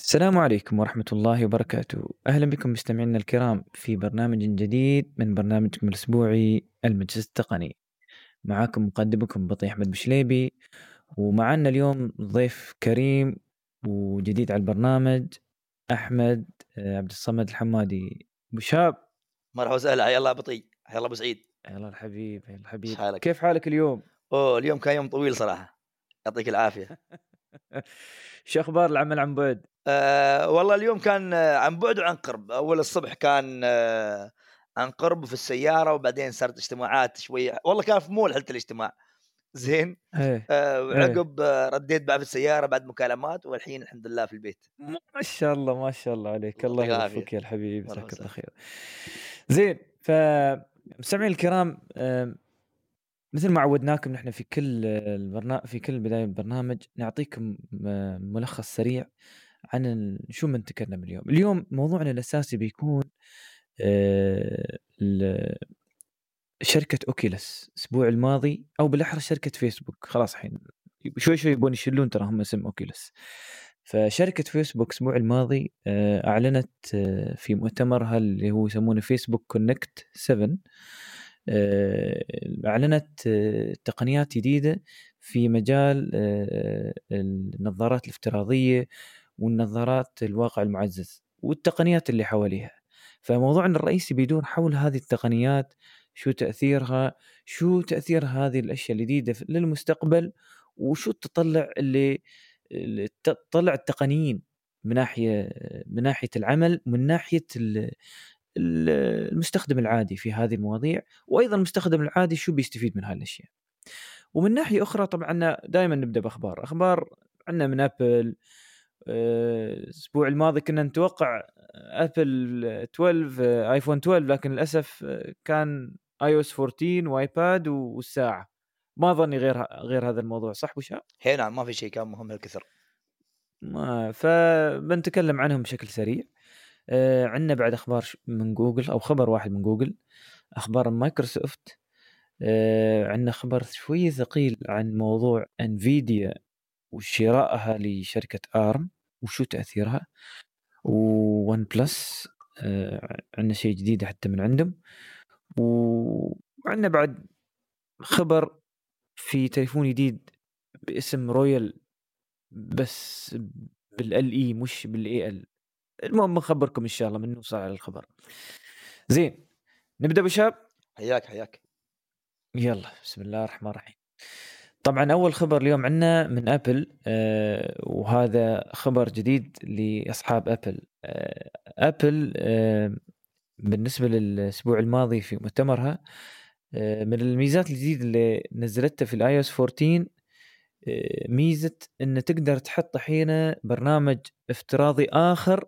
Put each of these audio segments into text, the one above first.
السلام عليكم ورحمة الله وبركاته. أهلا بكم مستمعينا الكرام في برنامج جديد من برنامجكم الأسبوعي المجلس التقني. معاكم مقدمكم بطيء أحمد بشليبي، ومعنا اليوم ضيف كريم وجديد على البرنامج، أحمد عبد الصمد الحمادي. أبو شاب، مرحبا وسهلا، حيا الله بطي، حيا الله ابو سعيد. يلا الحبيب يا ايش الحبيب، حالك؟ كيف حالك اليوم؟ اليوم كان يوم طويل صراحه. يعطيك العافيه. شو أخبار العمل عن بعد؟ والله اليوم كان عن بعد وعن قرب. اول الصبح كان عن قرب في السياره، وبعدين صارت اجتماعات شويه. والله كان في مول حلت الاجتماع زين. ايه ايه، وعقب رديت بعد في السياره بعد مكالمات، والحين الحمد لله في البيت. ما شاء الله ما شاء الله عليك، الله الله يعطيك العافيه. يوفقك يا الحبيب، مرحبا جزاك الله وسهلا. خير. زين، فمستمعين الكرام، مثل ما عودناكم نحن في كل في كل بداية برنامج نعطيكم ملخص سريع عن شو بنتكلم اليوم. اليوم موضوعنا الأساسي بيكون شركة أوكيلس الأسبوع الماضي، أو بالأحرى شركة فيسبوك. خلاص الحين شوي شوي يبون يشيلون ترى هم اسم أوكيلس. فشركة فيسبوك الأسبوع الماضي أعلنت في مؤتمرها اللي هو يسمونه فيسبوك كونكت 7، أعلنت تقنيات جديدة في مجال النظارات الافتراضية والنظارات الواقع المعزز والتقنيات اللي حواليها. فموضوعنا الرئيسي بيدور حول هذه التقنيات، شو تأثيرها، شو تأثير هذه الأشياء الجديدة للمستقبل، وشو التطلع اللي تطلع التقنيين من ناحية العمل، ومن ناحية المستخدم العادي في هذه المواضيع، وأيضا المستخدم العادي شو بيستفيد من هالأشياء. ومن ناحية أخرى طبعا دائما نبدأ بأخبار عندنا من أبل. الأسبوع الماضي كنا نتوقع أبل 12 آيفون 12، لكن للأسف كان iOS 14 وايباد والساعة. ما ظني غير هذا الموضوع، صح أبو شاب؟ هي نعم، ما في شيء كان مهم هالكثر. فبنتكلم عنهم بشكل سريع. عندنا بعد أخبار من جوجل، أو خبر واحد من جوجل، أخبار مايكروسوفت. عندنا خبر شوي ثقيل عن موضوع انفيديا وشرائها لشركة آرم وشو تأثيرها. وون بلس عندنا شيء جديد حتى من عندهم. وعندنا بعد خبر في تليفون جديد باسم رويال، بس بالال اي مش بالاي ال. المهم بنخبركم ان شاء الله من نوصل على الخبر. زين، نبدا بشاب. حياك حياك. يلا بسم الله الرحمن الرحيم. طبعا أول خبر اليوم عنا من أبل، وهذا خبر جديد لأصحاب أبل. أبل بالنسبة للأسبوع الماضي في مؤتمرها، من الميزات الجديدة اللي نزلتها في الآي اس 14، ميزة أن تقدر تحط حين برنامج افتراضي آخر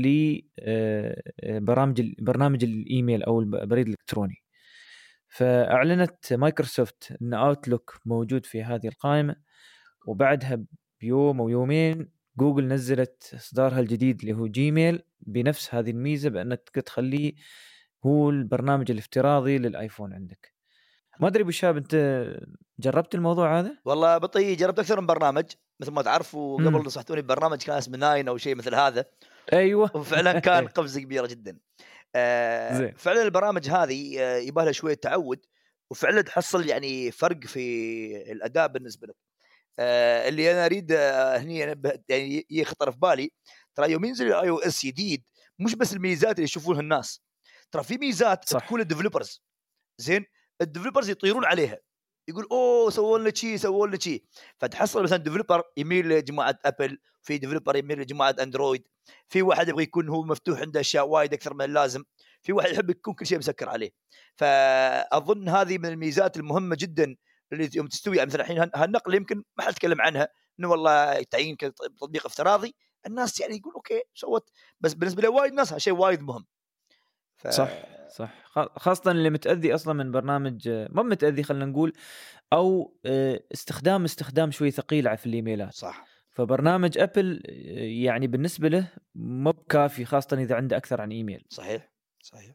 لبرنامج الإيميل أو البريد الإلكتروني. فأعلنت مايكروسوفت أن أوتلوك موجود في هذه القائمة، وبعدها بيوم أو يومين جوجل نزلت إصدارها الجديد اللي هو جيميل بنفس هذه الميزة، بأنك تخليه هو البرنامج الافتراضي للآيفون عندك. ما أدري بشاب، أنت جربت الموضوع هذا؟ والله بطي جربت اكثر من برنامج مثل ما تعرف، وقبل نصحتوني ببرنامج كان اسمه ناين او شيء مثل هذا، أيوة. وفعلا كان قفزه كبيره جدا. زين. فعلا البرامج هذه يبغى لها شويه تعود، وفعلا تحصل يعني فرق في الاداء بالنسبه لك. اللي انا اريد هني يعني يخطر في بالي، ترى يوم ينزل الاي او اس جديد، مش بس الميزات اللي يشوفونها الناس، ترى في ميزات صح تكون للديفلوبرز. زين، الديفلوبرز يطيرون عليها، يقول اوه سووا لنا شيء سووا لنا شيء. فتحصل مثلا ديفلوبر يميل لجماعه ابل، في ديفلوبر يميل لجماعه اندرويد، في واحد يبغى يكون هو مفتوح عنده اشياء وايد اكثر من اللازم، في واحد يحب يكون كل شيء مسكر عليه. فاظن هذه من الميزات المهمه جدا اللي يوم تستوي. يعني مثلا الحين هالنقل يمكن ما حد تكلم عنها، انه والله تعيين تطبيق افتراضي، الناس يعني يقول اوكي سوت، بس بالنسبه لوايد ناس هالشيء وايد مهم. ف صح صح، خاصة اللي متأذي أصلا من برنامج، ما متأذي خلنا نقول، أو استخدام شوي ثقيل في الإيميلات. صح فبرنامج أبل يعني بالنسبة له مو بكافي، خاصة إذا عنده أكثر عن إيميل. صحيح صحيح.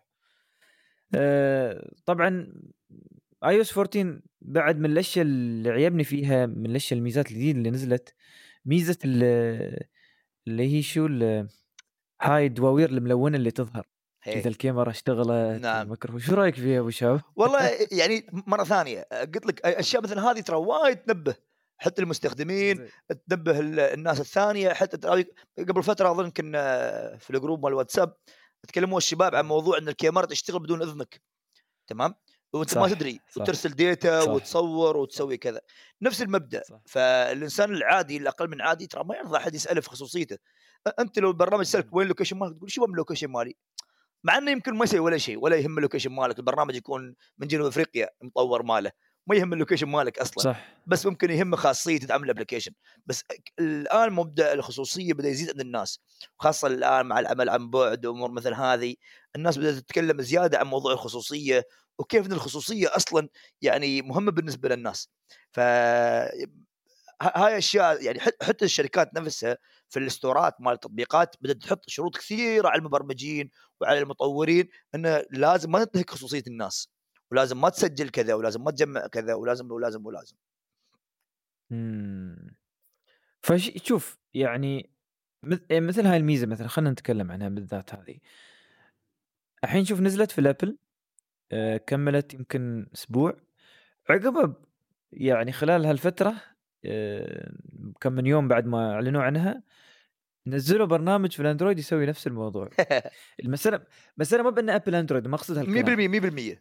طبعا iOS 14 بعد من الأشياء اللي عيبني فيها، من الأشياء الميزات الجديدة اللي نزلت، ميزة اللي هي شو هاي الدواوير الملونة اللي تظهر هي. إذا الكاميرا اشتغلت نعم. والميكروفون. شو رأيك فيها أبو شاب؟ والله يعني مرة ثانية قلت لك أشياء مثل هذه ترى وايد تنبه حتى المستخدمين، زين. تنبه الناس الثانية. حتى قبل فترة أظن كنا في الجروب مال الواتساب تكلموا الشباب عن موضوع أن الكاميرا تشتغل بدون إذنك، تمام، وأنت ما صح تدري، صح وترسل ديتا صح وتصور صح وتسوي كذا. نفس المبدأ. صح. فالإنسان العادي الأقل من عادي ترى ما يرضى أحد يسأله في خصوصيته. أنت لو البرنامج سألك وين اللوكيشن مالك تقول شو من اللوكيشن مالي، مع انه يمكن ما يسوي ولا شيء ولا يهم اللوكيشن مالك. البرنامج يكون من جنوب افريقيا مطور ماله، ما يهم اللوكيشن مالك اصلا، صح. بس ممكن يهم خاصيه تدعم الابلكيشن. بس الان مبدا الخصوصيه بدا يزيد عند الناس، خاصه الان مع العمل عن بعد وامور مثل هذه. الناس بدات تتكلم زياده عن موضوع الخصوصيه، وكيف ان الخصوصيه اصلا يعني مهمه بالنسبه للناس. ف هاي اشياء يعني حتى الشركات نفسها في الاستورات مال التطبيقات بدات تحط شروط كثيره على المبرمجين وعلى المطورين، انه لازم ما تنتهك خصوصيه الناس، ولازم ما تسجل كذا، ولازم ما تجمع كذا، ولازم ولازم ولازم. فشوف يعني مثل هاي الميزة مثلا خلينا نتكلم عنها بالذات هذه. الحين شوف نزلت في الابل، كملت يمكن اسبوع عقبها يعني خلال هالفترة، كم من يوم بعد ما اعلنوا عنها نزلوا برنامج في الاندرويد يسوي نفس الموضوع. المسألة ما بان ابل اندرويد، ما اقصد 100% هالكلام. 100%.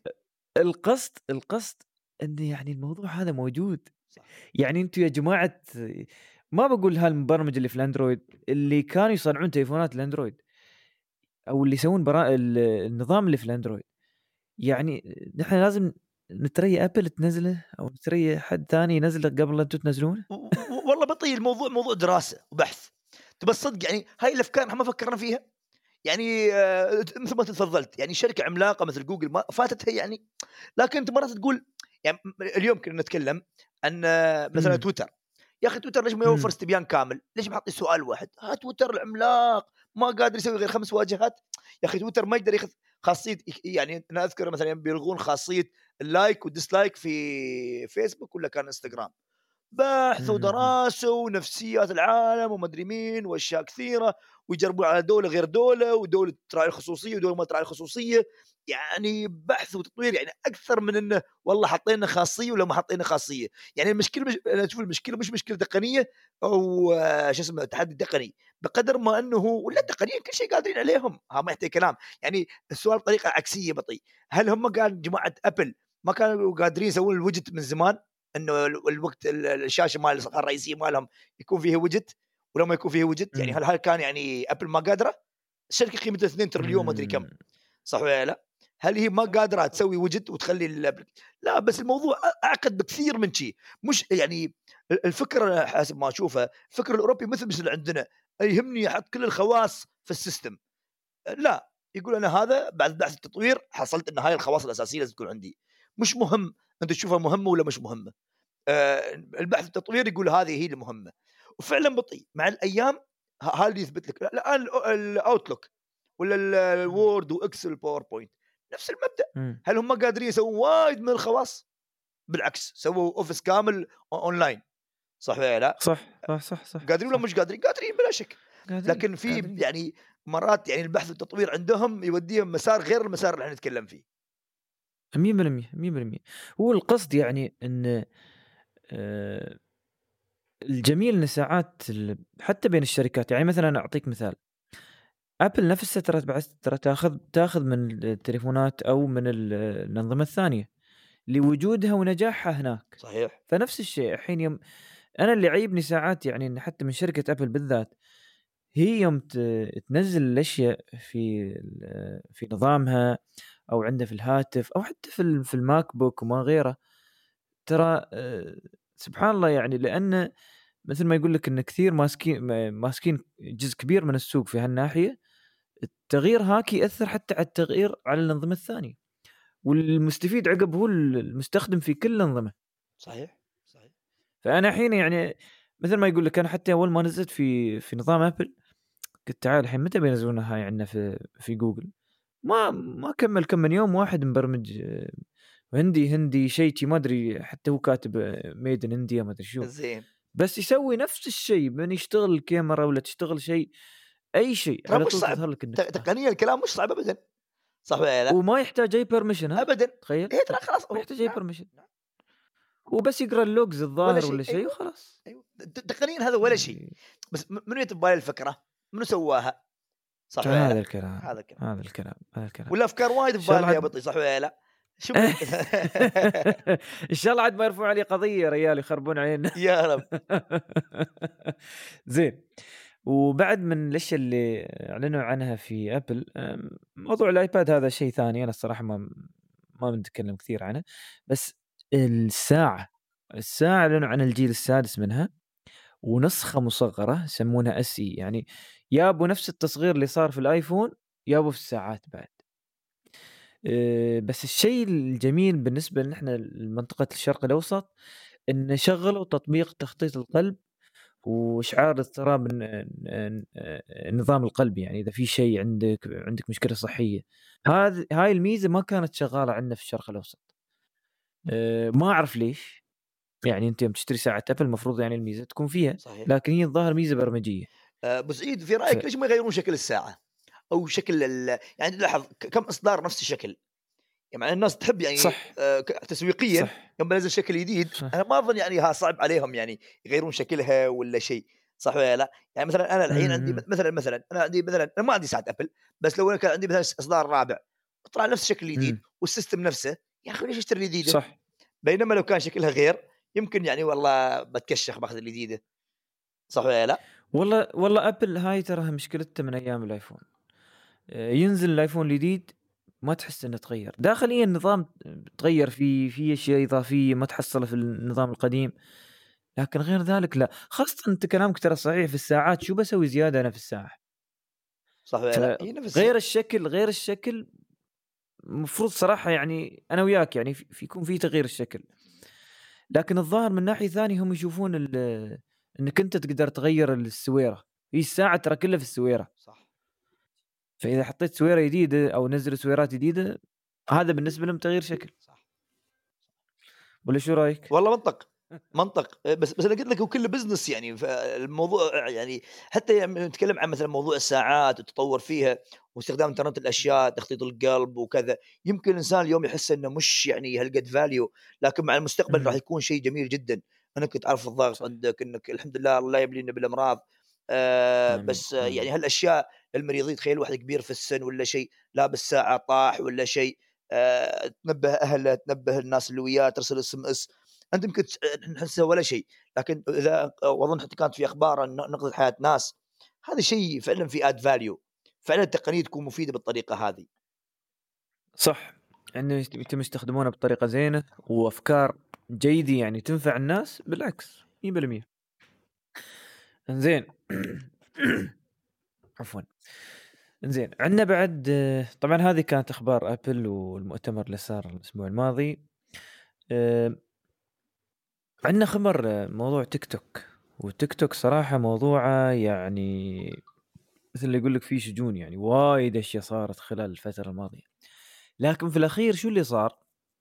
القصد ان يعني الموضوع هذا موجود. صح. يعني انتم يا جماعة، ما بقول هالمبرمج اللي في الاندرويد اللي كانوا يصنعون تليفونات الاندرويد او اللي يسوون النظام اللي في الاندرويد، يعني نحن لازم نتري ابل تنزله او نتري حد ثاني ينزله قبل لا انتم تنزلونه. والله بطيء الموضوع، موضوع دراسه وبحث. تبى الصدق يعني هاي الافكار احنا ما فكرنا فيها. يعني مثل ما تفضلت، يعني شركه عملاقه مثل جوجل ما فاتتها يعني. لكن انت مرات تقول يعني اليوم كنا نتكلم عن مثلا تويتر. يا اخي تويتر ليش ما يوفر استبيان كامل؟ ليش ما حاطي سؤال واحد؟ تويتر العملاق ما قادر يسوي غير 5 واجهات. يا اخي تويتر ما يقدر ياخذ خاصيه. يعني انا اذكر مثلا بيلغون خاصيه اللايك والديسلايك في فيسبوك ولا كان انستغرام. بحث ودراسه ونفسيات العالم ومدري مين واشياء كثيره، ويجربون على دوله غير دوله، ودوله تراعي الخصوصيه ودوله ما تراعي الخصوصيه. يعني بحث وتطوير يعني اكثر من انه والله حطينا خاصيه ولا ما حطينا خاصيه. يعني المشكله انا اشوف المشكله مش مشكله تقنيه او شو اسمه تحدي تقني، بقدر ما انه ولا تقنيا كل شيء قادرين عليهم. ها ما يحتاج كلام. يعني السؤال بطريقه عكسيه بطيء، هل هم قال جماعه ابل ما كانوا قادرين يسوون الوجت من زمان؟ انه الوقت الشاشه مال الصفحه الرئيسيه مالهم يكون فيها وجت، ولما يكون فيها وجت يعني هل كان يعني ابل ما قادره؟ الشركه قيمتها 2 تريليون ما ادري كم، صح ولا لا؟ هل هي ما قادره تسوي وجت وتخلي لا، بس الموضوع اعقد بكثير من شيء. مش يعني الفكره حسب ما اشوفها الفكر الاوروبي مثل عندنا، يهمني احط كل الخواص في السيستم. لا، يقول انا هذا بعد بحث التطوير حصلت ان هاي الخواص الاساسيه لازم تكون عندي. مش مهم انت تشوفها مهمه ولا مش مهمه. البحث التطوير يقول هذه هي المهمه، وفعلا بطيء مع الايام. هذا اللي يثبت لك الان الاوتلوك ولا الوورد واكسل والباوربوينت نفس المبدا. هل هم قادرين يسوون وايد من الخواص؟ بالعكس سووا اوفيس كامل اونلاين، صح ولا لا؟ صح صح صح صح قادرين ولا صح. مش قادرين؟ قادرين بلا شك. قادرين لكن في قادرين. يعني مرات يعني البحث والتطوير عندهم يوديهم مسار غير المسار اللي احنا نتكلم فيه. 100% 100%. هو القصد يعني ان الجميل ان ساعات حتى بين الشركات، يعني مثلا اعطيك مثال، ابل نفسها ترى تاخذ من التليفونات او من الانظمه الثانيه لوجودها ونجاحها هناك. صحيح. فنفس الشيء الحين يوم انا اللي يعيبني ساعات يعني ان حتى من شركه ابل بالذات، هي يوم تنزل الاشياء في نظامها او عندها في الهاتف او حتى في الماك بوك وما غيره، ترى سبحان الله يعني، لان مثل ما يقول لك ان كثير ماسكين جزء كبير من السوق في هالناحيه. التغيير هاك ياثر حتى على التغيير على الانظمه الثانيه، والمستفيد عقب هو المستخدم في كل الانظمه. صحيح صحيح. فانا الحين يعني مثل ما يقول لك، انا حتى اول ما نزلت في نظام ابل قلت تعال الحين متى بينزلونها هاي عندنا في جوجل. ما كمل كم من يوم واحد مبرمج هندي شيء ما ادري، حتى هو كاتب ميد ان انديا ما ادري شو، زين. بس يسوي نفس الشيء من يشتغل الكاميرا ولا تشتغل شيء اي شيء ترى على مش طول صعب تظهر لك النسخه تقنيا، الكلام مش صعب ابدا، صح ولا لا؟ وما يحتاج اي بيرميشن. ها ابدا. تخيل هي ترى خلاص ما يحتاج اي نعم. بيرميشن نعم. وبس يقرا اللوجز ولا الظاهر شيء. ولا شيء ايوه وخلاص. ايوه تقنيا هذا ولا شيء. يعني بس منو يتبالي الفكره؟ منو سواها؟ صح ولا هذا لا؟ الكلام هذا الكلام. هذا الكلام هذا الكلام ولا افكار وايد ان شاء الله ببالنا يا عاد بطي، صح ولا لا؟ شو من ان شاء الله عاد ما يرفعوا علي قضيه ريال يخربون علينا. يا رب. زين. وبعد من الاشياء اللي اعلنوا عنها في ابل موضوع الايباد هذا شيء ثاني، انا الصراحه ما بنتكلم كثير عنه. بس الساعه اعلنوا عن الجيل السادس منها ونسخه مصغره يسمونها اس اي، يعني يابوا نفس التصغير اللي صار في الايفون يابوا في الساعات بعد. بس الشيء الجميل بالنسبه لنا احنا لمنطقه الشرق الاوسط ان شغلوا تطبيق تخطيط القلب واشعار اضطراب النظام القلبي، يعني اذا في شيء عندك مشكله صحيه. هاي الميزه ما كانت شغاله عندنا في الشرق الاوسط. ما اعرف ليش، يعني انت يوم تشتري ساعه ابل المفروض يعني الميزه تكون فيها، صحيح. لكن هي الظاهر ميزه برمجيه. ابو سعيد، في ف... رايك ليش ما يغيرون شكل الساعه او شكل يعني لاحظ كم اصدار نفس الشكل، يعني الناس تحب يعني صح تسويقيا صح يوم بنزل شكل جديد. صح انا ما اظن يعني صعب عليهم يعني يغيرون شكلها ولا شيء، صح ولا لا؟ يعني مثلا انا الحين عندي مثلا انا عندي مثلا، انا ما عندي ساعه ابل، بس لو انا كان عندي مثلا اصدار رابع طلع نفس الشكل الجديد والسيستم نفسه، يا اخي ليش اشتري الجديده؟ صح. بينما لو كان شكلها غير يمكن يعني والله بتكشخ باخذ الجديده، صح ولا لا؟ والله ابل هاي تراها مشكلتها من ايام الايفون. ينزل الايفون الجديد ما تحس انه تغير داخليا، النظام تغير في اشياء اضافيه ما تحصلها في النظام القديم، لكن غير ذلك لا. خاصه انت كلامك ترى صحيح في الساعات، شو بسوي زياده انا في الساعه؟ صح ولا لا؟ هي نفس الشيء. غير الشكل المفروض صراحه، يعني انا وياك يعني يكون في تغيير الشكل، لكن الظاهر من ناحيه ثانيه هم يشوفون انك انت تقدر تغير السويره. هي الساعه ترى كلها في السويره، صح. فاذا حطيت سويره جديده او نزلوا سويرات جديده هذا بالنسبه لهم تغيير شكل. صح. ولا شو رايك؟ والله منطق. بس انا قلت لك هو كله بزنس يعني، فالموضوع يعني حتى يعني نتكلم عن مثلا موضوع الساعات والتطور فيها واستخدام انترنت الاشياء، تخطيط القلب وكذا، يمكن الانسان اليوم يحس انه مش يعني هالقد فاليو، لكن مع المستقبل راح يكون شيء جميل جدا انك تعرف الضغط صح. عندك، انك الحمد لله الله يبلينا بالامراض. امين بس امين. يعني هالاشياء المريضين، تخيل واحد كبير في السن ولا شيء لابس ساعه طاح ولا شيء، تنبه اهله، تنبه الناس اللي وياه، ترسل اس ام اس، انت يمكن نحسها ولا شيء، لكن اذا واظن حتى كانت في اخبار ان نقذت حياه ناس، هذا شيء فعلا في اد فاليو، فعلا التقنيه تكون مفيده بالطريقه هذه. صح، انه يتم يستخدمونه بطريقه زينه وافكار جيده يعني تنفع الناس، بالعكس 100%. انزين. عفوا. انزين عندنا بعد طبعا هذه كانت اخبار ابل والمؤتمر اللي صار الاسبوع الماضي. عندنا خبر موضوع تيك توك. والتيك توك صراحه موضوعه يعني مثل اللي يقول لك فيه شجون، يعني وايد اشياء صارت خلال الفتره الماضيه، لكن في الاخير شو اللي صار؟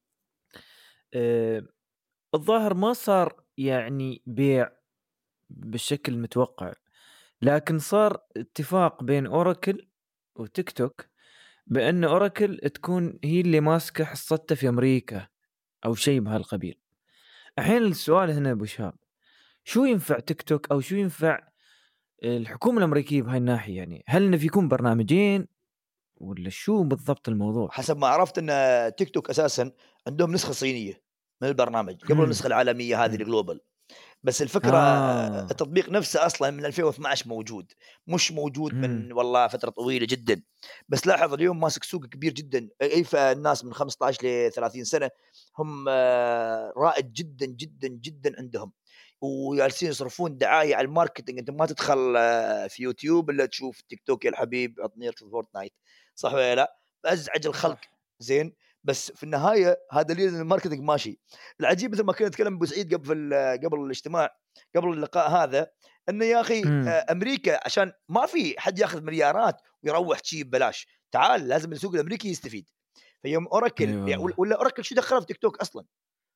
الظاهر ما صار يعني بيع بالشكل المتوقع، لكن صار اتفاق بين اوراكل وتيك توك بان اوراكل تكون هي اللي ماسكه حصتها في امريكا او شيء بهالقبيل. الحين السؤال هنا ابو شهاب، شو ينفع تيك توك او شو ينفع الحكومه الامريكيه بهاي الناحيه؟ يعني هل انه يكون برنامجين ولا شو بالضبط الموضوع؟ حسب ما عرفت ان تيك توك اساسا عندهم نسخه صينيه من البرنامج قبل امم النسخه العالميه هذه الجلوبال، بس الفكره اه التطبيق نفسه اصلا من 2012 موجود، مش موجود امم من والله فتره طويله جدا. بس لاحظ اليوم ماسك سوق كبير جدا، اي الناس من 15 ل 30 سنه هم رائد جدا جدا جدا عندهم، وجالسين يصرفون دعايه على الماركتنج. انت ما تدخل في يوتيوب الا تشوف تيك توك يا الحبيب عطني فورتنايت، صح ولا لا؟ ازعج الخلق. صح. زين. بس في النهايه هذا دليل ان الماركتنج ماشي. العجيب مثل ما كنا نتكلم ابو سعيد قبل الاجتماع، قبل اللقاء هذا، انه يا اخي امم امريكا عشان ما في حد ياخذ مليارات ويروح شيء ببلاش، تعال لازم السوق الامريكي يستفيد. فيوم اي اوراكل والله. ولا اوراكل شو دخلها في تيك توك اصلا؟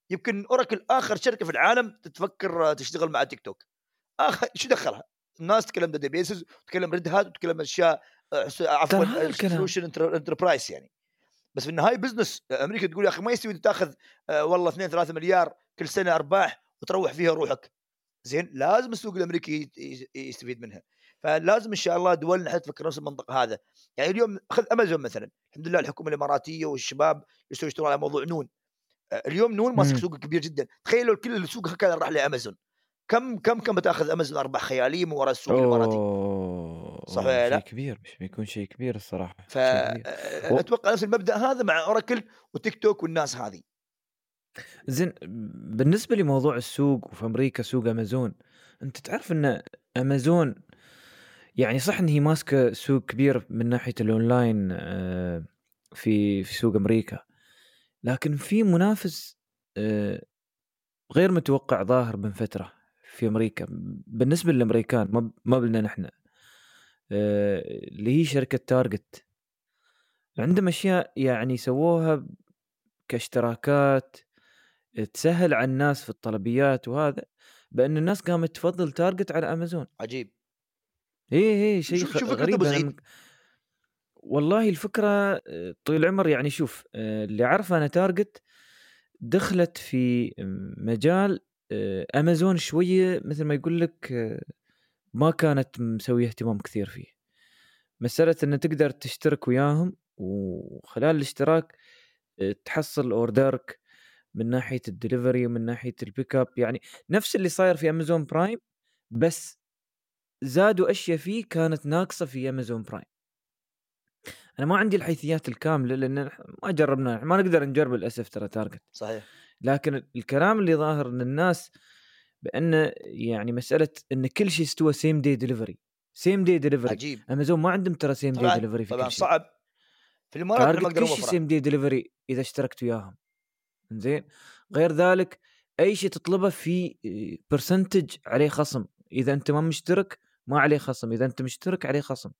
يمكن اوراكل اخر شركه في العالم تتفكر تشتغل مع تيك توك. شو دخلها؟ الناس تتكلم داتابيسز وتتكلم ريد هات وتتكلم اشياء ترى عفوا هذا الكلام. سولوشن انتربرايز يعني. بس في النهايه بزنس. امريكا تقول يا اخي ما يستوي تاخذ والله 2 3 مليار كل سنه ارباح وتروح فيها روحك. زين لازم السوق الامريكي يستفيد منها. فلازم ان شاء الله دولنا حتى تفكر نفس المنطق هذا. يعني اليوم خذ امازون مثلا، الحمد لله الحكومه الاماراتيه والشباب يشتغلون على موضوع نون. اليوم نون ماسك امم سوق كبير جدا. تخيلوا كل السوق كان راح لامازون. كم بتاخذ امازون ارباح خياليه من وراء السوق الاماراتي. صح اوه ولا شيء لا؟ كبير، مش بيكون شيء كبير الصراحه، شيء كبير. فاتوقع نفس المبدا هذا مع اوراكل وتيك توك والناس هذه. زين، بالنسبة لموضوع السوق وفي أمريكا سوق أمازون، أنت تعرف أن أمازون يعني صح أن هي ماسكة سوق كبير من ناحية الأونلاين في سوق أمريكا، لكن في منافس آه، غير متوقع ظاهر من فترة في أمريكا بالنسبة للأمريكان، ما بلنا نحن، اللي هي شركة تارجت. عندهم أشياء يعني سووها كاشتراكات تسهل على الناس في الطلبيات، وهذا بأن الناس قامت تفضل تارجت على أمازون. عجيب. هي شيء شو فكرة ابو غريب. أنا سعيد؟ والله الفكرة طويل العمر يعني. شوف اللي عارفه أنا تارجت دخلت في مجال أمازون شوية مثل ما يقول لك ما كانت مسوية اهتمام كثير فيه. مسألة أن تقدر تشترك وياهم وخلال الاشتراك تحصل أوردرك من ناحية الدليفري ومن ناحية البيك اب، يعني نفس اللي صاير في أمازون برايم، بس زادوا أشياء فيه كانت ناقصة في أمازون برايم. أنا ما عندي الحيثيات الكاملة لأن ما جربنا، ما نقدر نجرب للأسف ترى تارجت. صحيح. لكن الكلام اللي ظاهر ان الناس بان يعني مساله ان كل شيء استوى سيم دي ديليفري. سيم دي ديليفري عجيب. امازون ما عندهم ترى سيم دي طبعا ديليفري في كل طبعا شيء. صعب. في الامارات احنا ما تارجت نقدر كل شيء نوفره. سيم دي ديليفري اذا اشتركت وياهم. زين، غير ذلك اي شيء تطلبه في برسنتج عليه خصم، اذا انت ما مشترك ما عليه خصم، اذا انت مشترك عليه خصم.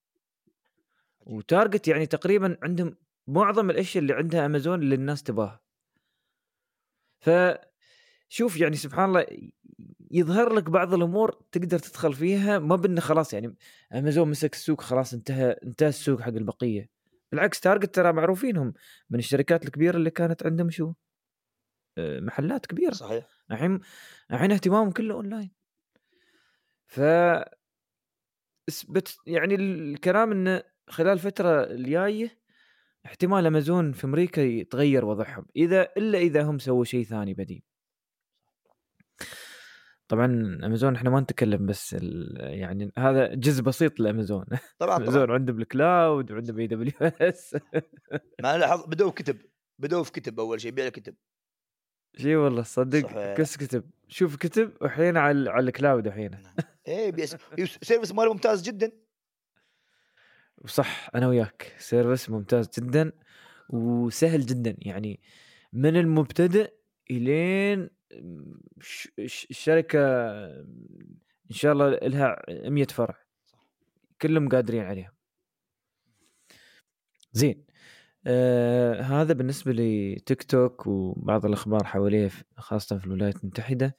عجيب. وتارجت يعني تقريبا عندهم معظم الاشياء اللي عندها امازون اللي الناس تباها. فشوف يعني سبحان الله يظهر لك بعض الامور تقدر تدخل فيها، ما بأنه خلاص يعني امازون مسك السوق خلاص انتهى السوق حق البقيه. بالعكس تارجت ترى معروفينهم من الشركات الكبيره اللي كانت عندهم شو محلات كبيره. صحيح. الحين اهتمامهم كله اونلاين. ف يعني الكلام انه خلال الفتره الجايه احتمال امازون في امريكا يتغير وضعهم، اذا هم سووا شيء ثاني بديل. طبعا امازون احنا ما نتكلم بس يعني هذا جزء بسيط لامازون. طبعا طبعا. امازون عندهم الكلاود وعندهم اي دبليو اس. ما لاحظ بدوا في كتب اول شيء بيع كتب. شي والله صدق، صحيح. كس كتب، شوف كتب وحين على الكلاود الحين. ايه سيرفيس ماله ممتاز جدا. وصح انا وياك سيرفيس ممتاز جدا وسهل جدا، يعني من المبتدئ الين الشركه ان شاء الله لها 100 فرع كلهم قادرين عليها. زين، هذا بالنسبة لتيك توك وبعض الأخبار حواليه خاصة في الولايات المتحدة.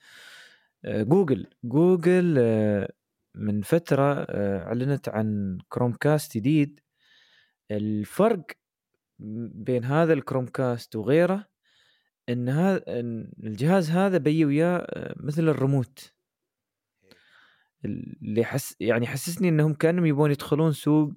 جوجل من فترة أعلنت عن كروم كاست جديد. الفرق بين هذا الكروم كاست وغيره إن إن الجهاز هذا بيجي وياه مثل الريموت، اللي يعني حسسني إنهم كانوا يبون يدخلون سوق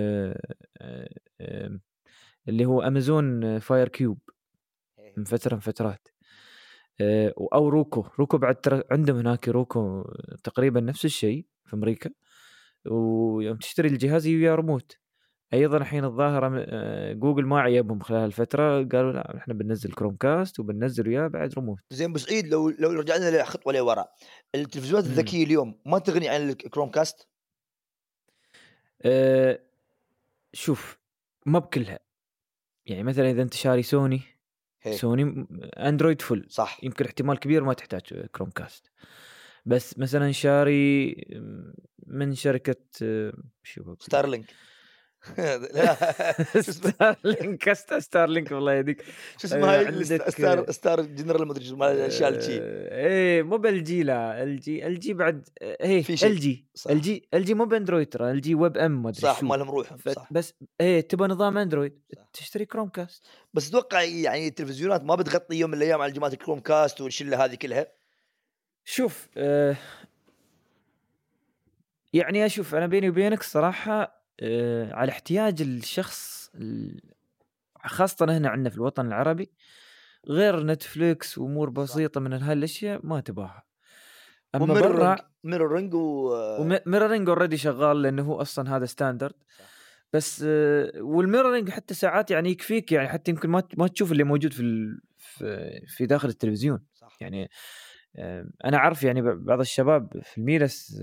اللي هو أمازون فاير كيوب من فترة من فترات. او روكو بعد ترى عندهم هناك روكو تقريبا نفس الشيء في امريكا، ويوم تشتري الجهاز يجي ريموت. ايضا الحين الظاهر جوجل ما عيبهم خلال الفتره، قالوا لا احنا بننزل كروم كاست وبننزل وياه بعد ريموت. زين ابو سعيد، لو رجعنا خطوه لورا، التلفزيونات الذكيه اليوم ما تغني عن الكروم كاست. أه شوف، ما بكلها. يعني مثلا اذا انت شاري سوني هي. اندرويد فل، صح. يمكن احتمال كبير ما تحتاج كروم كاست. بس مثلا شاري من شركه شو بقول لك، ستارلينك. لا شو اسمه ستارلينك والله يهديك. شو اسمها هاي عندك ستار جنرال ما ادري شو اسمها الاشياء الجي ايه مو بالجي، لا الجي بعد ايه في شيء الجي صح الجي مو باندرويد، ترى الجي ويب ام ما ادري صح شو. مالهم روحهم صح بس ايه تبغى نظام اندرويد صح تشتري كروم كاست. بس اتوقع يعني التلفزيونات ما بتغطي يوم من الايام على جماعه الكروم كاست والشله هذه كلها. شوف يعني اشوف انا بيني وبينك صراحه على احتياج الشخص خاصه هنا عندنا في الوطن العربي، غير نتفليكس وامور صح بسيطه من هالاشياء ما تباها. اما وميرورينج برا ميرورينج وميرورينج اوريدي شغال لانه هو اصلا هذا ستاندرد. صح بس والميرورينج حتى ساعات يعني يكفيك، يعني حتى يمكن ما تشوف اللي موجود في داخل التلفزيون. صح يعني انا اعرف يعني بعض الشباب في الميرس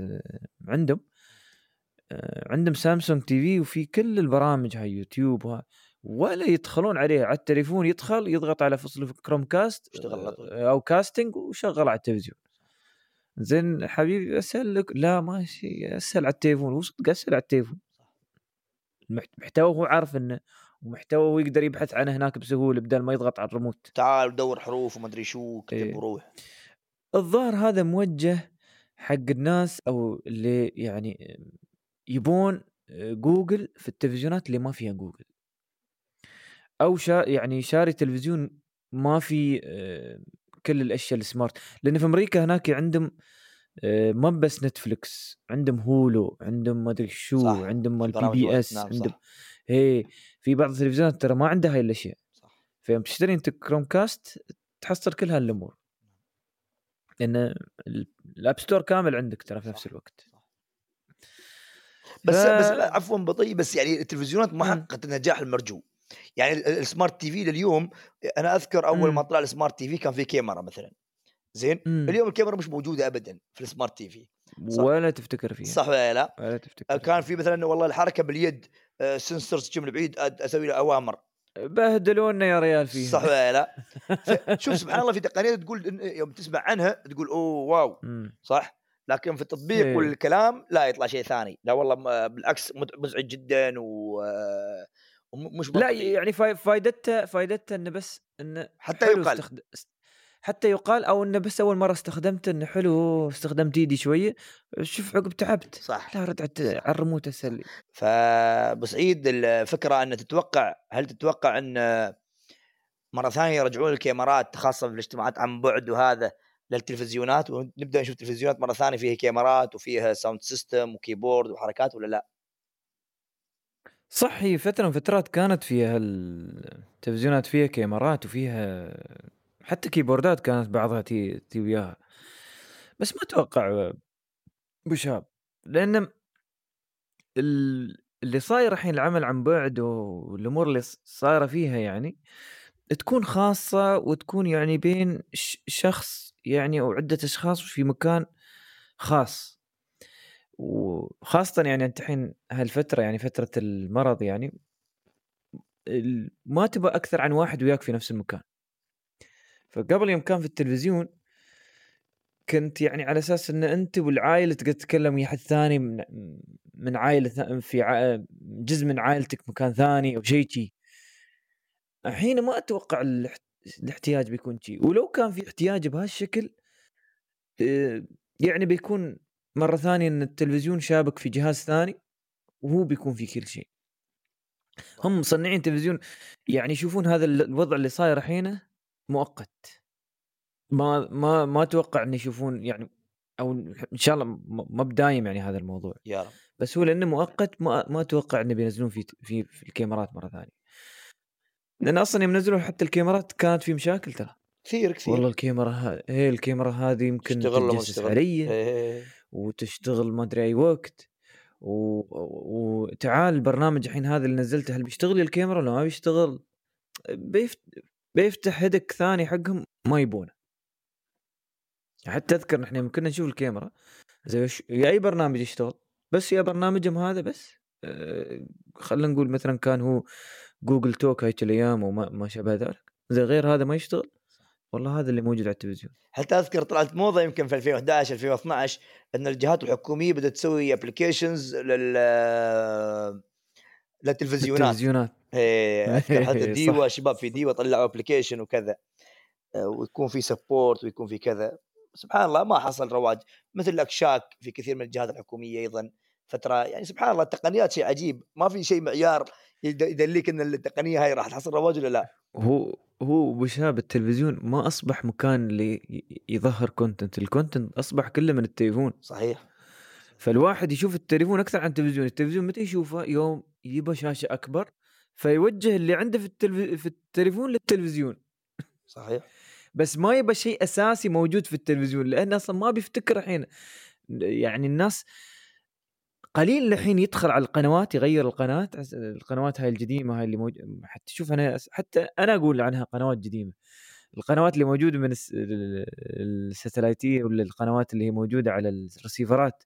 عندهم سامسونج تي في وفي كل البرامج هاي يوتيوب ولا يدخلون عليه على التليفون، يدخل يضغط على فصل كروم كاست اشتغل على طول او كاستنج وشغل على التلفزيون. زين حبيبي اسهل لك، لا ماشي اسهل على التليفون، وصدق اسهل على التليفون. محتوى هو عارف انه ومحتوى هو يقدر يبحث عنه هناك بسهوله بدل ما يضغط على الريموت. تعال دور حروف وما ادري شو كتب إيه. وروح. الظاهر هذا موجه حق الناس او اللي يعني يبون جوجل في التلفزيونات اللي ما فيها جوجل، او يعني شاري تلفزيون ما في كل الاشياء السمارت. لان في امريكا هناك عندهم ما بس نتفليكس، عندهم هولو، عندهم ما ادري شو، صح عندهم في البي برامج بي وايد اس، نعم عندهم صح هي في بعض التلفزيونات ترى ما عندها هاي الاشياء. صح فيوم تشتري انت كروم كاست تحصل كل هالامور، لان الاب ستور كامل عندك ترى في نفس صح الوقت. صح ف بس لا عفوا بطيء، بس يعني التلفزيونات ما مم. حققت النجاح المرجو. يعني السمارت تي في لليوم، انا اذكر اول ما مم. طلع السمارت تي في كان في كاميرا مثلا، زين مم. اليوم الكاميرا مش موجوده ابدا في السمارت تي في. صح ولا تفتكر فيها، صح ولا لا؟ ولا تفتكر كان فيها. في مثلا والله الحركه باليد، سنسورز تجي من بعيد اسوي له اوامر. بهدلونا يا ريال فيها. صح ولا لا؟ فشوف سبحان الله في تقنيات تقول يوم تسمع عنها تقول اوه واو مم. صح، لكن في التطبيق ايه والكلام لا يطلع شيء ثاني. لا والله بالعكس مزعج جدا ومش لا منطقي يعني فايدتها انه بس انه حتى حلو يقال. حتى يقال، او انه بس اول مره استخدمته انه حلو، استخدمت ايدي شويه، شوف عقب تعبت صح لا رد صح على الريموت اسهل صح. لي. فبسعيد الفكره ان هل تتوقع ان مره ثانيه يرجعون الكاميرات خاصه في الاجتماعات عن بعد وهذا للتلفزيونات، ونبدا نشوف تلفزيونات مره ثانيه فيها كاميرات وفيها ساوند سيستم وكيبورد وحركات، ولا لا؟ صح، هي فتره من فترات كانت فيها التلفزيونات فيها كاميرات وفيها حتى كيبوردات كانت بعضها تي وياها، بس ما اتوقع بشاب، لان اللي صاير الحين العمل عن بعد والامور اللي صايره فيها يعني تكون خاصه، وتكون يعني بين شخص يعني او عده اشخاص في مكان خاص. وخاصه يعني انت الحين هالفتره يعني فتره المرض يعني ما تبغى اكثر عن واحد وياك في نفس المكان. فقبل يوم كان في التلفزيون كنت يعني على اساس ان انت والعائله تقدر تتكلم ويا حد ثاني من عائله في جزء من عائلتك مكان ثاني او شيء. الحين ما اتوقع الاحتياج بيكون شيء، ولو كان في احتياج بهالشكل يعني بيكون مره ثانيه ان التلفزيون شابك في جهاز ثاني وهو بيكون في كل شيء. هم مصنعين تلفزيون يعني يشوفون هذا الوضع اللي صاير الحين مؤقت. ما اتوقع ان يشوفون يعني، او ان شاء الله ما بدايم يعني هذا الموضوع، يا رب. بس هو لانه مؤقت ما اتوقع انه بينزلون في الكاميرات مره ثانيه. لان اصلا يوم نزلوا حتى الكاميرات كانت في مشاكل ترى. كثير كثير والله هي الكاميرا هذه يمكن تشتغل ولا ما تتجسس تشتغل. علي وتشتغل ما ادري اي وقت وتعال البرنامج الحين هذا اللي نزلته هل بيشتغل الكاميرا ولا ما بيشتغل؟ بيفتح هدك ثاني حقهم ما يبونه. حتى اذكر نحن كنا نشوف الكاميرا زي يا اي برنامج يشتغل، بس يا برنامجهم هذا بس خلينا نقول مثلا كان هو جوجل توك هاي الايام وما ما شابه ذلك، زي غير هذا ما يشتغل. والله هذا اللي موجود على التلفزيون. حتى اذكر طلعت موضه يمكن في 2011 2012 ان الجهات الحكوميه بدات تسوي ابلكيشنز للتلفزيونات. للتلفزيونات. اذكر حتى ديوا، صح. شباب في ديوا طلعوا ابلكيشن وكذا، ويكون في سبورت ويكون في كذا. سبحان الله ما حصل رواج مثل الاكشاك في كثير من الجهات الحكوميه ايضا فتره. يعني سبحان الله التقنيات شيء عجيب، ما في شيء معيار يدليك ان التقنيه هاي راح تحصل رواج ولا لا. هو ابو شهاب، التلفزيون ما اصبح مكان اللي يظهر كونتنت، الكونتنت اصبح كله من التليفون. صحيح. فالواحد يشوف التليفون اكثر عن التلفزيون. التلفزيون متى يشوفه؟ يوم يبى شاشه اكبر، فيوجه اللي عنده في التليفون للتلفزيون. صحيح. بس ما يبى شيء اساسي موجود في التلفزيون، لان اصلا ما بيفتكر الحين. يعني الناس قليل الحين يدخل على القنوات يغير القناه. القنوات هاي القديمه هاي اللي حتى تشوف، انا حتى انا اقول عنها قنوات قديمه. القنوات اللي موجوده من الساتلايتيه ولا القنوات اللي هي موجوده على الرسيفرات،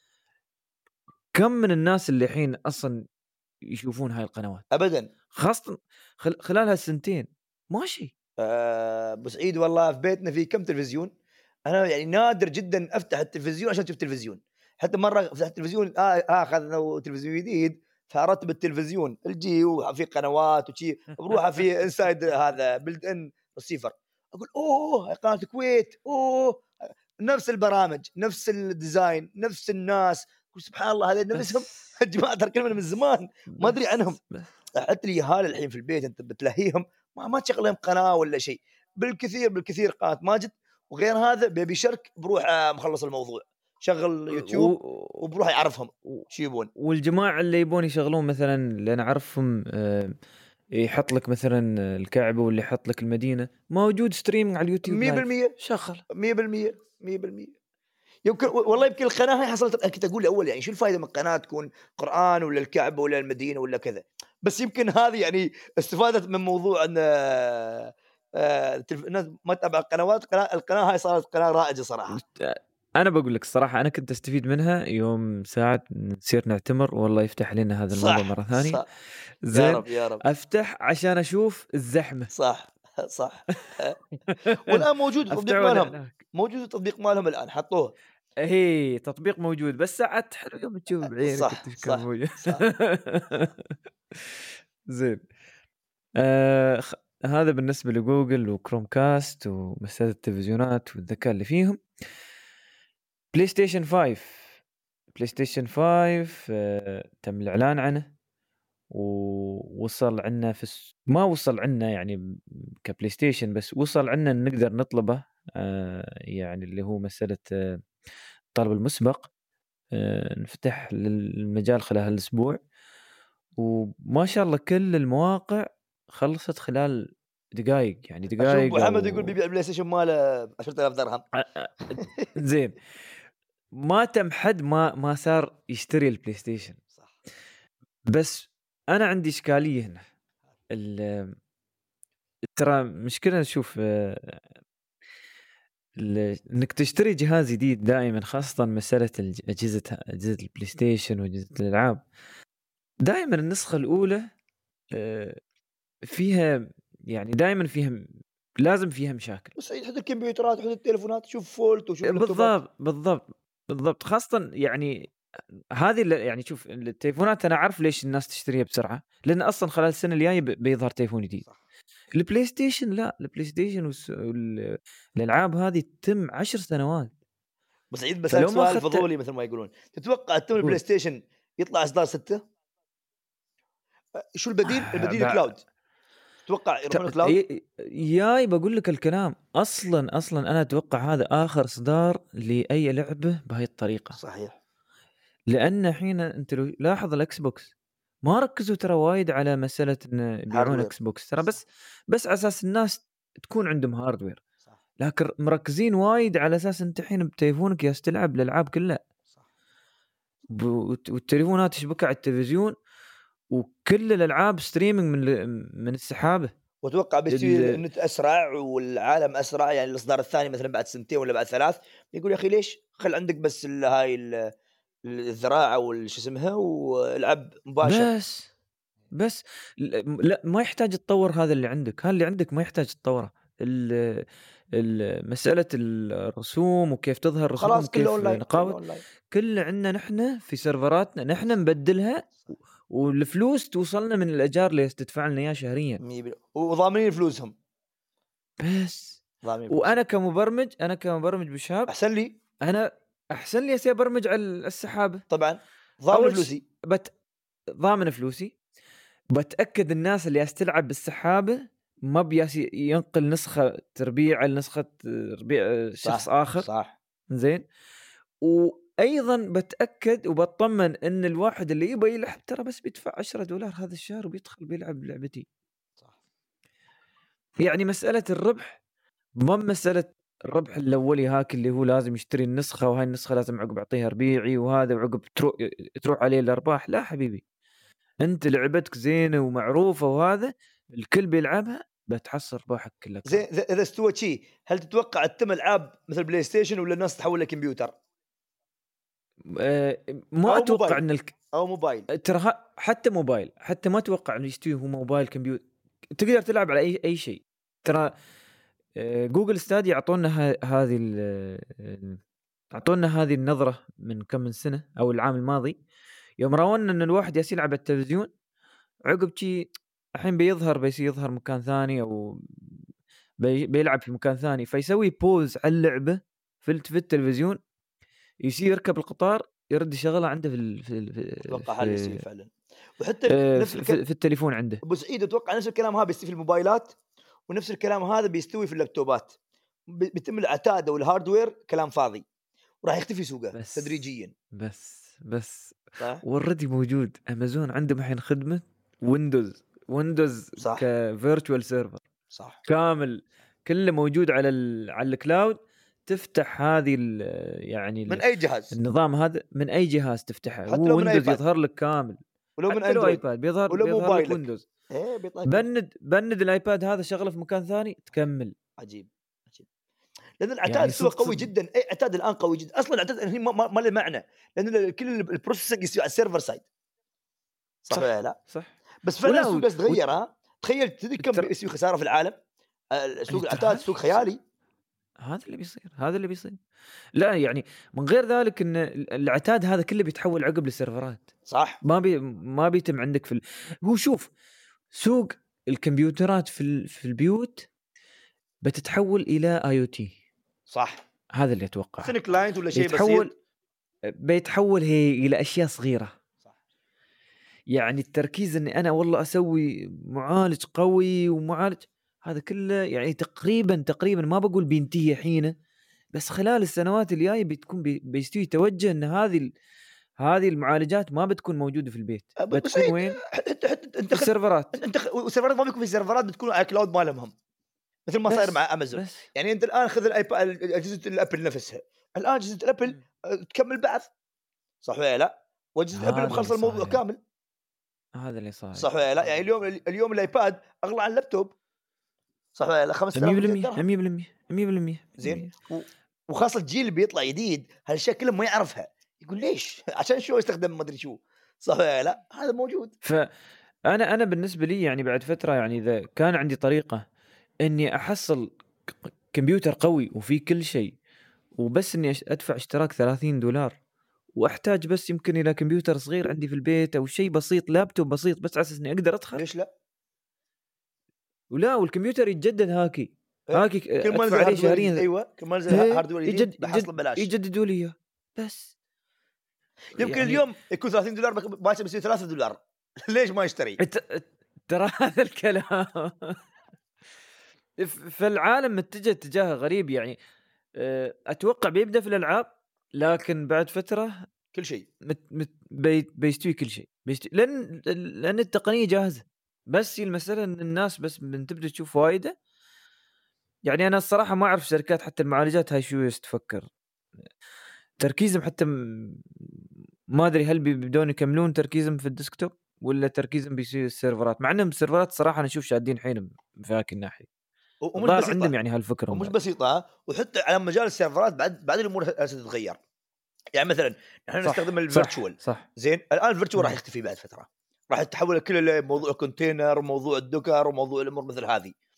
كم من الناس اللي الحين اصلا يشوفون هاي القنوات ابدا. خاصه خلال هالسنتين ماشي. ابو سعيد والله في بيتنا في كم تلفزيون. انا يعني نادر جدا افتح التلفزيون عشان اشوف تلفزيون. حتى مره فتحت التلفزيون اخذنا تلفزيون جديد، فارتب التلفزيون الجي وفي قنوات وشي، بروحها في انسايد هذا بلد ان رسيفر، اقول اوه قناه الكويت، اوه نفس البرامج نفس الديزاين نفس الناس. سبحان الله هذول نفسهم الجماعه تركنا من زمان ما ادري عنهم. بس حتى اليهال الحين في البيت انت بتلهيهم ما تشغل لهم قناه ولا شيء. بالكثير قناه ماجد، وغير هذا بيبي شرك بروح مخلص الموضوع، شغل يوتيوب وبروح يعرفهم شو يبون. والجماعه اللي يبون يشغلون مثلا اللي انا اعرفهم، يحط لك مثلا الكعبه واللي يحط لك المدينه، موجود ستريمينج على اليوتيوب لايف 100% شغل 100%. يمكن والله يمكن القناه هاي حصلت، كنت اقول اول يعني شو الفائده من قناه تكون قران ولا الكعبه ولا المدينه ولا كذا. بس يمكن هذه يعني استفادت من موضوع ان الناس ما تتابع القنوات. القناه هاي صارت قناه رائجه صراحه. انا بقول لك الصراحه، انا كنت استفيد منها يوم ساعات نصير نعتمر والله يفتح لنا هذا الموضوع صح مره ثانيه. صح. يا زين، رب يا رب. افتح عشان اشوف الزحمه. صح صح. والان موجود افتح التطبيق ولا مالهم، هناك. موجود التطبيق مالهم الان حطوه. هي تطبيق موجود، بس ساعات حلو يوم تشوف بعينك صح انت كان صح موجود. صح. زين. هذا بالنسبه لجوجل وكروم كاست ومسألة التلفزيونات والذكاء اللي فيهم. بلاي ستيشن 5. بلاي ستيشن 5 تم الاعلان عنه، ووصل عنا ما وصل عنا يعني كبلاي ستيشن، بس وصل عنا إن نقدر نطلبه. يعني اللي هو مسألة الطلب المسبق. نفتح المجال خلال هالأسبوع، وما شاء الله كل المواقع خلصت خلال دقائق، يعني اشوف دقائق محمد يقول بيبيع البلاي ستيشن ماله 10,000 درهم. زين. ما تم حد ما صار يشتري البلاي ستيشن. صح. بس أنا عندي إشكالية هنا. ترى مشكلة نشوف انك تشتري جهاز جديد دائما، خاصة مسألة أجهزة البلاي ستيشن وأجهزة الألعاب، دائما النسخة الأولى فيها يعني دائما فيها لازم فيها مشاكل. بس حتى الكمبيوترات حتى التليفونات شوف فولت وشوف اللابتوبات. بالضبط خاصة يعني هذه يعني شوف التليفونات أنا أعرف ليش الناس تشتريها بسرعة، لأن أصلا خلال السنة الجاية بيظهر تليفون جديد. صح. البلاي ستيشن لا، البلاي ستيشن والألعاب هذه تتم 10 سنوات. بس عيد بسألك فلو ما سؤال أخذت فضولي مثل ما يقولون، تتوقع تم البلاي قول. ستيشن يطلع اصدار 6؟ شو البديل؟ البديل كلاود. تتوقع يروحون كلاود؟ ياي بقول لك الكلام، اصلا انا اتوقع هذا اخر اصدار لاي لعبه بهي الطريقه. صحيح. لان الحين انت لو لاحظ الاكس بوكس ما ركزوا ترى وايد على مساله ان يبيعون هاردوير. اكس بوكس، ترى بس على اساس الناس تكون عندهم هاردوير. صح. لكن مركزين وايد على اساس انت الحين بتليفونك يا تلعب الالعاب كلها. صح. والتليفونات تشبكها على التلفزيون، وكل الالعاب ستريمينج من السحابه. واتوقع بيصير النت اسرع والعالم اسرع، يعني الاصدار الثاني مثلا بعد 2 ولا بعد 3 يقول يا اخي ليش خل عندك بس هاي الذراع والش اسمها والعب مباشر. بس لا ما يحتاج تطور هذا اللي عندك، هذا اللي عندك ما يحتاج تطوره. مسألة الرسوم وكيف تظهر رسوم خلاص كله وكيف اونلاين، كله نقاوط، اونلاين. كله عندنا نحن في سيرفراتنا نحن نبدلها والفلوس توصلنا من الايجار اللي تدفع لنا اياه شهريا، وضامنين فلوسهم بس. ضامنين وانا كمبرمج بشاب احسن لي، انا احسن لي ابرمج على السحابه. طبعا ضامن أول فلوسي. ضامن فلوسي، بتاكد الناس اللي يستلعب بالسحابه ما بياس ينقل نسخه تربيع لنسخه تربيع شخص اخر. صح زين. وايضا بتاكد وبطمن ان الواحد اللي يبغى يلعب ترى بس بيدفع $10 هذا الشهر وبيدخل بيلعب لعبتي. صح. يعني مساله الربح ما مساله الربح الاولي هاك اللي هو لازم يشتري النسخه وهاي النسخه لازم عقب اعطيها ربيعي وهذا وعقب تروح عليه الارباح. لا حبيبي، انت لعبتك زينه ومعروفه وهذا الكل بيلعبها بتحصل رباحك كلها. زين اذا استوى شيء، هل تتوقع تتم العاب مثل بلاي ستيشن ولا الناس تحول لكمبيوتر؟ ما اتوقع ان او موبايل ترى حتى موبايل، حتى ما اتوقع انه يستوي هو موبايل كمبيوتر. تقدر تلعب على اي شيء. ترى جوجل ستادي اعطونا هذه النظره من كم من سنه او العام الماضي، يوم راونا ان الواحد يسيل يلعب على التلفزيون عقب شيء الحين بيظهر مكان ثاني او بيلعب في مكان ثاني، فيسوي بوز على اللعبه في التلفزيون، يصير يركب القطار يرد يشغلها عنده اتوقع هذا يصير فعلا. وحتى في التليفون عنده. ابو سعيد اتوقع نفس الكلام هذا بيستوي في الموبايلات، ونفس الكلام هذا بيستوي في اللابتوبات. بيتم العتاده والهاردوير كلام فاضي، وراح يختفي سوقه تدريجيا. بس والردي موجود. امازون عندهم الحين خدمه ويندوز كفيرتشوال سيرفر صح كامل، كله موجود على الكلاود. تفتح هذه يعني من اي جهاز، النظام هذا من اي جهاز تفتحه، حتى لو من ويندوز يظهر لك كامل، ولو من ايباد بيظهر لك ويندوز. بند الايباد هذا شغله في مكان ثاني تكمل. عجيب. لان العتاد يعني سوى قوي جدا. اي عتاد الان قوي جدا. اصلا العتاد الحين ما له معنى، لان كل البروسيسنج يصير على السيرفر سايد. صح ولا لا؟ صح. بس فعلا السوق بس تغير. ها تخيل تدري كم بيصير خساره في العالم. سوق العتاد سوق خيالي. هذا اللي بيصير. لا يعني من غير ذلك ان العتاد هذا كله بيتحول عقب للسيرفرات. صح. ما بيتم عندك هو شوف سوق الكمبيوترات في البيوت بتتحول الى IoT. صح. هذا اللي اتوقع. مثل كلاينت ولا شيء بسيط بيتحول هي الى اشياء صغيره. صح. يعني التركيز اني انا والله اسوي معالج قوي ومعالج هذا كله يعني تقريبا ما بقول بينتهي حينه، بس خلال السنوات الجايه بتكون بيستوي توجه ان هذه المعالجات ما بتكون موجوده في البيت، بتكون وين؟ انت السيرفرات. والسيرفرات ما بيكون في سيرفرات، بتكون على كلاود مالهم مثل ما صاير مع امازون. يعني انت الان خذ الايباد اجهزه الابل نفسها، الان اجهزه الابل تكمل بعض. صح ولا لا؟ واجهزه الابل مخلصه الموضوع كامل. هذا اللي صاير. صح ولا لا؟ يعني اليوم الايباد اغلى عن اللابتوب. صح ولا لا؟ 5000 100%. زين. وخاصه الجيل اللي بيطلع جديد هالشيء كله ما يعرفها، يقول ليش؟ عشان شو يستخدم ما ادري شو. صح ولا لا؟ هذا موجود. انا بالنسبه لي يعني بعد فتره، يعني اذا كان عندي طريقه اني احصل كمبيوتر قوي وفي كل شيء، وبس اني ادفع اشتراك $30 واحتاج بس يمكن الى كمبيوتر صغير عندي في البيت او شيء بسيط، لابتوب بسيط بس على اساس اني اقدر ادخل، ليش لا؟ والكمبيوتر يتجدد هاكي كل ما نزل عليه شهريا. ايوه كل ما نزل هاردوير جديد بحصل ببلاش، يجددوا لي بس. يمكن يعني اليوم يكون $30 باكر بيصير $3. ليش ما يشتري؟ ترى هذا الكلام في العالم متجه اتجاه غريب. يعني اتوقع بيبدا في الالعاب، لكن بعد فتره كل شيء بيستوي كل شيء لان التقنيه جاهزه، بس المساله ان الناس بس بتبدا تشوف فائده. يعني انا الصراحه ما اعرف شركات حتى المعالجات هاي شو تفكر تركيزهم، حتى ما ادري هل بيبدون يكملون تركيزهم في الديسكتوب ولا تركيزهم بيصير السيرفرات، مع انهم السيرفرات صراحه انا اشوف شادين حينهم في هاك الناحيه. ومش بسيطة عندهم يعني هالفكره ومش بسيطه. وحتى على مجال السيرفرات بعد الامور ستتغير. يعني مثلا نحن نستخدم الفيرتشوال. زين الان الفيرتشوال راح يختفي بعد فتره، راح يتحول كل موضوع الكونتينر وموضوع الدوكر وموضوع الامور مثل هذه.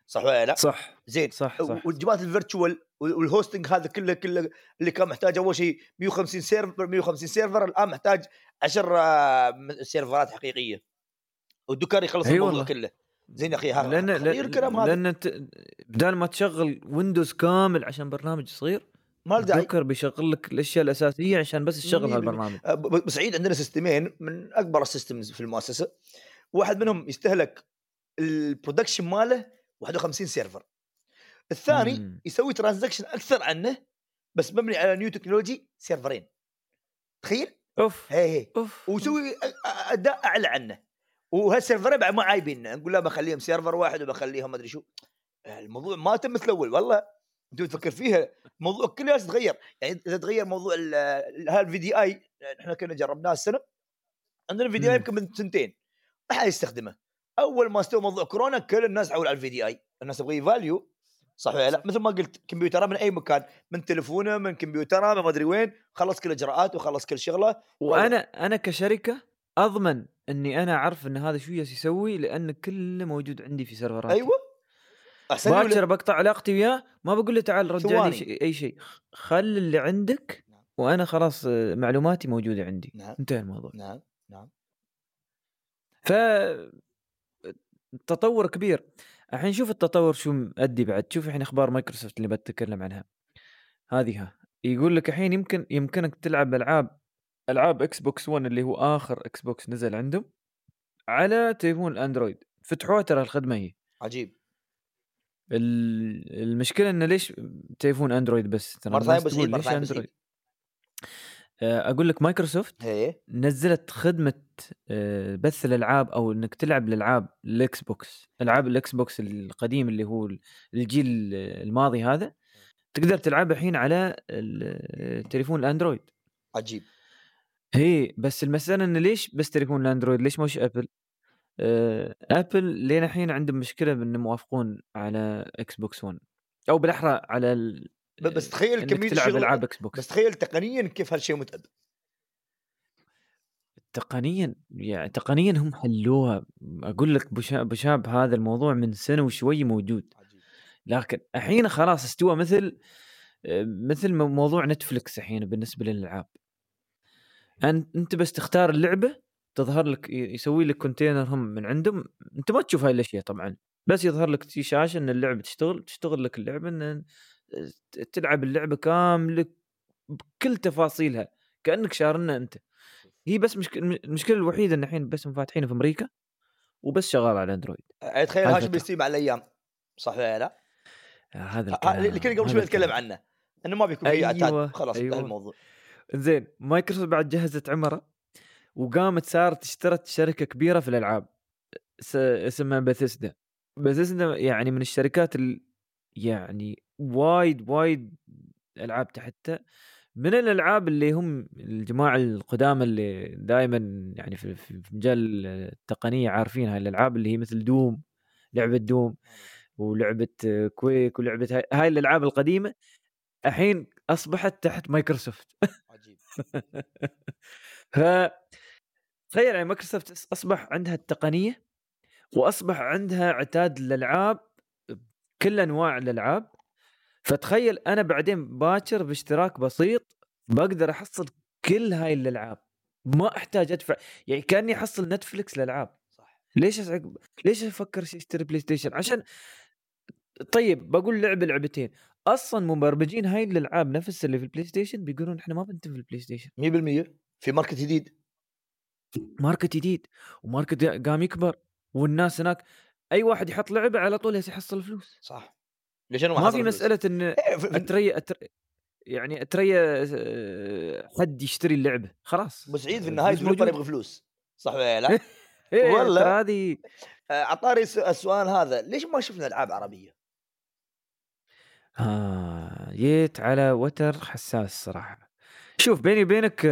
صح ولا لا؟ صح زين صح صح والجماعه الفيرتشوال والهوستنج هذا كله اللي كان محتاج اول شيء 150 سيرفر الان محتاج 10 سيرفرات حقيقيه والدكار يخلص اي الموضوع والله. كله. زين يا اخي لان خطير الكلام هذا. لان بدال ما تشغل ويندوز كامل عشان برنامج صغير، ما له داعي. الدوكر بيشغل لك الاشياء الاساسيه عشان بس تشغل هالبرنامج. بسعيد عندنا سيستمين من اكبر السيستمز في المؤسسه، واحد منهم يستهلك البرودكشن ماله 51 سيرفر، الثاني يسوي ترانزاكشن اكثر عنه بس مبني على نيو تكنولوجي سيرفرين. تخيل. اوف هي اوف وسوي اداء اعلى عنه، وهالسيرفرين بعد ما عايبين، نقول لا بخليهم سيرفر واحد وبخليهم ما ادري شو. الموضوع ما تم مثل الاول والله. انت تفكر فيها الموضوع كله يتغير. يعني اذا تغير موضوع الفي دي اي، احنا كنا جربناه السنه، عندنا في دي اي يمكن من 2 ما حد يستخدمه. اول ما استوى موضوع كورونا كل الناس عول على الفي دي اي، الناس تبغى فاليو. صح ولا لا؟ مثل ما قلت كمبيوتره من اي مكان، من تلفونه، من كمبيوتره، ما ادري وين، خلص كل الاجراءات وخلص كل شغله. وانا كشركه اضمن اني انا اعرف ان هذا شو يسوي، لان كله موجود عندي في سيرفراتي. ايوه احسن باكر بقطع علاقتي وياه، ما بقول له تعال رجع لي اي شيء، خل اللي عندك. نعم. وانا خلاص معلوماتي موجوده عندي. نعم. انتهى الموضوع. نعم نعم. ف التطور كبير. الحين شوف التطور شو مؤدي بعد. شوف الحين اخبار مايكروسوفت اللي بتكلم عنها هذه، يقول لك الحين يمكنك تلعب العاب اكس بوكس 1 اللي هو اخر اكس بوكس نزل عندهم على تليفون الاندرويد. فتحوها ترى الخدمه هي عجيب. المشكله انه ليش تليفون اندرويد بس؟ ترى الناس تقول ليش اندرويد. اقول لك مايكروسوفت نزلت خدمه بث الالعاب، او انك تلعب الالعاب الاكس بوكس، العاب الاكس بوكس القديم اللي هو الجيل الماضي هذا، تقدر تلعبها الحين على التليفون الاندرويد. عجيب. هي بس المساله انه ليش بس تليفون الاندرويد؟ ليش مش ابل؟ ابل لين الحين عندهم مشكله بان موافقون على اكس بوكس 1، او بالاحرى على بس تخيل كميه تلعب العاب اكس بوكس. بس تخيل تقنيا كيف هالشيء متعب. تقنيا يعني تقنيا هم حلوها. اقول لك بشاب هذا الموضوع من سنه وشوي موجود. لكن الحين خلاص استوى مثل موضوع نتفلكس الحين بالنسبه للالعاب. انت بس تختار اللعبه، تظهر لك، يسوي لك كونتينر هم من عندهم، انت ما تشوف هاي الاشياء طبعا، بس يظهر لك شاشه ان اللعبه تشتغل لك اللعبه، ان تلعب اللعبه كامله بكل تفاصيلها كانك شارنها انت. هي بس المشكله الوحيده ان الحين بس فاتحينه في امريكا وبس شغال على اندرويد. تخيل هاش بيستوي مع الايام. صح ولا لا؟ هذا الكلام اللي كنا قبل شوي نتكلم عنه، انه ما بيكون فيه عتاد. خلاص انتهى الموضوع. زين مايكروسوفت بعد جهزت عمره وقامت صارت اشترت شركه كبيره في الالعاب اسمها بثيسدا. يعني من الشركات يعني وايد العاب تحتها، من الالعاب اللي هم الجماعه القدامى اللي دائما يعني في مجال التقنيه عارفين هاي الالعاب، اللي هي مثل دوم، لعبه دوم، ولعبه كويك، ولعبه هاي الالعاب القديمه الحين اصبحت تحت مايكروسوفت. عجيب. ف تخيل يعني مايكروسوفت اصبح عندها التقنيه، واصبح عندها عتاد الالعاب، كل انواع الالعاب. فتخيل انا بعدين باكر باشتراك بسيط بقدر احصل كل هاي الالعاب، ما احتاج ادفع. يعني كاني احصل نتفلكس للالعاب. صح. ليش افكر اشتري بلاي ستيشن عشان طيب بقول لعبتين اصلا مبرمجين هاي الالعاب نفس اللي في البلاي ستيشن بيقولون احنا ما بنتم في البلاي ستيشن. 100% في ماركت جديد، وماركت قام يكبر، والناس هناك اي واحد يحط لعبه على طول يحصل فلوس. صح. ليش انا ما في مساله ان اتريا حد يشتري اللعبه خلاص. بس عيد في النهايه الديفلوبر يبغى فلوس. صح ولا لا؟ والله ترى هذه عطاري السؤال هذا، ليش ما شفنا العاب عربيه؟ جيت على وتر حساس صراحه. شوف بيني وبينك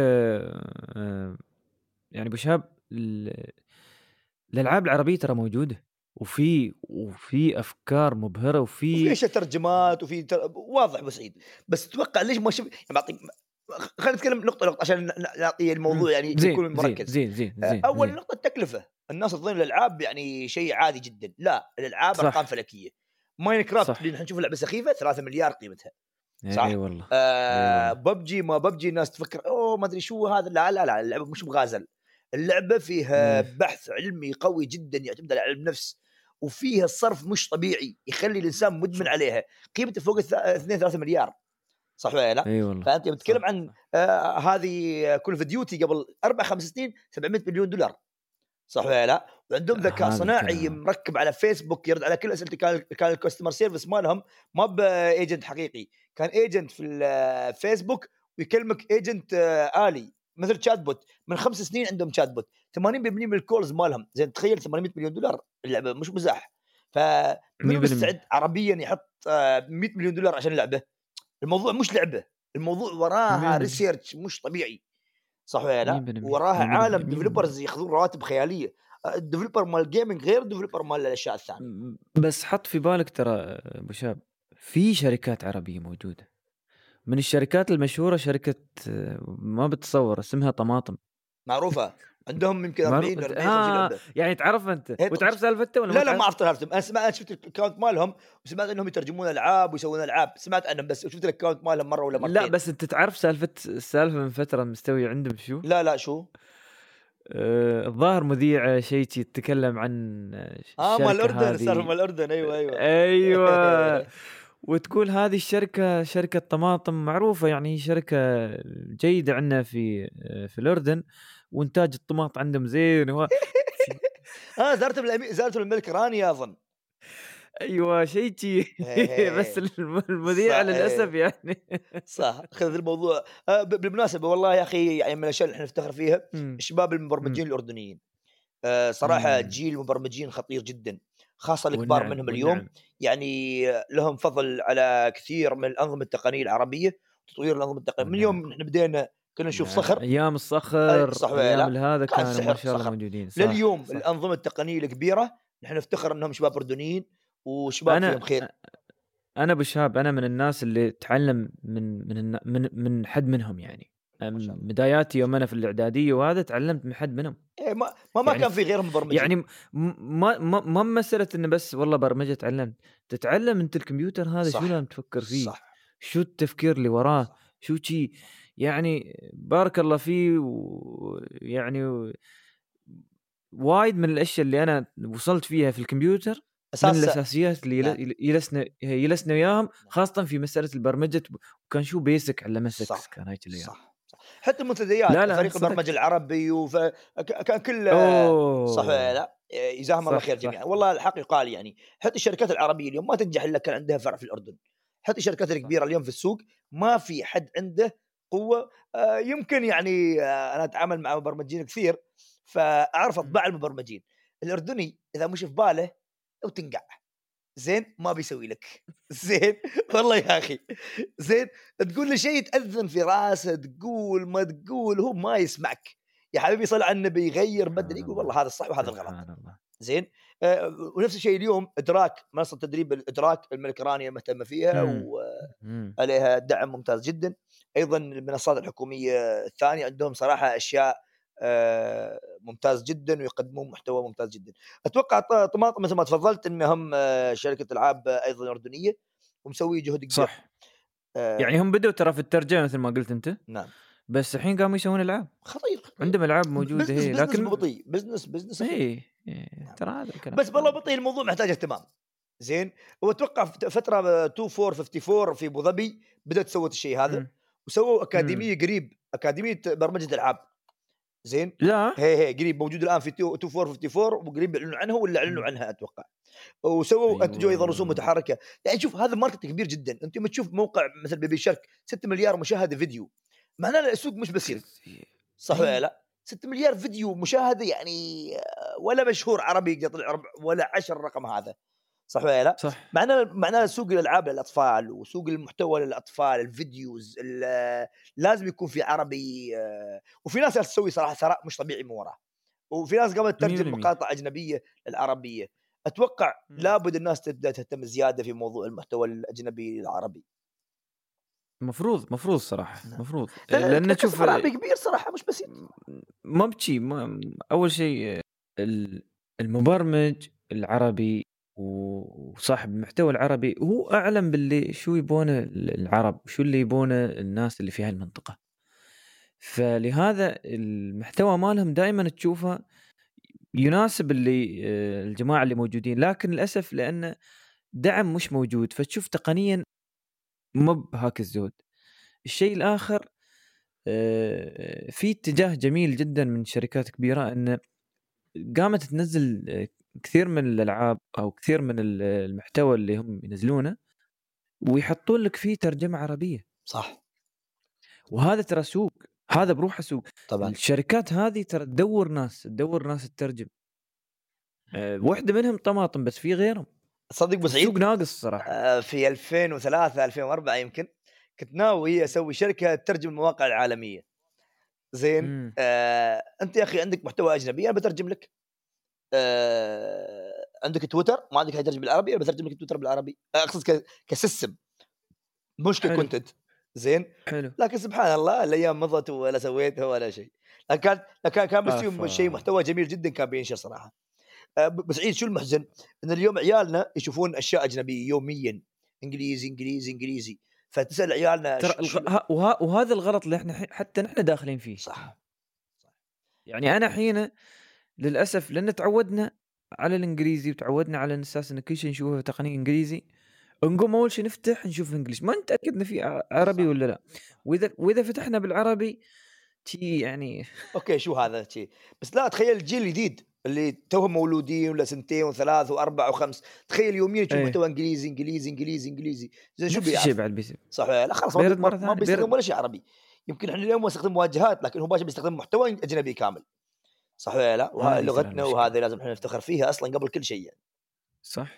يعني ابو شهاب، الالعاب العربيه ترى موجوده، وفي افكار مبهره، وفي ترجمات، وفي واضح. بس تتوقع ليش ما شف؟ يعني بعطيك، خلينا نتكلم نقطه عشان نعطي الموضوع يعني يكون مركز. زين اول نقطه التكلفه. الناس تظن الالعاب يعني شيء عادي جدا. لا، الالعاب ارقام فلكيه. ماينكرافت صح. اللي نحن نشوف لعبه سخيفه 3 مليار قيمتها، صح. اي والله والله. ببجي ما ببجي الناس تفكر اوه ما ادري شو هذا، لا لا لا، اللعبه مش بغازل، اللعبه فيها بحث علمي قوي جدا يعتمد على علم نفس، وفيها الصرف مش طبيعي يخلي الانسان مدمن عليها، قيمته فوق 2-3 مليار، صح ولا لا؟ اي والله. فانت بتتكلم صح عن صح. هذه كول اوف ديوتي قبل 4-5 سنين 700 مليون دولار، صح ولا لا؟ وعندهم ذكاء هذا صناعي الكلام. مركب على فيسبوك يرد على كل اسئلتك. كان الكاستمر سيرفيس مالهم ما بايجنت حقيقي، كان ايجنت في الفيسبوك ويكلمك ايجنت آلي مثل شات بوت. من 5 سنين عندهم شات بوت، 80% من الكولز مالهم زين. تخيل 800 مليون دولار اللعبه مش مزاح. فمنو 100%. مستعد عربيا يحط 100 مليون دولار عشان لعبه؟ الموضوع مش لعبه، الموضوع وراها 100%. ريسيرش مش طبيعي، صح ولا لا؟ 100%. وراها عالم 100%. ديفلوبرز ياخذون رواتب خياليه. الديفلوبر مال الجيمنج غير الديفلوبر مال الاشياء الثانيه. بس حط في بالك ترى ابو شاب، في شركات عربيه موجوده، من الشركات المشهوره شركه ما بتتصور اسمها طماطم، معروفه، عندهم يمكن معروف 40 انت 40 50 لعبه. يعني تعرف انت هي وتعرف سالفته ولا ما لا لا ما تعرف؟ عرفت عرفتهم. انا سمعت، شفت الاكونت مالهم وسمعت انهم يترجمون العاب ويسوون العاب، سمعت عنهم بس شفت الاكونت مالهم مره ولا لا مرتين. بس انت تعرف السالفه من فتره مستوي عندهم شو؟ لا لا شو؟ الظاهر مذيع شيء يتكلم عن مال الشركه الاردن، صار هذه. مال الاردن، ايوه ايوه. ايوه. وتقول هذه الشركه شركه طماطم معروفه، يعني شركه جيده عندنا في الاردن، وانتاج الطماط عندهم زين في... زارتهم الملك رانيا اظن. ايوه شيء بس المذيع صح للاسف يعني. صح. خذ الموضوع بالمناسبة والله يا أخي، يعني من الأشياء اللي إحنا نفتخر فيها أمم، الشباب أمم، المبرمجين الأردنيين. صراحة أمم. جيل مبرمجين خطير جدًا، خاصة الكبار والنعم منهم اليوم. والنعم. يعني لهم فضل على كثير من الأنظمة التقنية العربية، تطوير الأنظمة التقنية. من والنعم يوم إحنا بدينا كنا نشوف والنعم، صخر، ايام الصخر صح والّا ايام لأ؟ هذا كان كانوا ما سحر شاء الله صخر. موجودين. صح لليوم صح. الأنظمة التقنية الكبيرة نحن نفتخر إنهم شباب أردنيين وشباب فيهم انا خير. انا ابو شهاب، انا من الناس اللي تعلم من حد منهم يعني. ما شاء الله. بداياتي يوم انا في الاعداديه وهذا تعلمت من حد منهم. إيه ما يعني كان في غيرهم مبرمجين. يعني ما مساله انه بس والله برمجه تعلمت، تتعلم انت الكمبيوتر هذا شو لازم صح، تفكر فيه، صح، شو التفكير اللي وراه، صح. شو شي. يعني بارك الله فيه، ويعني وايد من الاشياء اللي انا وصلت فيها في الكمبيوتر من أساس. الاساسيات اللي نعم، يلسنا وياهم، نعم. خاصه في مساله البرمجه. وكان شو بيسك على 6 صح، كان هاي الايام. صح، صح. حتى المنتديات، لا لا فريق البرمجة صدقت. العربي كان كل صح والّا اوه لأ؟ جزاهم الله صح خير جميعًا. صح. والله الحق يقال يعني، حتى الشركات العربية اليوم ما تنجح إلا كان عندها فرع في الأردن. حتى الشركات صح. الكبيرة اليوم في السوق ما في حد عنده قوة. يمكن يعني أنا أتعامل مع مبرمجين كثير، فأعرف مم. أطباع المبرمجين. الأردني إذا مش في باله وتنقع. زين ما بيسوي لك. زين والله يا أخي. زين تقول له شيء تأذن في راسه، تقول ما تقول هو ما يسمعك. يا حبيبي صل على النبي، يغير بدل سبحان يقول الله. والله هذا الصح وهذا الغلط. سبحان الله. زين. ونفس الشيء اليوم إدراك، منصة تدريب الإدراك الملك رانيا مهتمة فيها امم امم وعليها دعم ممتاز جدًا. أيضًا المنصات الحكومية الثانية عندهم صراحة أشياء ممتاز جدًا ويقدمون محتوى ممتاز جدًا. أتوقع طماطم مثل ما تفضلت إنهم شركة ألعاب أيضًا أردنية ومسوية جهد كبير. صح. آآ يعني هم بدوا ترى في الترجمه مثل ما قلت انت، نعم. بس الحين قاموا يسوون العاب. خطير، خطير. عندهم العاب موجوده هي، بزنس لكن ببطيء، بزنس أخير. ايه نعم. ترى هذا الكلام بس بالله هذا بطيء، الكلام. الموضوع محتاج اهتمام. زين. وأتوقع فترة 2454 في أبو ظبي بدأت سوت الشيء هذا، امم وسووا امم أكاديمية قريب، أكاديمية برمجة ألعاب. زين. لا. هي قريب موجود الآن في 2454 وقريب بيعلنوا عنها والّا أعلنوا مم. عنها أتوقع. وسووا أنتجوا أيضًا رسوم ايوه متحركة. يعني شوف هذا ماركت كبير جدًا. أنت لمّا تشوف موقع مثل بيبي شارك 6 مليار مشاهدة فيديو، معناه السوق مش بسيط، كثير. صح والّا اي لأ؟ 6 مليار فيديو مشاهدة يعني ولا مشهور عربي يقدر يطلع ولا 10 الرقم هذا، صح والّا لأ؟ صح. معناه سوق الألعاب للأطفال وسوق المحتوى للأطفال، الفيديوز لازم يكون في عربي. وفي ناس جالسة تسوي صراحة ثراء مش طبيعي من وراه. وفي ناس قامت تترجم 100%. مقاطع أجنبية للعربية. أتوقع مم. لابد الناس تبدأ تهتم زيادة في موضوع المحتوى الأجنبي العربي. مفروض صراحه، نعم. مفروض لأن لان تشوف الكاستمر العربي كبير صراحة مش بسيط. ما بشي اول شيء المبرمج العربي وصاحب المحتوى العربي هو أعلم باللي شو يبونه العرب، شو اللي يبونه الناس اللي في هالمنطقة. فلهذا المحتوى مالهم دائما تشوفه يناسب اللي الجماعة اللي موجودين، لكن للأسف لأن دعم مش موجود، فتشوف تقنيا مو بهاك الزود. الشيء الآخر في اتجاه جميل جدا من شركات كبيرة أن قامت تنزل كثير من الألعاب أو كثير من المحتوى اللي هم ينزلونه ويحطون لك فيه ترجمة عربية. صح. وهذا ترى سوق، هذا بروحه سوق. طبعا الشركات هذه ترى تدور ناس تترجم. واحدة منهم طماطم، بس في غيرهم. صدق السوق بسعيد ناقص صراحة. في 2003 2004 يمكن كنت ناوي اسوي شركه تترجم المواقع العالميه. زين انت يا اخي عندك محتوى اجنبي، انا بترجم لك. عندك تويتر ما عندك يترجم بالعربي، انا بترجم لك تويتر بالعربي. اقصد كسيستم مش حلو ككونتنت. زين. حلو. لكن سبحان الله الايام مضت ولا سويتها ولا شيء. لكن كان بس فيهم شيء محتوى جميل جدا كان بينشر صراحه. بس عيد شو المحزن ان اليوم عيالنا يشوفون اشياء اجنبيه يوميا، انجليزي انجليزي انجليزي. فتسال عيالنا ترى وهذا الغلط اللي احنا حتى نحن داخلين فيه. صح. يعني انا حين للاسف لان تعودنا على الانجليزي وتعودنا على اساس ان كل شيء نشوفه تقني انجليزي، نقوم اول شيء نفتح نشوف انجليش، ما نتاكد ان في عربي ولا لا. واذا فتحنا بالعربي يعني اوكي شو هذا شيء. بس لا تخيل الجيل الجديد اللي توهم مولودين ولا سنتين وثلاث واربع وخمس، تخيل يوميا تشوف محتوى انجليزي انجليزي انجليزي انجليزي. زين شو نفس الشيء بعد بعد بيصير. صح. لا خلاص بيرد مرة ما ثانية بيستخدم ولا شيء عربي. يمكن احنا اليوم نستخدم مواجهات، لكن هو باشا بيستخدم محتوى اجنبي كامل. صح ولا لا؟ وهذه هذه ترى لغتنا المشكلة. وهذه لازم احنا نفتخر فيها اصلا قبل كل شيء يعني. صح.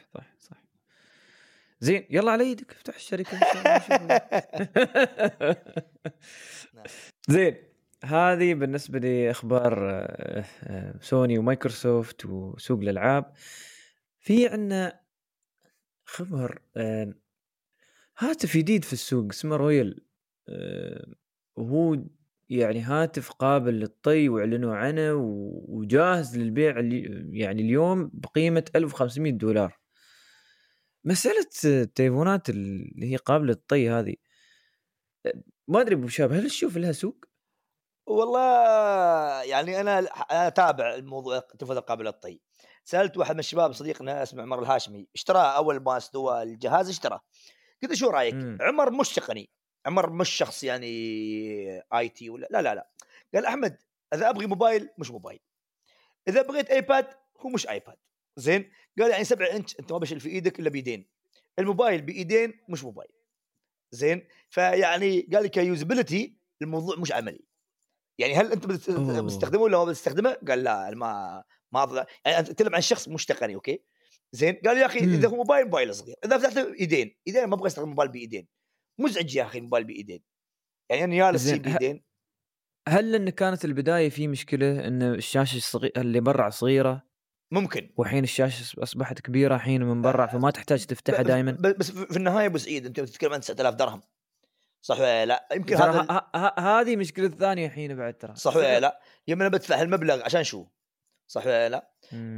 زين يلا على يدك افتح الشركة ان شاء الله نشوف. زين هذه بالنسبة لي اخبار سوني ومايكروسوفت وسوق الالعاب. في عندنا خبر هاتف جديد في السوق اسمه رويال. وهو يعني هاتف قابل للطي واعلنوا عنه وجاهز للبيع يعني اليوم بقيمة $1500. مسألة التليفونات اللي هي قابلة للطي هذه ما أدري أبو شاب، هل تشوف لها سوق؟ والله يعني انا اتابع الموضوع التلفزيون القابل للطي. سالت واحد من الشباب صديقنا اسمه عمر الهاشمي، اشتراه اول ما استوى الجهاز اشتراه. قلت شو رايك؟ عمر مش تقني، عمر مش شخص يعني اي تي ولا لا. قال احمد اذا ابغي موبايل مش موبايل، اذا بغيت ايباد هو مش ايباد. زين. قال يعني 7 انش انت ما بشيل في ايدك الا بيدين، الموبايل بايدين مش موبايل. زين. فيعني قال لي كيوزابيلتي الموضوع مش عملي. يعني هل انت بتستخدمه ولا ما بتستخدمه؟ قال لا ما أفضل. يعني انت تتكلم عن شخص مش تقني. اوكي زين. قال يا اخي اذا هو موبايل صغير، اذا فتحته ايدين ما ابغى استخدم موبايل بايدين، مزعج يا اخي الموبايل بايدين. يعني انا جالس شيء بايدين. هل ان كانت البدايه في مشكله ان الشاشه اللي برا صغيره؟ ممكن. وحين الشاشه اصبحت كبيره حين من برا فما تحتاج تفتحها دائما. بس في النهايه ابو سعيد انت بتتكلم عن 9000 درهم صح ولا لا؟ يمكن ترى هذا هذه مشكله ثانيه حين بعد ترى صح ولا لا؟ يوم انا بدفع هالمبلغ عشان شو؟ صح ولا لا؟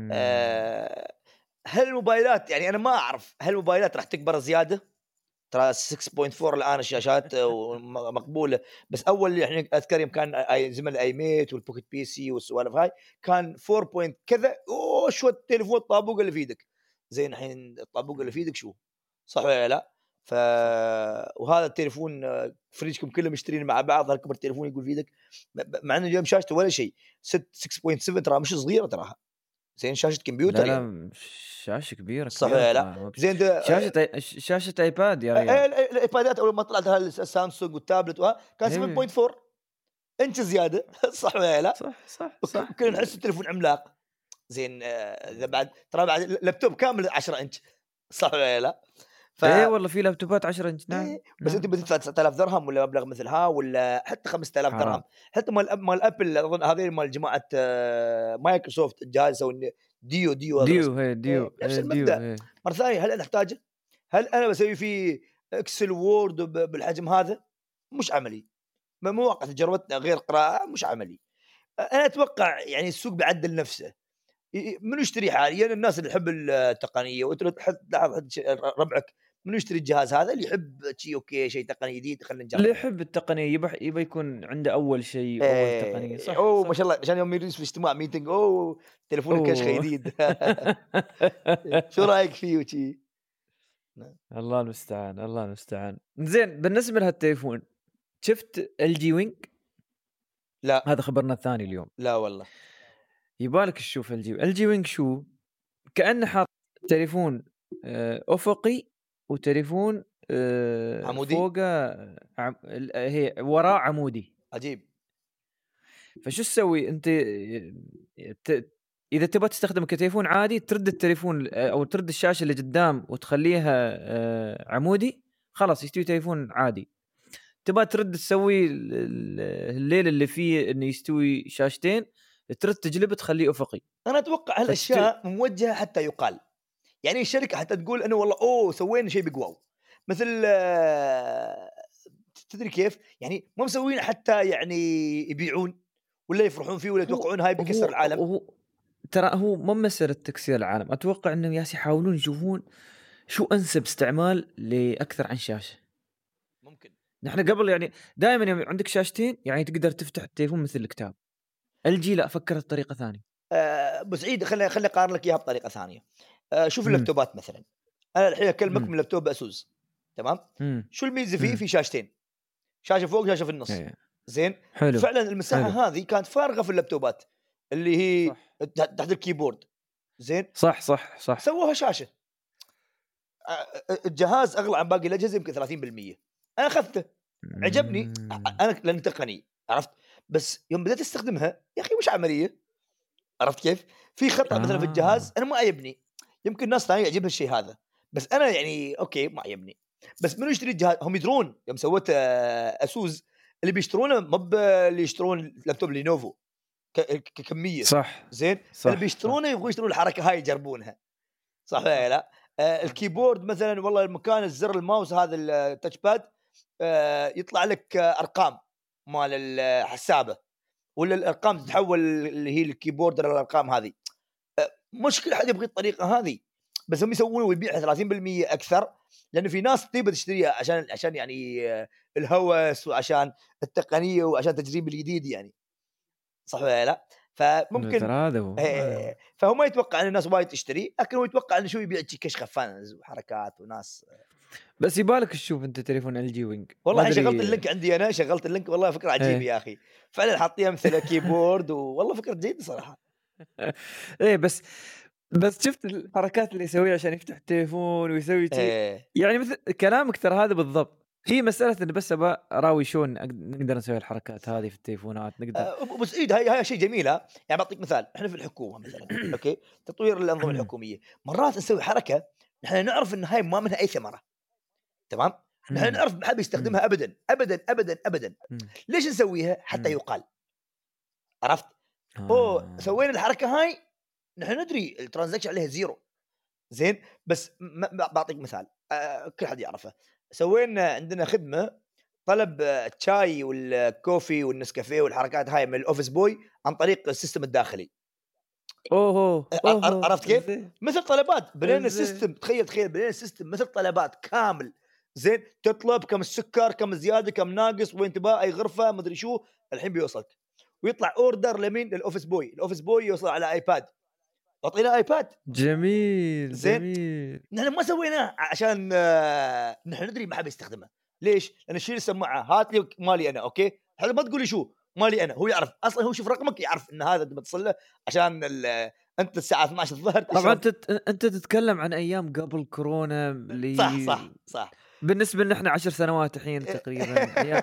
هل الموبايلات يعني انا ما اعرف هل الموبايلات راح تكبر زياده؟ ترى 6.4 الان الشاشات مقبوله. بس اول يعني اذكر يوم كان زمن الاي ميت والبوكيت بي سي والسوالف هاي كان 4 كذا. شو التليفون الطابوق اللي في ايدك. زين الحين الطابوق اللي في ايدك شو؟ صح ولا لا؟ وهذا التليفون فريجكم كلهم مشترين مع بعض، هالكبر التليفون يقول في ايدك، مع انه اليوم شاشته ولا شيء 6.7 ترى مش صغيره تراها. زين شاشه كمبيوتر لا يعني. شاشه كبيره صح ولا لا؟ زين شاشه ايباد يا ريال. الايبادات اول ما طلعت السامسونج والتابلت كان 7.4 انش زياده. صح ولا لا؟ صح كنا نحس التليفون عملاق. زين اذا بعد ترى بعد لابتوب كامل 10 انش. صح ولا لا؟ ايه والله في لابتوبات 10 انش. نعم بس انت بتدفع 9000 درهم ولا مبلغ مثلها ولا حتى 5000 درهم. حتى مال ابل اظن هذين مال جماعه مايكروسوفت الجهاز يسوي ديو نفس المبدا. مره ثانيه هل انا احتاجه؟ هل انا بسوي فيه اكسل وورد بالحجم هذا؟ مش عملي. مواقع تجربتنا غير قراءه مش عملي. انا اتوقع يعني السوق بيعدل نفسه. منو يشتري حاليا؟ الناس اللي يحب التقنيه. وانت تلاحظ ربعك منو يشتري الجهاز هذا؟ اللي يحب شيء اوكي شيء تقني جديد خلينا نجرب. اللي يحب التقنيه يبى يكون عنده اول شيء اول تقنيه. صح اوه صح. ما شاء الله، عشان يوم يجلس في اجتماع ميتنج تليفون الكشخه أوه. جديد. شو رايك فيه وشي؟ الله المستعان الله المستعان. زين بالنسبه لهالتليفون شفت LG وينج؟ لا هذا خبرنا الثاني اليوم. لا والله. يبالك تشوف LG وينج شو كأنه حاط تليفون افقي وتليفون عمودي فوقه هي وراه عمودي. عجيب. فشو تسوي انت اذا تبغى تستخدمه كتليفون عادي ترد التليفون او ترد الشاشه اللي قدام وتخليها عمودي خلاص يستوي تليفون عادي. تبغى ترد تسوي الليل اللي فيه انه يستوي شاشتين ترد تجلب تخليه افقي. انا اتوقع هالاشياء موجهه حتى يقال، يعني الشركه حتى تقول انه والله سوينا شيء بقواو، مثل تدري كيف يعني مو مسوين حتى يعني يبيعون ولا يفرحون فيه ولا يتوقعون هاي بيكسر العالم. ترى هو مو مسألة تكسير العالم. اتوقع انهم ياس يحاولون يشوفون شو انسب استعمال لاكثر عن شاشه. ممكن نحن قبل يعني دائما يوم عندك شاشتين يعني تقدر تفتح التليفون مثل الكتاب. LG لا فكرت بطريقه ثانيه. ابو سعيد خلي اقارن لك اياها بطريقه ثانيه. شوف مم. اللابتوبات مثلا، انا الحين اكلمك مم. من لابتوب اسوس تمام. مم. شو الميزه فيه؟ مم. في شاشتين، شاشه فوق شاشه في النص. إيه. زين حلو فعلا المساحه حلو. هذه كانت فارغه في اللابتوبات اللي هي صح تحت الكيبورد. زين صح صح صح. سووها شاشه. الجهاز اغلى عن باقي الاجهزه يمكن 30%. انا اخذته عجبني انا لان تقني عرفت، بس يوم بدأت استخدمها يا اخي مش عمليه. عرفت كيف؟ في خطأ مثلا في الجهاز انا ما عجبني، يمكن ناس ثانيه يعجبها الشيء هذا، بس انا يعني اوكي ما عجبني. بس منو يشتري الجهاز؟ هم يدرون يوم سويت اسوس اللي بيشترونه مو اللي يشترون لابتوب لينوفو ككميه. صح زين صح اللي بيشترونه يبغون يشترون الحركه هاي يجربونها. صح ولا لا؟ الكيبورد مثلا والله المكان الزر الماوس هذا التاتش باد يطلع لك ارقام مال الحسابه، ولا الارقام تتحول اللي هي الكيبورد الارقام هذه. مش كل احد يبغي الطريقه هذه، بس هم يسوونه ويبيعها 30% اكثر، لانه في ناس تبي تشتريها عشان يعني الهوس وعشان التقنيه وعشان التجريب الجديد يعني. صح ولا لا؟ فممكن ترى هذا هو فهو ما يتوقع ان الناس وايد تشتري، لكن هو يتوقع انه شو يبيع كشخه فانز وحركات وناس. بس يبالك تشوف انت تليفون LG وينج. والله الحين شغلت اللينك عندي، انا شغلت اللينك والله فكره عجيبه يا اخي، فعلا حاطيها مثل كيبورد والله فكره جيده صراحه. ايه بس شفت الحركات اللي يسويها عشان يفتح التليفون ويسوي شيء يعني مثل كلامك ترى هذا بالضبط. هي مسألة إن بس أبى أراوي شلون نقدر نسوي الحركات هذه في التليفونات نقدر. ابو سعيد هاي شيء جميل. يعني بعطيك مثال، احنا في الحكومه مثلا اوكي تطوير الانظمه الحكوميه مرات نسوي حركه نحن نعرف ان هاي ما منها اي ثمره تمام. نحن نعرف ما حد بيستخدمها ابدا ابدا ابدا ابدا. ليش نسويها؟ حتى يقال. عرفت؟ سوينا الحركه هاي نحن ندري الترانزاكشن عليها زيرو. زين بس بعطيك مثال كل حد يعرفه. سوينا عندنا خدمه طلب الشاي والكوفي والنسكافيه والحركات هاي من الاوفيس بوي عن طريق السيستم الداخلي. عرفت كيف؟ مثل طلبات بنينا السيستم. تخيل بنينا السيستم مثل طلبات كامل. زين تطلب كم السكر كم زياده كم ناقص وين تبغى اي غرفه مدري شو الحين بيوصلك ويطلع اوردر لمين؟ للاوفيس بوي. الاوفيس بوي يوصل على ايباد. اعطينا ايباد. جميل زين جميل. نحن ما سويناه عشان نحن ندري ما حد يستخدمه. ليش؟ لان شيل السماعه هات لي مالي انا اوكي. هذا ما تقولي شو مالي انا، هو يعرف اصلا. هو يشوف رقمك يعرف ان هذا انت بتصل له عشان انت الساعه 12 الظهر طبعا انت تتكلم عن ايام قبل كورونا اللي صح بالنسبه لنا احنا 10 سنوات الحين تقريبا ايام.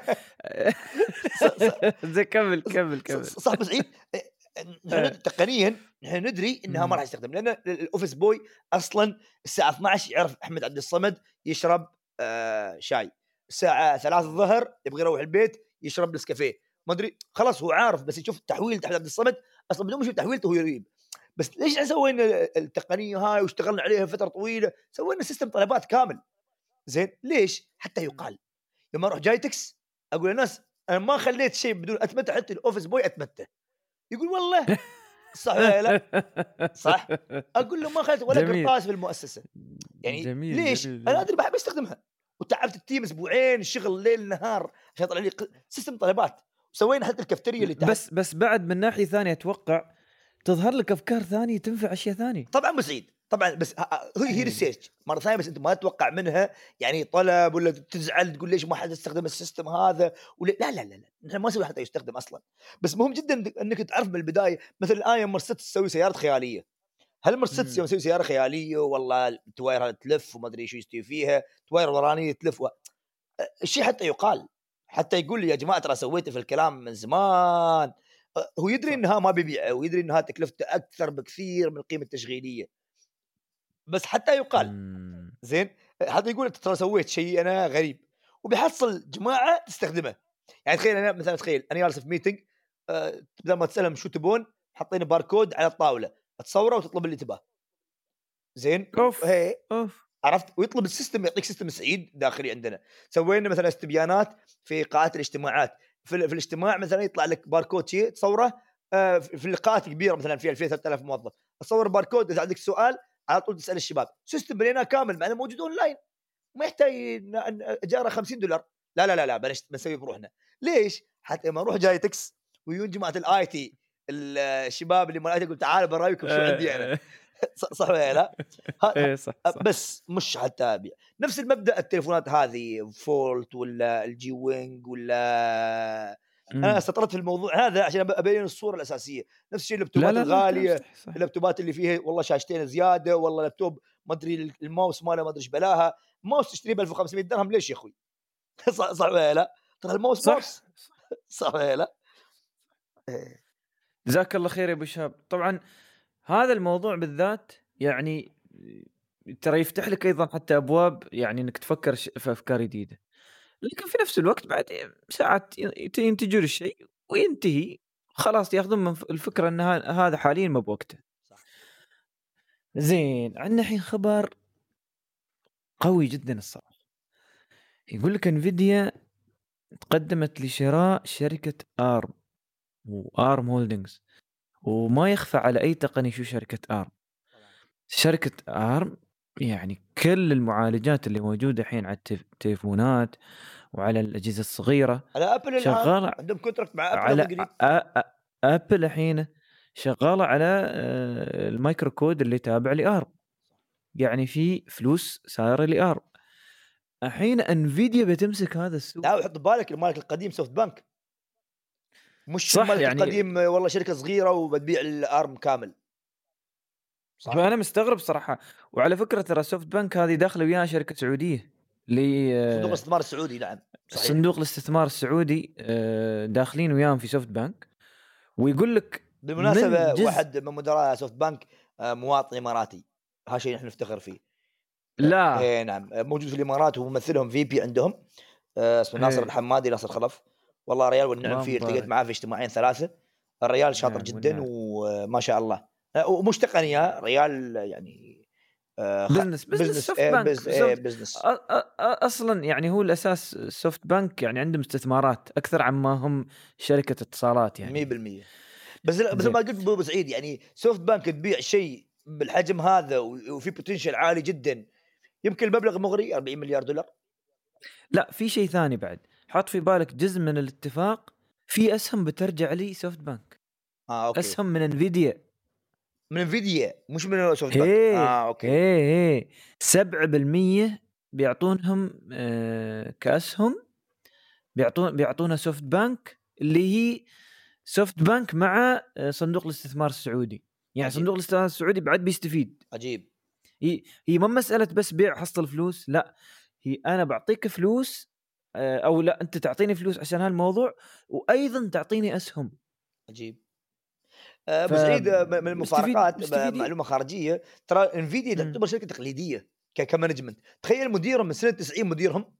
زي كمل صح بس عيد. نحن تقنيا نحن ندري انها ما راح يستخدم، لان الاوفيس بوي اصلا الساعه 12 يعرف احمد عبد الصمد يشرب شاي، الساعه 3 الظهر يبغى يروح البيت يشرب نسكافيه ما ادري خلاص هو عارف. بس يشوف تحويل احمد عبد الصمد اصلا بدون ما يشوف تحويلته هو يريب. بس ليش سوينا التقنيه هاي واشتغلنا عليها فتره طويله؟ سوينا سيستم طلبات كامل. زين ليش؟ حتى يقال لما اروح جايتكس اقول للناس انا ما خليت شيء بدون اتمته، حتى الاوفيس بوي اتمته. يقول والله صح ولا لا؟ صح. اقول له ما خليت ولا جميل. قرطاس في المؤسسه. يعني جميل، ليش؟ جميل، انا جميل. ادري بحب استخدمها، وتعبت التيم اسبوعين شغل ليل نهار عشان يطلع لي سيستم طلبات، وسوينا حتى الكافتيريا اللي تحت. بس بعد من ناحية ثانية أتوقع تظهر لك أفكار ثانية تنفع أشياء ثانية. طبعا مسعيد طبعا، بس هي إيه. ريسيرش مره ثانيه، بس انت ما تتوقع منها يعني طلب ولا تزعل تقول ليش ما حد يستخدم السيستم هذا ولا لا لا لا لا، نحن ما نسوي حتى يستخدم اصلا. بس مهم جدا انك تعرف من البدايه. مثلا الان يوم مرسيدس تسوي سيارات خياليه، هل مرسيدس يوم إمم. تسوي سياره خياليه والله التواير تلف وما ادري شو يستوي فيها، تواير ورانيه تلف الشيء حتى يقال، حتى يقول لي يا جماعه ترى سويته في الكلام من زمان. هو يدري صح. انها ما بيبيعه، ويدري انها تكلفته اكثر بكثير من القيمه التشغيليه، بس حتى يقال. إمم. زين. حتى يقول انت ترى سويت شيء انا غريب، وبيحصل جماعه تستخدمه. يعني تخيل انا مثلا، تخيل انا جالس في ميتنج، بدل ما تسالهم شو تبون حاطين باركود على الطاوله، تصوره وتطلب اللي تباه. زين. أوف، هي أوف. عرفت، ويطلب السيستم يعطيك سيستم سعيد داخلي عندنا. سوينا مثلا استبيانات في قاعات الاجتماعات، في الاجتماع مثلا يطلع لك باركود شيء تصوره، في اللقاءات كبيره مثلا في 2000 3000 موظف، تصور باركود، اذا عندك سؤال على طول تسال الشباب. سيستم بنيناه كامل معنا موجود اونلاين، ما يحتاج اجاره $50. لا لا لا لا، بنسوي بروحنا. ليش؟ حتى ما اروح جاي تكس ويجون جماعه الاي تي، الشباب اللي مال الاي تي، يقول تعالوا برايكم شو عندي انا. آآ صح ولا لا؟ ه إيه، صح، صح. بس مش حتى أبيع. نفس المبدأ التليفونات هذه فولت ولا الجي وينج ولا، أنا إمم. استطردت في الموضوع هذا عشان أبين الصورة الأساسية. نفس الشيء لا، اللابتوبات لا، لا، الكلام الغالية، صحيح، صحيح. اللابتوبات اللي فيها والله شاشتين زيادة، والله لابتوب ما أدري الماوس ماله ما أدري إيش بلاها، ماوس تشتريه ب 1500 درهم ليش يا أخوي؟ صح ولا لا؟ ترى الماوس صح، ماوس. صح. صح ولا لا؟ إيه. جزاك الله خير يا أبو شهاب. طبعًا هذا الموضوع بالذات يعني ترى يفتح لك أيضًا حتى أبواب يعني إنك تفكر في أفكار جديدة، لكن في نفس الوقت بعد ساعات ينتجون الشيء وينتهي، خلاص ياخذون من الفكرة إن هذا حاليًا ما بوقته. صح. زين، عندنا الحين خبر قوي جدًا الصراحة، يقول لك انفيديا تقدمت لشراء شركة ARM وARM Holdings، وما يخفى على أي تقني شو شركة ARM. طبعا. شركة ARM يعني كل المعالجات اللي موجودة الحين على التليفونات وعلى الأجهزة الصغيرة على أبل الآن شغالة عندهم كونتراكت مع أبل على هذا قريب. أبل الحين شغالة على المايكرو كود اللي تابع لARM، يعني في فلوس سايرة لARM. الحين انفيديا بتمسك هذا السوق. لا، وحط ببالك المالك القديم سوفت بانك، مش صح المالك يعني، القديم والله شركة صغيرة وبتبيع الأرم كامل. صح. فأنا مستغرب صراحة. وعلى فكرة ترى سوفت بنك هذه داخلة وياها شركة سعودية صندوق الاستثمار السعودي، نعم صحيح. صندوق الاستثمار السعودي، داخلين وياهم في سوفت بانك. ويقول لك من بالمناسبة جزء واحد من مدراء سوفت بانك مواطن إماراتي، هذا شيء نحن نفتخر فيه. لا إيه نعم، موجود في الإمارات وممثلهم في بي عندهم، اسمه ناصر ايه الحمادي، ناصر خلف. والله ريال والنعم الله فيه، التقيت مبارك. معاه في اجتماعين ثلاثة. الريال شاطر نعم جدا والنعم. وما شاء الله. ومش تقنية ريال يعني، بزنس بزنس، سوفت بانك بزنس. اصلا يعني هو الاساس سوفت بانك يعني عندهم استثمارات اكثر عما هم شركة اتصالات يعني. 100%. بس مثل زين. ما قلت ابو سعيد، يعني سوفت بانك تبيع شيء بالحجم هذا وفي بوتنشل عالي جدا، يمكن المبلغ مغري $40 مليار. لا، في شيء ثاني بعد، حط في بالك جزء من الاتفاق في اسهم بترجع لي سوفت بانك، اوكي. اسهم من انفيديا. من انفيديا مش من سوفت بانك. هيه اوكي. هيه 7% بيعطونهم كأسهم، بيعطونها سوفت بانك، اللي هي سوفت بانك مع صندوق الاستثمار السعودي. يعني عجيب. صندوق الاستثمار السعودي بعد بيستفيد. عجيب. هي ما مسألة بس بيع حصل فلوس، لا، هي أنا بعطيك فلوس، أو لا أنت تعطيني فلوس عشان هالموضوع، وأيضا تعطيني أسهم. عجيب. ابو سعيد، من المفارقات مستفيدين. معلومه خارجيه، ترى انفيديا مم. تعتبر شركه تقليديه كمانجمنت. تخيل مديرهم من سنه 90 مديرهم،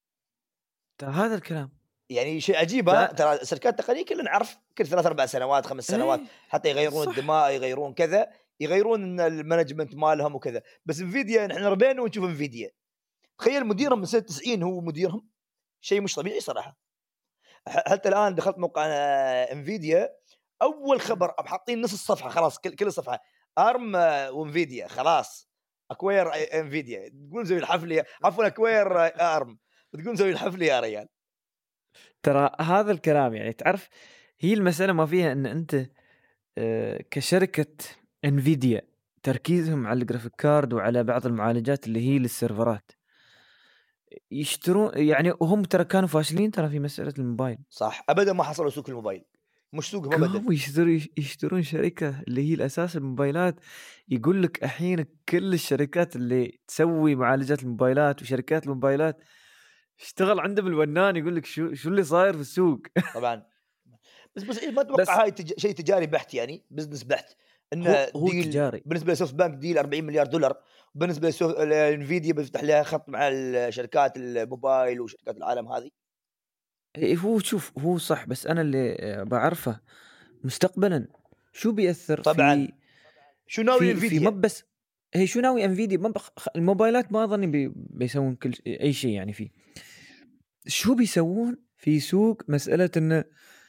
هذا الكلام. يعني شيء عجيب. ف ترى الشركات التقنيه كلنا نعرف كل 3 4 سنوات 5 سنوات ايه حتى يغيرون صح. الدماء، يغيرون كذا، يغيرون المانجمنت مالهم وكذا. بس انفيديا نحن ربينا ونشوف انفيديا. تخيل مديرهم من سنه 90 هو مديرهم، شيء مش طبيعي صراحه. حتى الان دخلت موقع انفيديا، اول خبر حاطين نص الصفحه خلاص، كل الصفحه ارم وانفيديا خلاص اكوير انفيديا، تقول مسوي الحفله، عفوا اكوير ارم، تقول مسوي الحفله يا ريال. ترى هذا الكلام يعني تعرف، هي المسألة ما فيها ان انت كشركة انفيديا تركيزهم على الجرافيك كارد وعلى بعض المعالجات اللي هي للسيرفرات يشترون، يعني وهم ترى كانوا فاشلين ترى في مسألة الموبايل. صح، ابدا ما حصلوا سوق الموبايل، مش سوقهم ابدا. قاموا يشترون شركة اللي هي الأساس الموبايلات. يقول لك الحين كل الشركات اللي تسوي معالجات الموبايلات وشركات الموبايلات اشتغل عندهم الونان. يقول لك شو اللي صاير في السوق. طبعا بس إيه، ما بس اتوقع هاي شيء تجاري بحت، يعني بزنس بحت، انه هو ديل تجاري. بالنسبه لسوفت بانك ديل 40 مليار دولار، بالنسبه لانفيديا بيفتح لها خط مع الشركات الموبايل وشركات العالم هذه. هو شوف هو صح، بس أنا اللي بعرفه مستقبلا شو بيأثر طبعا شو ناوي في ما انفيديا؟ بس هي شو ناوي انفيديا. ما الموبايلات ما اظني بيسوون كل اي شيء يعني فيه. شو بيسوون في سوق مسألة ان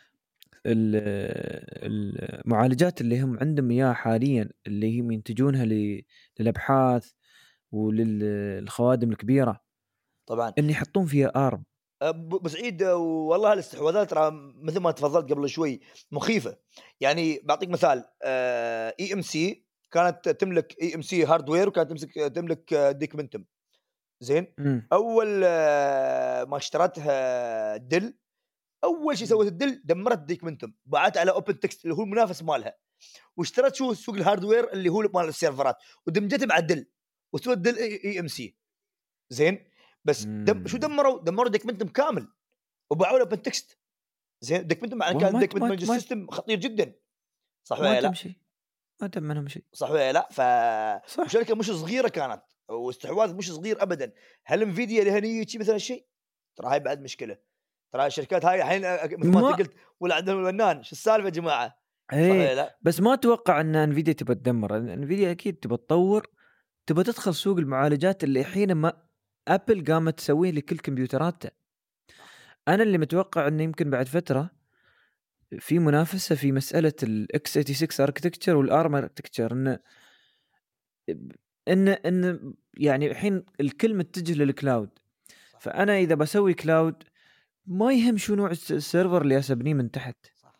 المعالجات اللي هم عندهم اياها حاليا اللي هم ينتجونها للابحاث وللخوادم الكبيرة، طبعا ان يحطون فيها ارم. ابو سعيد، والله الاستحواذات ترى مثل ما تفضلت قبل شوي مخيفه. يعني بعطيك مثال، اي ام سي كانت تملك اي ام سي هاردوير، وكانت تملك ديكمنتم. زين، اول ما اشترتها دل، اول شيء سوت الدل دمرت ديكمنتم، باعتها على اوبن تكست اللي هو المنافس مالها، واشترت شو سوق الهاردوير اللي هو مال السيرفرات، ودمجته مع الدل، وسوت دل اي ام سي. زين، بس شو دمروا ديكمنتم كامل، وباعوا له اوبن تكست. زين، ديكمنتم مع والله كان ديكمنتم مانجر سيستم خطير جدا، صح ما ولا تم لا؟ شيء، ما تم منهم شيء. صح ولا لا؟ صح. وشركه مش صغيره كانت، واستحواذ مش صغير ابدا. هل انفيديا لها نيه شيء مثل هالشيء؟ ترى هاي بعد مشكله. ترى الشركات هاي الحين مثل ما انت ما قلت، ولا عندهم الفنان، شو السالفه يا جماعه؟ صح ايه، ولا لا؟ بس ما اتوقع ان انفيديا تبى تدمر. انفيديا اكيد تبى تطور، تبى تدخل سوق المعالجات اللي الحين ما ابل قامت تسويه لكل كمبيوتراتها. انا اللي متوقع انه يمكن بعد فتره في منافسه في مساله الاكس 86 اركتكتشر والارم اركتكتشر، ان يعني الحين الكل متجه للكلاود. فانا اذا بسوي كلاود ما يهم شو نوع السيرفر اللي اسبنيه من تحت. صح.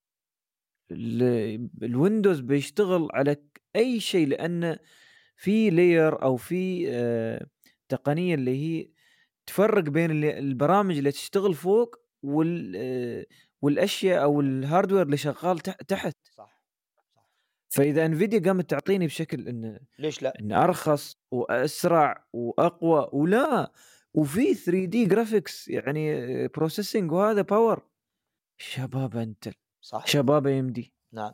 الويندوز بيشتغل على اي شيء، لان في لاير او في تقنيه اللي هي تفرق بين البرامج اللي تشتغل فوق والاشياء او الهاردوير اللي شغال تحت. صح. صح. فاذا انفيديا قامت تعطيني بشكل ليش لا؟ ان ارخص واسرع واقوى ولا وفي 3 دي جرافيكس يعني بروسيسنج وهذا باور، شباب انتل، صح. شباب ام دي. نعم.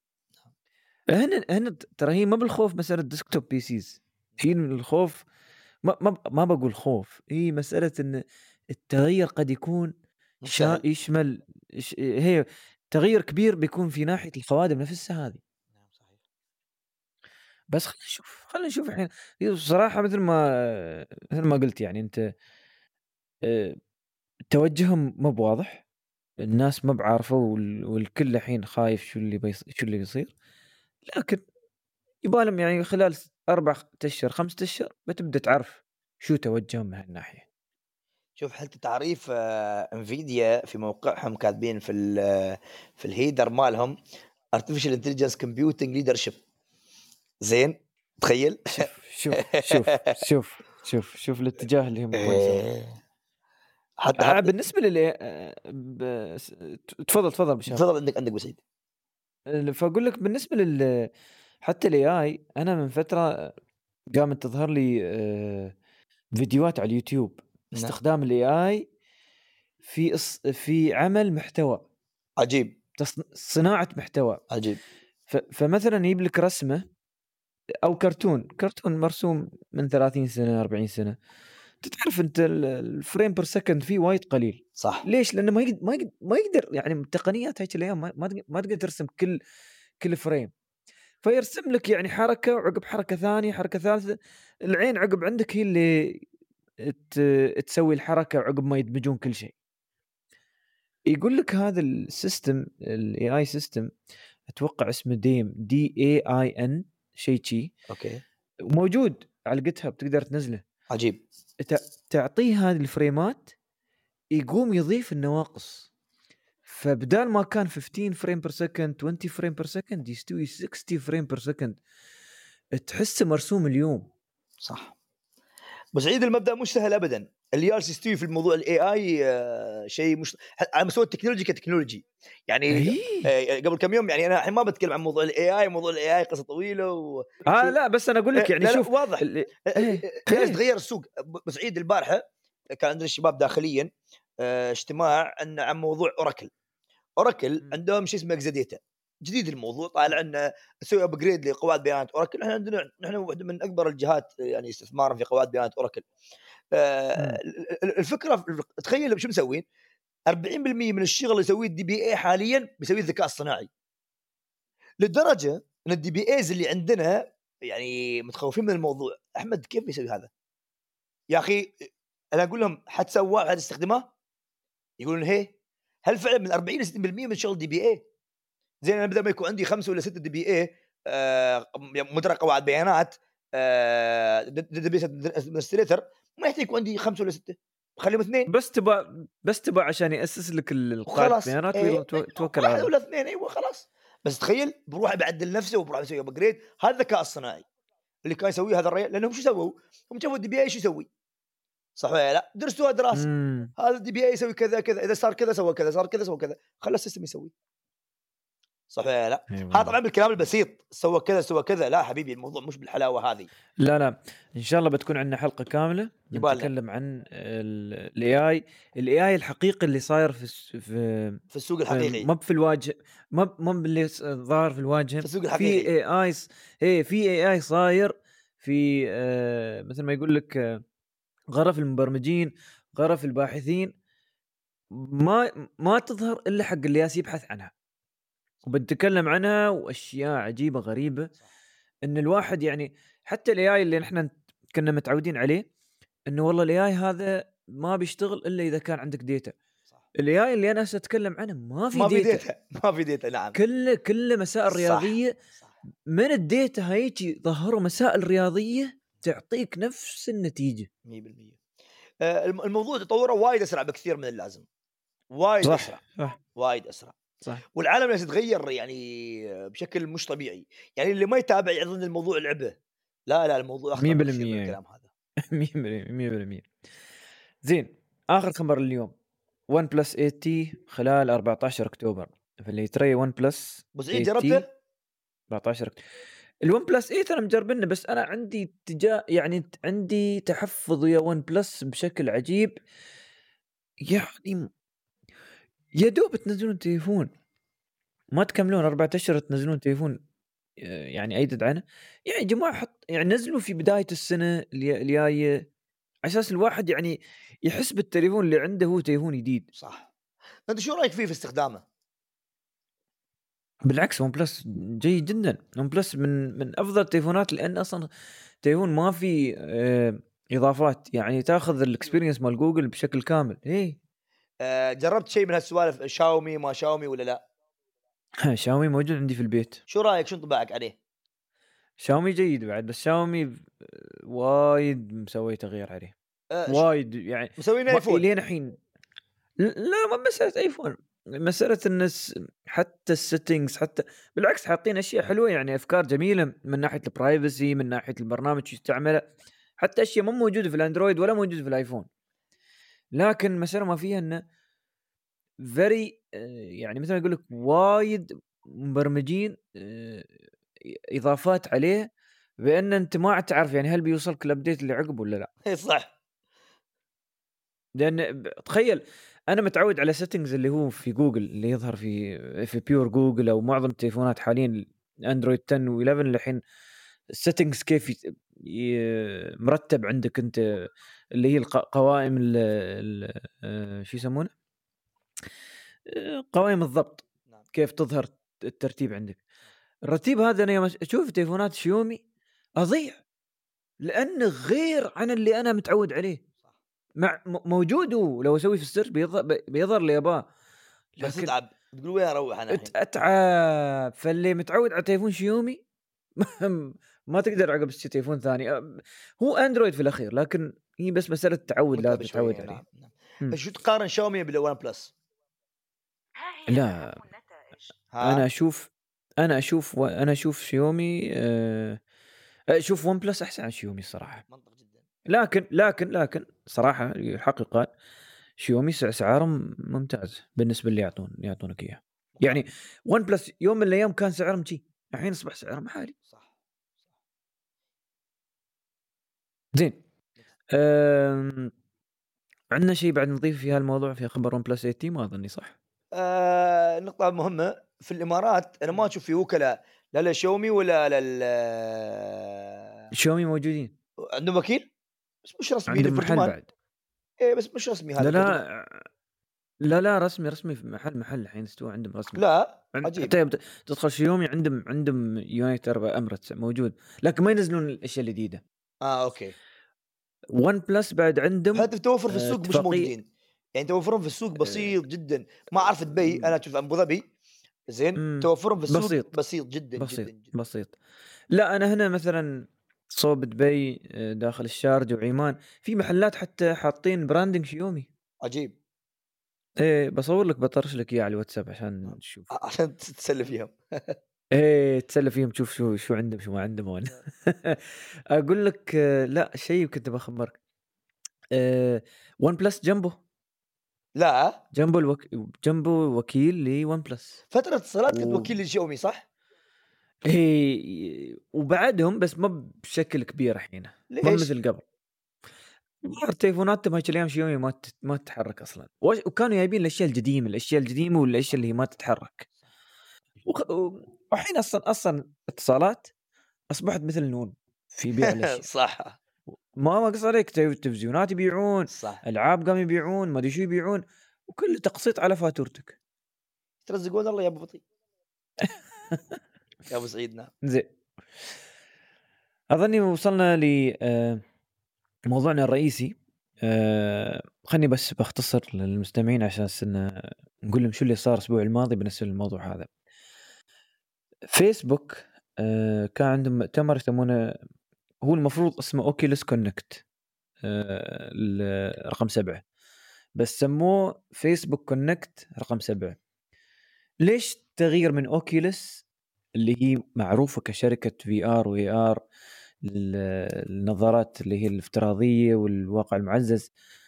هنا ترى هي ما بالخوف مساله ديسكتوب بي سيز. هي من الخوف، ما بقول خوف، هي مساله ان التغير قد يكون مش سهل. يشمل هي تغير كبير بيكون في ناحيه الخوادم نفسها هذه. نعم صحيح. بس خلينا نشوف الحين. هي بصراحه مثل ما قلت يعني انت، آه، توجههم مو بواضح، الناس ما بعارفه والكل الحين خايف شو اللي بيصير. لكن يبالهم يعني خلال 4 أشهر 5 أشهر بتبدأ تعرف شو توجههم من هالناحية. شوف حتى تعريف انفيديا في موقعهم كاتبين في الهيدر مالهم artificial intelligence computing leadership. زين، تخيل. شوف الاتجاه اللي هم يبون يسوونه. إيه. حتى بالنسبة للي تفضل بشار. تفضل، عندك بسيط. فأقول لك بالنسبة حتى الاي اي، انا من فترة قامت تظهر لي فيديوهات على اليوتيوب نعم. استخدام الاي اي في عمل محتوى، عجيب. صناعة محتوى. عجيب. فمثلا يجيب لك رسمة او كرتون مرسوم من 30 سنة 40 سنة، تعرف انت الفريم بير سكند فيه وايد قليل. صح. ليش؟ لانه ما يقدر يعني التقنيات هيك الايام ما تقدر ترسم كل فريم. فيرسم لك يعني حركة وعقب حركة ثانية حركة ثالثة، العين عقب عندك هي اللي تسوي الحركة وعقب ما يدمجون كل شيء. يقول لك هذا السيستم الاي اي سيستم اتوقع اسمه ديم DAIN شيء اوكي موجود على الجيت هاب تقدر تنزله. عجيب. تعطيه هذه الفريمات يقوم يضيف النواقص، فبدال ما كان 15 فريم بير سكند 20 فريم بير سكند يستوي 60 فريم بير سكند، تحسه مرسوم اليوم. صح. بس عيد المبدا مش سهل ابدا. اللي جالس يستوي في الموضوع الاي اي شيء مش على مستوى التكنولوجي كتكنولوجي يعني. قبل كم يوم يعني انا الحين ما بتكلم عن موضوع الاي اي. موضوع الاي اي قصه طويله لا بس انا اقول لك يعني لا شوف لا واضح. جالس تغير السوق. بس عيد البارحه كان عندنا الشباب داخليا اجتماع عن موضوع اوراكل عندهم شيء اسمه اكزاديتا جديد. الموضوع طالع انه نسوي ابجريد لقواعد بيانات اوراكل. احنا عندنا نحن واحده من اكبر الجهات يعني استثمارا في قواعد بيانات اوراكل. الفكره تخيل شو مسوين. 40% من الشغل اللي يسويه الدي بي اي حاليا بيسويه الذكاء الصناعي، لدرجه ان الدي بي ايز اللي عندنا يعني متخوفين من الموضوع. احمد كيف بيسوي هذا يا اخي؟ انا اقول لهم حتسواه هتستخدمه؟ يقولون هي. هل فعلا من 40 ل 60% من شغل دي بي اي؟ زين انا بدل ما يكون عندي 5 ولا 6 دي بي اي مدرك قواعد بيانات داتابيس ادمنستريتور، ما يحتاج يكون عندي 5 ولا 6، خليهم 2 بس تبى عشان ياسس لك القاعده وخلاص. بيانات ويلا توكل على واحد ولا 2 ايوه خلاص. بس تخيل بروح بعدل نفسه وبروح يسوي ابجريد. هذا الذكاء الصناعي اللي كان يسويه هذا الرجال. لانهم شو سووا؟ هم شافوا الدي بي اي شو يسوي، صح ولا لا؟ درسوها دراسه. هذا الدي بي اي يسوي كذا كذا، اذا صار كذا سوى كذا، صار كذا سوى كذا، خلى السيستم يسوي، صح ولا لا؟ هذا طبعا بالكلام البسيط سوى كذا سوى كذا. لا حبيبي الموضوع مش بالحلاوه هذه. لا ان شاء الله بتكون عندنا حلقه كامله نتكلم عن الاي اي الحقيقي اللي صاير في السوق الحقيقي، ما في الواجهه، ما باللي ظاهر في الواجهه، في السوق الحقيقي. في اي اي صاير في مثل ما يقول لك غرف المبرمجين، غرف الباحثين، ما تظهر الا حق اللي يبحث عنها. وبنتكلم عنها واشياء عجيبه غريبه. ان الواحد يعني حتى الاي اي اللي نحن كنا متعودين عليه انه والله الاي اي هذا ما بيشتغل الا اذا كان عندك ديتا. الاي اي اللي انا اتكلم عنه ما في ديتا. نعم. كل مسائل رياضيه. من الديتا هيجي ظهروا مسائل رياضيه تعطيك نفس النتيجه 100%. الموضوع تطوره وايد اسرع بكثير من اللازم. وايد اسرع. وايد اسرع. صح. والعالم ناس يتغير يعني بشكل مش طبيعي. يعني اللي ما يتابع يظن الموضوع لعبه. لا الموضوع اخطر بكثير من الكلام هذا. 100%. زين اخر خبر اليوم ون بلس 8 تي خلال 14 اكتوبر. فاللي تري ون بلس بس جربته 14 الون بلس 8 انا مجربنه. بس انا عندي يعني عندي تحفظ يا ون بلس بشكل عجيب. يعني يا دوب تنزلون تليفون ما تكملون 4 اشهر تنزلون تليفون يعني ايدد عنه. يعني جماعه حط يعني نزلوا في بدايه السنه الجايه على اساس الواحد يعني يحس بالتليفون اللي عنده هو تليفون جديد. صح. انت شو رايك فيه في استخدامه؟ بالعكس ون بلس جيد جدا. ون بلس من افضل التليفونات لان اصلا تليفون ما في اضافات، يعني تاخذ الاكسبيرينس مال جوجل بشكل كامل. جربت شيء من هالسوالف شاومي ما شاومي ولا لا؟ شاومي موجود عندي في البيت. شو رايك؟ شو انطباعك عليه؟ شاومي جيد بعد، بس شاومي وايد مسوي تغيير عليه وايد يعني مسوين ايفون لين الحين. لا ما مسألة ايفون، مسألة الناس حتى السيتنجز حتى بالعكس حاطين اشياء حلوه، يعني افكار جميله من ناحيه البرايفسي، من ناحيه البرنامج يستعمله، حتى اشياء مو موجوده في الاندرويد ولا موجوده في الايفون. لكن مسألة ما فيها انه فيري يعني مثل ما يقول لك وايد مبرمجين اضافات عليه، بان انت ما تعرف يعني هل بيوصلك الابديت اللي عقب ولا لا. صح. لان تخيل انا متعود على سيتنجز اللي هو في جوجل اللي يظهر في بيور جوجل او معظم التليفونات حاليا اندرويد 10 و11 الحين السيتنجز كيف مرتب عندك انت اللي هي القوائم شو يسمونه قوائم الضبط كيف تظهر الترتيب عندك. الرتيب هذا انا يوم اشوف تليفونات شيومي اضيع لانه غير عن اللي انا متعود عليه. مع موجود لو اسوي في السيرش بيظهر اللي اباه، بس لكن اتعب تقول وين اروح انا الحين؟ اتعب. فاللي متعود على تليفون شيومي ما تقدر عقب تشتري تليفون ثاني. هو اندرويد في الاخير، لكن هي بس مساله تعود، لازم متعب تتعود شويه. عليه. نعم نعم. مم. شو تقارن شاومي بالون بلس؟ لا، ها انا اشوف شيومي، اشوف ون بلس احسن عن شيومي صراحه. منطق جدا. لكن صراحه الحق يقال، شيومي سعرهم ممتاز بالنسبه اللي يعطونك اياه. يعني ون بلس يوم من الايام كان سعرهم شي، الحين اصبح سعرهم عالي. صح. زين. عندنا شيء بعد نضيف في هالموضوع في خبر ون بلس 80؟ ما اظني صح. نقطة مهمة في الإمارات، أنا ما أشوف في وكلاء لا لشاومي ولا شيومي موجودين، عندهم وكيل بس مش رسمي عندهم محل لفرجمان. بعد. إيه بس مش رسمي هذا لا فرجمان. لا رسمي في محل الحين استوى عندهم رسمي. لا عجيب. حتى يوم تدخل شيومي عندهم يونايتد ارب اميريتس موجود، لكن ما ينزلون الاشياء الجديده. أوكي. ون بلس بعد عندهم هذا توفر في السوق مش اتفاقيه. موجودين، يعني توفرهم في السوق بسيط جدا. ما أعرف دبي، أنا أشوف أبو ظبي زين توفرهم في السوق بسيط بسيط جدا جدا جدا. بسيط. لا انا هنا مثلا صوب دبي، داخل الشارجه وعمان، في محلات حتى حاطين براندنج شيومي. عجيب. ايه بصور لك، بطرش لك اياه على الواتساب عشان تشوف. عشان تتسلى فيهم. ايه تسلى فيهم، تشوف شو عندهم شو ما عندهم وين. اقول لك لا شيء كنت بخبرك. ون بلس لا جنبه وكيل لون بلس. فترة اتصالات كنت و... وكيل لشاومي صح؟ ايه وبعدهم، بس ما بشكل كبير الحين، ما ليش؟ مثل قبل. تليفوناتهم هاي الايام شيومي ما تتحرك اصلا، وكانوا جايبين الاشياء القديمه والاشياء اللي هي ما تتحرك. والحين اصلا اتصالات اصبحت مثل نون في بيع الاشياء. صح ما قص عليك، تلفزيونات يبيعون، صح. العاب قام يبيعون، ما ادري شو يبيعون، وكل تقسيط على فاتورتك. ترزقون الله يا ابو بطيء. يا ابو سعيد. نعم. زين. اظني وصلنا لموضوعنا الرئيسي. خلني بس بختصر للمستمعين عشان نقول لهم شو اللي صار الاسبوع الماضي بالنسبه للموضوع هذا. فيسبوك كان عندهم مؤتمر يسمونه، هو المفروض اسمه اوكيلس كونكت رقم 7، بس سموه فيسبوك كونكت رقم 7. ليش تغيير من اوكيلس اللي هي معروفة كشركة في ار واي ار، النظارات اللي هي الافتراضية والواقع المعزز،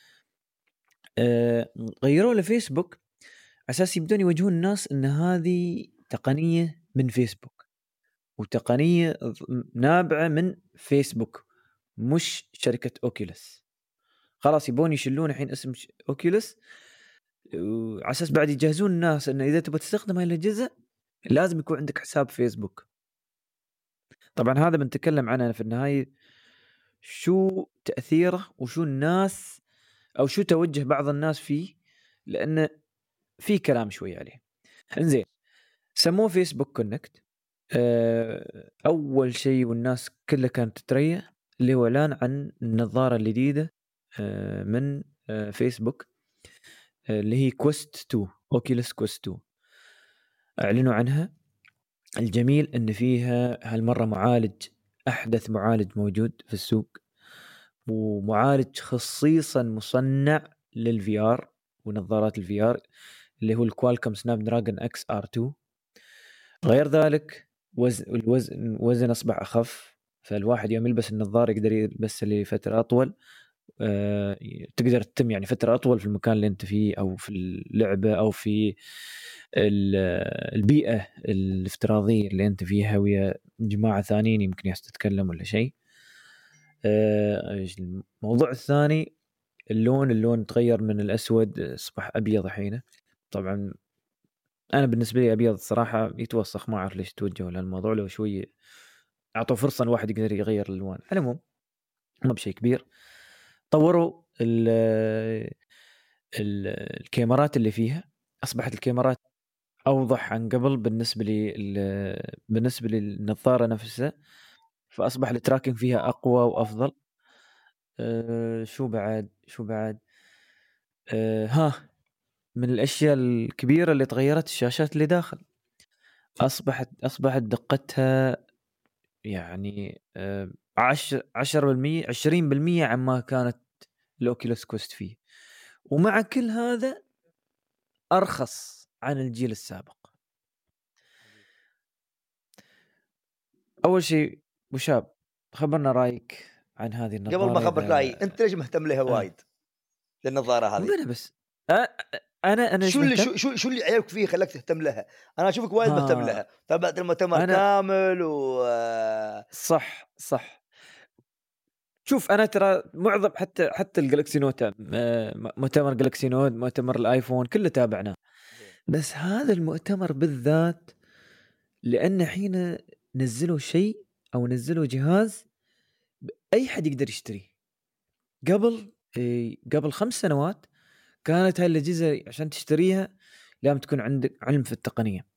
غيروا لفيسبوك أساس يبدون يوجهون الناس أن هذه تقنية من فيسبوك، وتقنية نابعة من فيسبوك، مش شركة اوكيلس. خلاص يبون يشلون الحين اسم اوكيلس، على اساس بعد يجهزون الناس انه اذا تبغى تستخدم هاي الاجهزه لازم يكون عندك حساب فيسبوك. طبعا هذا بنتكلم عنه في النهايه، شو تاثيره وشو الناس او شو توجه بعض الناس فيه، لانه في كلام شوي عليه. انزين، سموه فيسبوك كونكت. اول شيء والناس كلها كانت تتريق، اللي هو اعلان عن النظاره الجديده من فيسبوك، اللي هي كويست 2، اوكيلس كويست 2. اعلنوا عنها. الجميل ان فيها هالمره معالج، احدث معالج موجود في السوق، ومعالج خصيصا مصنع للفي ار ونظارات الفي ار، اللي هو الكوالكوم سناب دراجون اكس ار 2. غير ذلك الوزن اصبح اخف، فالواحد يوم يلبس النظاره يقدر يلبس لفتره اطول. تقدر تتم يعني فترة أطول في المكان اللي أنت فيه، أو في اللعبة، أو في البيئة الافتراضية اللي أنت فيها ويا جماعة ثانيين يمكن تتكلم ولا شيء. الموضوع الثاني، اللون تغير من الأسود أصبح أبيض الحين. طبعا أنا بالنسبة لي أبيض صراحة يتوسخ، ما أعرف ليش توجهوا للموضوع، لو شوي أعطوا فرصة الواحد يقدر يغير الألوان. على العموم ما بشيء كبير. طوروا الكاميرات اللي فيها، اصبحت الكاميرات اوضح عن قبل بالنسبه للنظاره نفسها، فاصبح التراكنج فيها اقوى وافضل. شو بعد ها من الاشياء الكبيره اللي تغيرت الشاشات اللي داخل. اصبحت دقتها يعني 10% 20% عما كانت الاوكيولوس كوست فيه، ومع كل هذا ارخص عن الجيل السابق. اول شيء ابو شاب، خبرنا رايك عن هذه قبل ما النظاره. اخبرك رايي، انت ليش مهتم لها آه. وايد للنظاره مو هذه؟ انا بس، انا ليش شو اللي مهتم؟ شو اللي عيبك فيه خلاك تهتم لها؟ انا اشوفك وايد مهتم ها لها، تابعت المؤتمر انا كامل صح صح. شوف انا ترى معظم حتى الجالكسي نوت، مؤتمر جالكسي نوت، مؤتمر الايفون كله تابعناه. زين. بس هذا المؤتمر بالذات لان حين نزلوا شيء او نزلوا جهاز اي حد يقدر يشتريه. قبل 5 سنوات كانت هاي الاجهزه عشان تشتريها لازم تكون عندك علم في التقنيه.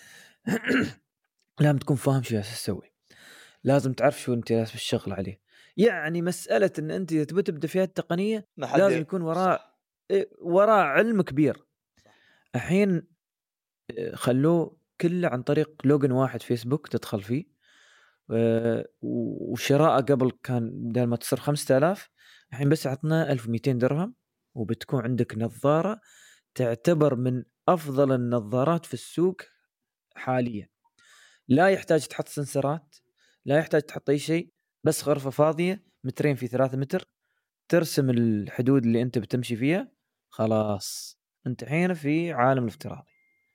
لازم تكون فاهم شو جالس تسوي، لازم تعرف شو انت جالس بالشغل عليه. يعني مساله ان انت اذا تبي تبدا فيها التقنيه ما لازم حد. يكون صح. وراء علم كبير. صح. الحين خلوه كله عن طريق لوجن واحد فيسبوك تدخل فيه، وشراءه قبل كان بدل ما تصير 5000 الحين بس عطنا 1200 درهم وبتكون عندك نظارة تعتبر من أفضل النظارات في السوق حاليا. لا يحتاج تحط سنسرات، لا يحتاج تحط أي شيء، بس غرفة فاضية مترين في 3 متر، ترسم الحدود اللي أنت بتمشي فيها، خلاص أنت حين في عالم الافتراضي.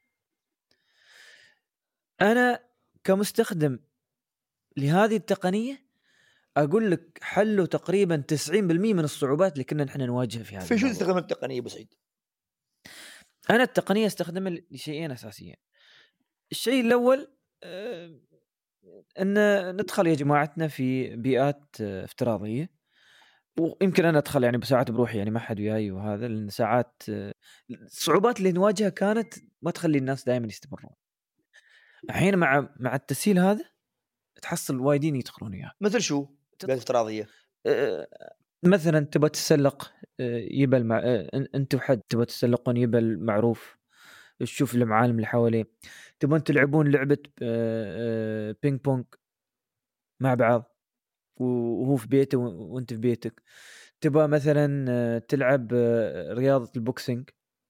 أنا كمستخدم لهذه التقنية أقول لك حلوا تقريبا 90% من الصعوبات اللي كنا نحن نواجهها في هذا في شو الموضوع. تستخدم التقنيه ابو سعيد؟ أنا التقنية استخدمها لشيئين أساسيين. الشيء الأول أن ندخل يا جماعتنا في بيئات افتراضية، ويمكن أنا أدخل يعني بساعات بروحي، يعني ما حد وياي، وهذا لأن ساعات الصعوبات اللي نواجهها كانت ما تخلي الناس دائما يستمرون. الحين مع التسهيل هذا تحصل وايدين يدخلون وياه. مثل شو؟ بيئات افتراضيه. آه، مثلا تبغى تتسلق يبل مع انت وحد تبغى تتسلقون يبل معروف، تشوف المعالم اللي حواليه. تبغون تلعبون لعبة بينج بونج مع بعض وهو في بيته وانت في بيتك. تبغى مثلا تلعب رياضة البوكسينج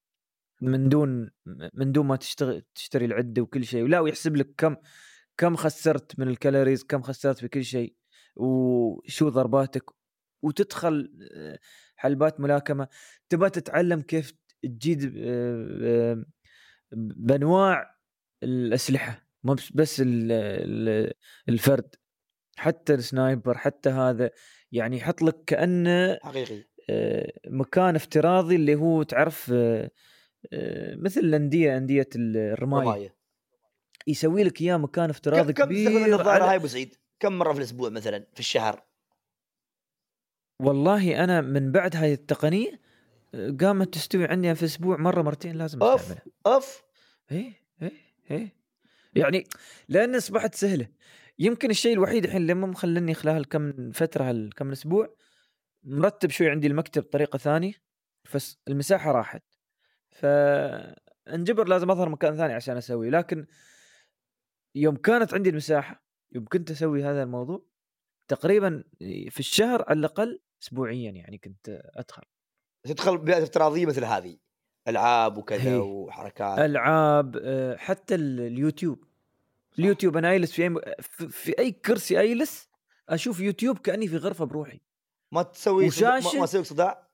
من دون ما تشتري العدة وكل شيء، ولا ويحسب لك كم خسرت من الكالوريز، كم خسرت في كل شيء، وشو ضرباتك، وتدخل حلبات ملاكمة. تبغى تتعلم كيف تجيد بانواع الأسلحة، مو بس الفرد، حتى السنايبر، حتى هذا يعني يحط لك كأنه حقيقي. مكان افتراضي اللي هو تعرف مثل أندية الرماية، رمايه. يسوي لك اياه مكان افتراضي كم تستخدم كبير النظاره على. هاي ابو سعيد؟ كم مره في الاسبوع مثلا، في الشهر؟ والله انا من بعد هاي التقنيه قامت تستوي عندي في اسبوع مره مرتين لازم اوف استعملها. اوف. ايه يعني لان اصبحت سهله. يمكن الشيء الوحيد الحين اللي ما مخلني خلال كم فتره كم اسبوع مرتب شوي عندي المكتب بطريقه ثانيه، فالمساحه راحت، فانجبر لازم اظهر مكان ثاني عشان اسوي. لكن يوم كانت عندي المساحه، يوم كنت اسوي هذا الموضوع تقريبا في الشهر على الاقل اسبوعيا، يعني كنت ادخل تدخل بيئات افتراضيه مثل هذه، العاب وكذا هي وحركات. العاب، حتى اليوتيوب. صح. انا اجلس في اي كرسي اجلس اشوف يوتيوب كاني في غرفه بروحي، ما تسوي ما وشاشه. تسوي صداع.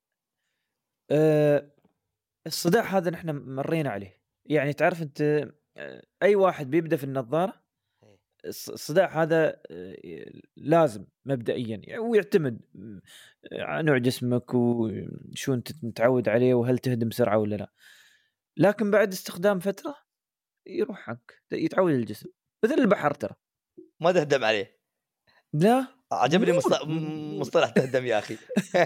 آه، الصداع هذا نحن مرينا عليه. يعني تعرف انت اي واحد بيبدا في النظاره الصداع هذا لازم مبدئيا يعني، ويعتمد على نوع جسمك وشو انت متعود عليه وهل تهدم بسرعه ولا لا. لكن بعد استخدام فتره يروح عنك، يتعود الجسم مثل البحر ترى. ما تهدم عليه. لا عجبني مول مصطلح تهدم يا اخي.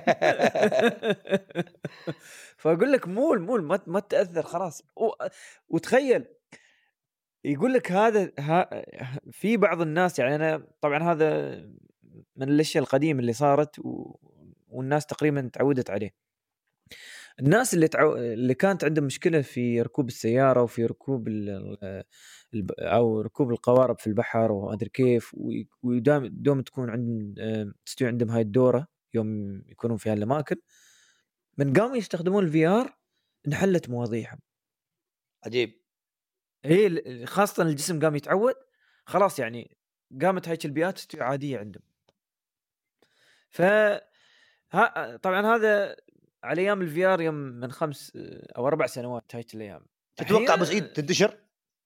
فاقول لك مول ما تاثر خلاص. وتخيل يقول لك هذا في بعض الناس، يعني انا طبعا هذا من الاشياء القديمه اللي صارت والناس تقريبا تعودت عليه. الناس اللي كانت عندهم مشكلة في ركوب السيارة وفي ركوب أو ركوب القوارب في البحر وأدري كيف، دوم تكون تستوي عندهم هاي الدورة يوم يكونون في هالأماكن، من قاموا يستخدمون الVR انحلت مواضيعهم. عجيب. هي خاصة الجسم قام يتعود خلاص، يعني قامت هاي البيئات تستوي عادية عندهم. طبعا هذا على ايام الVR، يوم من 5 أو 4 سنوات هاي الايام. تتوقع ابو سعيد تنتشر؟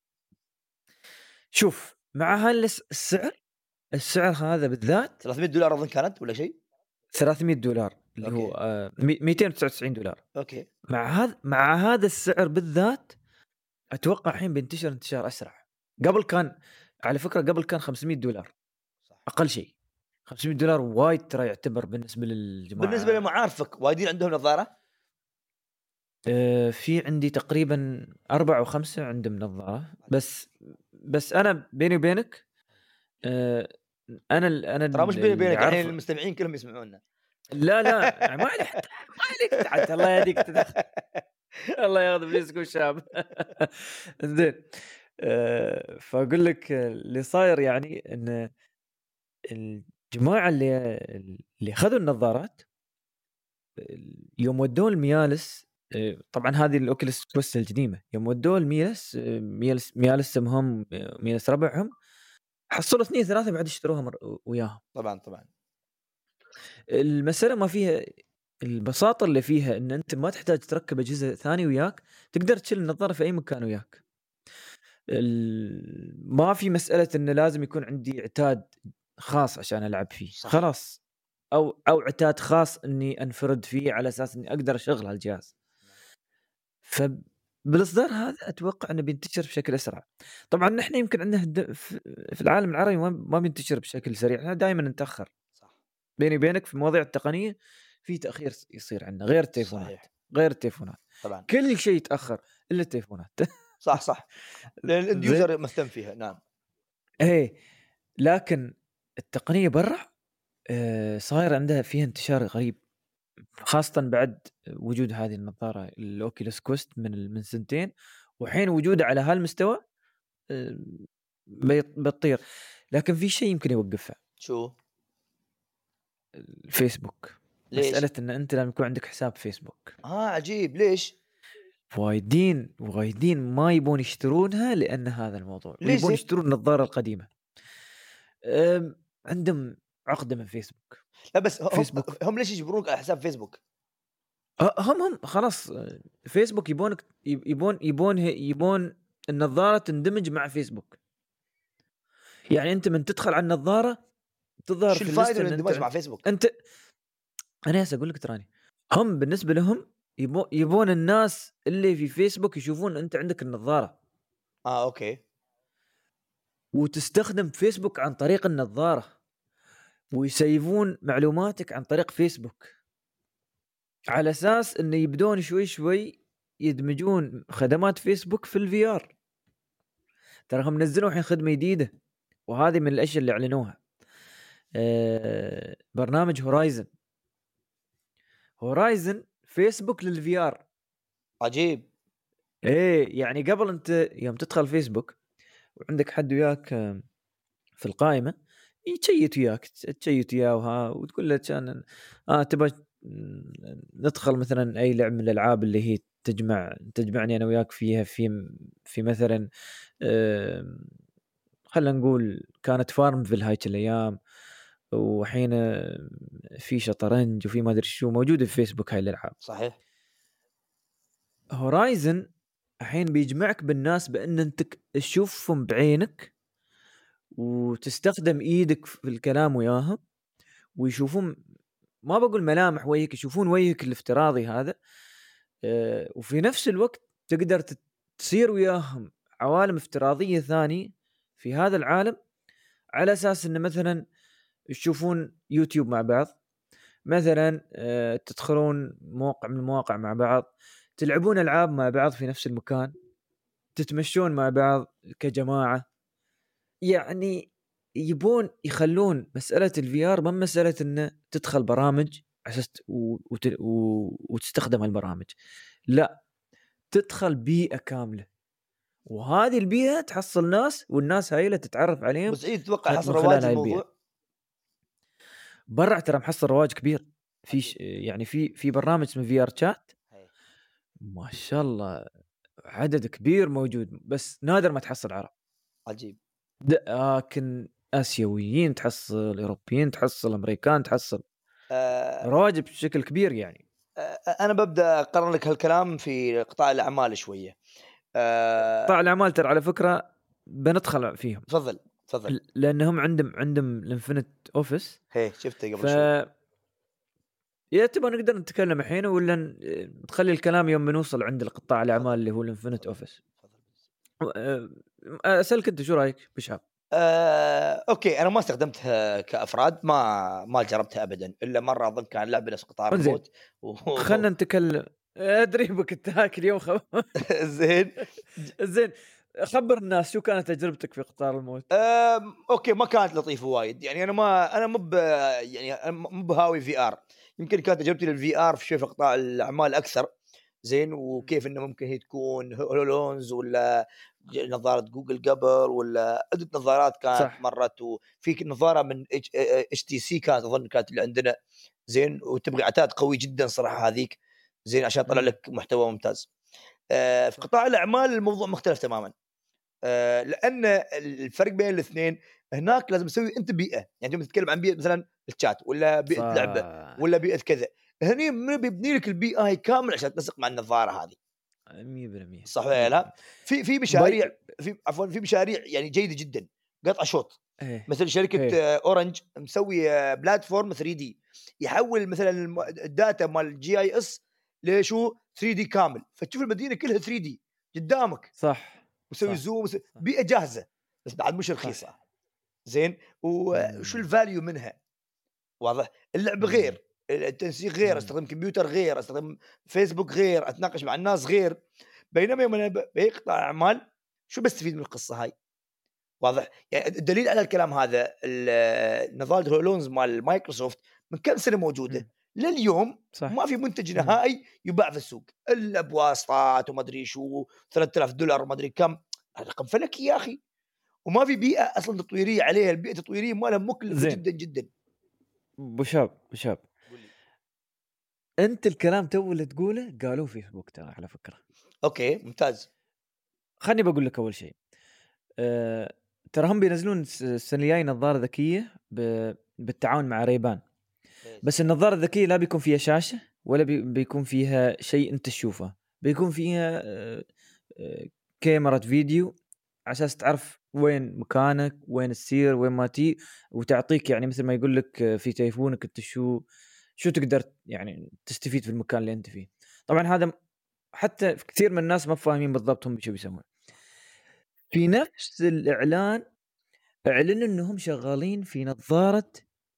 شوف، مع السعر هذا بالذات $300 اظن كانت ولا شيء، $300 اللي أوكي. هو $299. اوكي. مع هذا السعر بالذات اتوقع الحين بينتشر انتشار اسرع. قبل كان، على فكرة، قبل كان $500 صح. اقل شيء. $500 وايد ترى يعتبر بالنسبة للجماعة. بالنسبه لمعارفك وايدين عندهم نظاره؟ في عندي تقريبا 4 أو 5 عندهم نظارة. بس انا بيني وبينك، انا ترى مش بيني اللي وبينك، الحين عارف. المستمعين كلهم يسمعونا. لا ما عليك تعال، الله يهديك تدخل. الله ياخذ فلوسكم شاب. زين. فاقول لك اللي صاير يعني ان الجماعه اللي اخذوا النظارات يوم ودوه الميالس. طبعا هذه الاوكيلس كويست القديمه، يوم ودوه الميالس، ميالس هم ميالس ربعهم، حصلوا 2 3 بعد اشتروها وياهم. طبعا. المسألة ما فيها البساطة اللي فيها ان انت ما تحتاج تركب اجهزة ثانية وياك، تقدر تشيل النظارة في اي مكان وياك. ما في مسألة انه لازم يكون عندي عتاد خاص عشان العب فيه. صح. خلاص، او عتاد خاص اني انفرد فيه على اساس اني اقدر اشغل هالجهاز. فبالاصدار هذا اتوقع انه بينتشر بشكل اسرع. طبعا نحن يمكن عندنا في العالم العربي ما بينتشر بشكل سريع، احنا دائما نتاخر. صح. بيني وبينك في المواضيع التقنيه في تاخير يصير عندنا، غير التليفونات. صحيح. غير التليفونات طبعا. كل شيء يتاخر الا التليفونات. صح. لان الاند زين. يوزر مهتم فيها. نعم. ايه، لكن التقنيه برا صاير عندها فيها انتشار غريب، خاصه بعد وجود هذه النظاره الاوكيولوس كويست من سنتين، وحين وجودها على هالمستوى بتطير. لكن في شيء يمكن يوقفها. شو؟ الفيسبوك. ليش؟ مسألة ان انت لازم يكون عندك حساب فيسبوك. عجيب. ليش؟ وايدين ما يبون يشترونها لان هذا الموضوع، ويبون يشترون النظارة القديمة. عندهم عقدة من فيسبوك. لا بس فيسبوك. هم ليش يجبرونك على حساب فيسبوك؟ هم خلاص، فيسبوك يبونك يبون النظارة تندمج مع فيسبوك. يعني انت من تدخل على النظارة تظهر شو في الفائده الليست من ان الاندماج مع فيسبوك؟ انا هسه اقول لك تراني، هم بالنسبة لهم يبون الناس اللي في فيسبوك يشوفون انت عندك النظارة. اوكي. وتستخدم فيسبوك عن طريق النظارة، ويسيفون معلوماتك عن طريق فيسبوك، على اساس انه يبدون شوي يدمجون خدمات فيسبوك في الVR. ترى هم نزلوا الحين خدمة جديدة، وهذه من الاشياء اللي اعلنوها. برنامج هورايزن فيسبوك للVR. عجيب. ايه، يعني قبل انت يوم تدخل فيسبوك وعندك حد وياك في القائمة، يتشيت وياك، تشيت وياه وتقول له كان تبغى ندخل مثلا اي لعبه من الالعاب اللي هي تجمعني انا وياك فيها، في مثلا خلينا نقول كانت فارمفيل هاي الايام، وحين في شطرنج وفي ما ادري شو موجوده في فيسبوك هاي الالعاب. صحيح. هورايزن الحين بيجمعك بالناس بان انت تشوفهم بعينك وتستخدم ايدك في الكلام وياهم، ويشوفون، ما بقول ملامح وجهك، يشوفون وجهك الافتراضي هذا. وفي نفس الوقت تقدر تصير وياهم عوالم افتراضية ثانية في هذا العالم، على أساس أن مثلا تشوفون يوتيوب مع بعض، مثلا تدخلون موقع من المواقع مع بعض، تلعبون ألعاب مع بعض في نفس المكان، تتمشون مع بعض كجماعة. يعني يبون يخلون مسألة الVR ما مسألة أنه تدخل برامج اساس وتستخدم هالبرامج، لا، تدخل بيئه كامله، وهذه البيئه تحصل ناس، والناس هاي اللي تتعرف عليهم بس عيد تتوقع حصل من رواج خلال هاي البيئه. الموضوع؟ برا ترى محصل رواج كبير، في عجيب. يعني في برنامج اسمه في ار شات، هي. ما شاء الله عدد كبير موجود، بس نادر ما تحصل عرب، عجيب. لكن اسيويين تحصل، اوروبيين تحصل، امريكان تحصل، آه رواج بشكل كبير يعني. انا ببدا اقرر لك هالكلام في قطاع الاعمال شويه. قطاع الاعمال ترى على فكره بندخل فيهم، تفضل تفضل. لانهم عندهم الانفينيت اوفيس. هي شفته ف قبل شوي. يا تبغى نقدر نتكلم الحين، ولا تخلي الكلام يوم بنوصل عند القطاع الاعمال تفضل اللي هو الانفينيت تفضل اوفيس؟ تفضل. اسالك انت شو رايك بشهاب؟ اوكي، انا ما استخدمتها كافراد، ما جربتها ابدا الا مره، اظن كان لعبه نفس قطار زين، ريموت خلنا نتكلم. ادري بك تاكل يوم زين. زين، خبر الناس شو كانت تجربتك في قطار الموت؟ اوكي، ما كانت لطيفه وايد يعني. انا مو يعني أنا مو بهاوي في ار. يمكن كانت تجربتي للفي ار في شيء في قطاع الاعمال اكثر. زين، وكيف انه ممكن هي تكون هولولونز ولا نظاره جوجل قبل، ولا عده نظارات كانت صح. مرت، وفي نظاره من اتش تي سي كانت اظن كانت اللي عندنا. زين، وتبغى عتاد قوي جدا صراحه هذيك. زين، عشان يطلع مم. لك محتوى ممتاز. في صح. قطاع الاعمال الموضوع مختلف تماما. لان الفرق بين الاثنين، هناك لازم تسوي انت بيئه، يعني انت تتكلم عن بيئه مثلا الشات، ولا بيئه لعبه، صح. ولا بيئه كذا. هني من بيبني لك البيئه هاي كامل عشان تنسق مع النظاره هذه. 100%. صح ولا 100%. لا؟ في باي. مشاريع، في مشاريع يعني جيده جدا، قطع شوط. ايه. مثل شركه ايه. اورنج مسوي بلاتفورم 3 دي، يحول مثلا الداتا مال الجي اي اس لشو 3 دي كامل، فتشوف المدينه كلها 3 دي قدامك، صح. وسوي صح. زوم صح. بيئه جاهزه، بس بعد مش صح. رخيصه. زين، وشو مم. الفاليو منها؟ واضح. اللعب مم. غير، التنسيق غير، مم. استخدم كمبيوتر غير، استخدم فيسبوك غير، اتناقش مع الناس غير. بينما يوم انا بقطاع اعمال، شو بستفيد من القصه هاي؟ واضح. يعني الدليل على الكلام هذا، نظاره الهولونز مال مايكروسوفت من كم سنه موجوده مم. لليوم، صح. ما في منتج مم. نهائي يباع في السوق الا بواسطات وما ادري شو، $3000 وما ادري كم. هذا رقم فلكي يا اخي، وما في بيئه اصلا تطويريه عليها. البيئه التطويريه مالها مكلفه زين، جدا جدا. بشاب، قول لي. انت الكلام تو اللي تقوله قالوه فيسبوك ترى على فكره. اوكي، ممتاز. خلني بقول لك اول شيء. أه... ترى هم بينزلون السنه الجايه نظاره ذكيه بالتعاون مع ريبان. ممتاز. بس النظاره الذكيه لا بيكون فيها شاشه، ولا بيكون فيها شيء انت تشوفه. بيكون فيها كاميرا فيديو، على اساس تعرف وين مكانك، وين تسير، وين ما تي، وتعطيك يعني مثل ما يقول لك في تليفونك انت شو تقدر يعني تستفيد في المكان اللي انت فيه. طبعا هذا حتى كثير من الناس ما فاهمين بالضبط هم شو بيسوون. في نفس الاعلان اعلنوا انهم شغالين في نظاره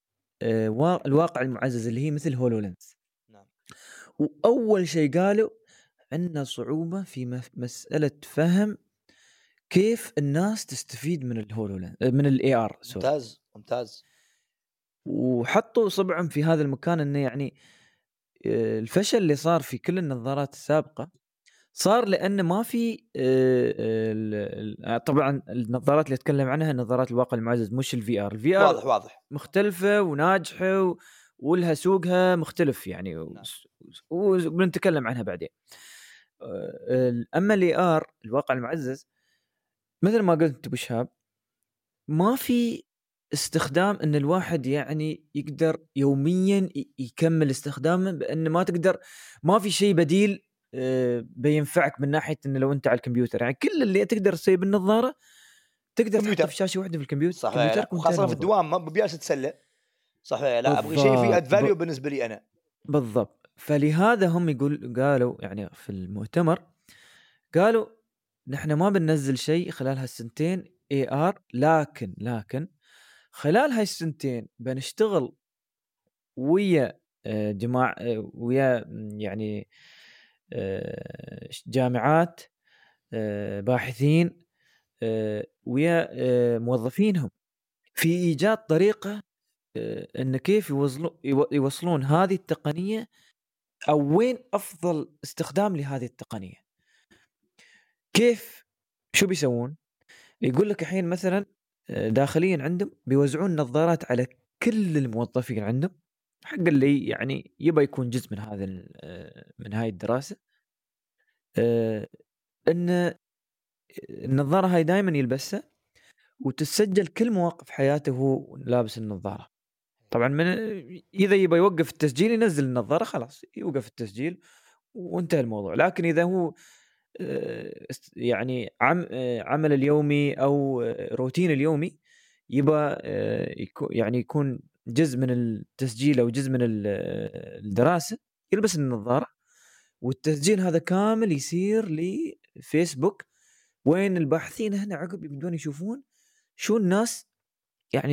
الواقع المعزز اللي هي مثل هولولينز. نعم. واول شيء قالوا عندنا صعوبه في مساله فهم كيف الناس تستفيد من الهولولينز، من الاي ار، سوري. ممتاز ممتاز. وحطوا صبعهم في هذا المكان، انه يعني الفشل اللي صار في كل النظارات السابقه صار لان ما في طبعا النظارات اللي اتكلم عنها نظارات الواقع المعزز، مش الفي ار. الفي ار واضح واضح. مختلفه وناجحه ولها سوقها مختلف يعني، نعم. وبنتكلم عنها بعدين. اما الاي ار الواقع المعزز، مثل ما قلت ابو شهاب، ما في استخدام ان الواحد يعني يقدر يوميا يكمل استخدامه، بان ما تقدر، ما في شيء بديل بينفعك من ناحيه انه لو انت على الكمبيوتر، يعني كل اللي تقدر تسويه بالنظاره تقدر تحطه كمبيوتر. في شاشه واحده في الكمبيوتر صح ولا لا؟ كمبيوترك وانتهى وخاصه في الموضوع. الدوام ما بجالس تتسلى. صح ولا لا؟ ابغى شيء فيه اد بالضبط. فاليو بالنسبه لي انا. بالضبط. فلهذا هم قالوا يعني في المؤتمر، قالوا نحن ما بننزل شيء خلال هالسنتين اي ار، لكن خلال هاي السنتين بنشتغل ويا جماعة ويا يعني جامعات، باحثين، ويا موظفينهم في إيجاد طريقة إن كيف يوصلون هذه التقنية، أو وين أفضل استخدام لهذه التقنية. كيف، شو بيسوون؟ يقول لك الحين مثلا داخليا عندهم بيوزعون نظارات على كل الموظفين عندهم، حق اللي يعني يبى يكون جزء من هذا من هاي الدراسة، إن النظارة هاي دائما يلبسها وتسجل كل مواقف حياته وهو لابس النظارة. طبعا من إذا يبى يوقف التسجيل ينزل النظارة، خلاص يوقف التسجيل وانتهى الموضوع. لكن إذا هو يعني عمل اليومي أو روتين اليومي يبى يعني يكون جزء من التسجيل أو جزء من الدراسة، يلبس النظارة، والتسجيل هذا كامل يصير لفيسبوك، وين الباحثين هنا عقب يبدون يشوفون شو الناس يعني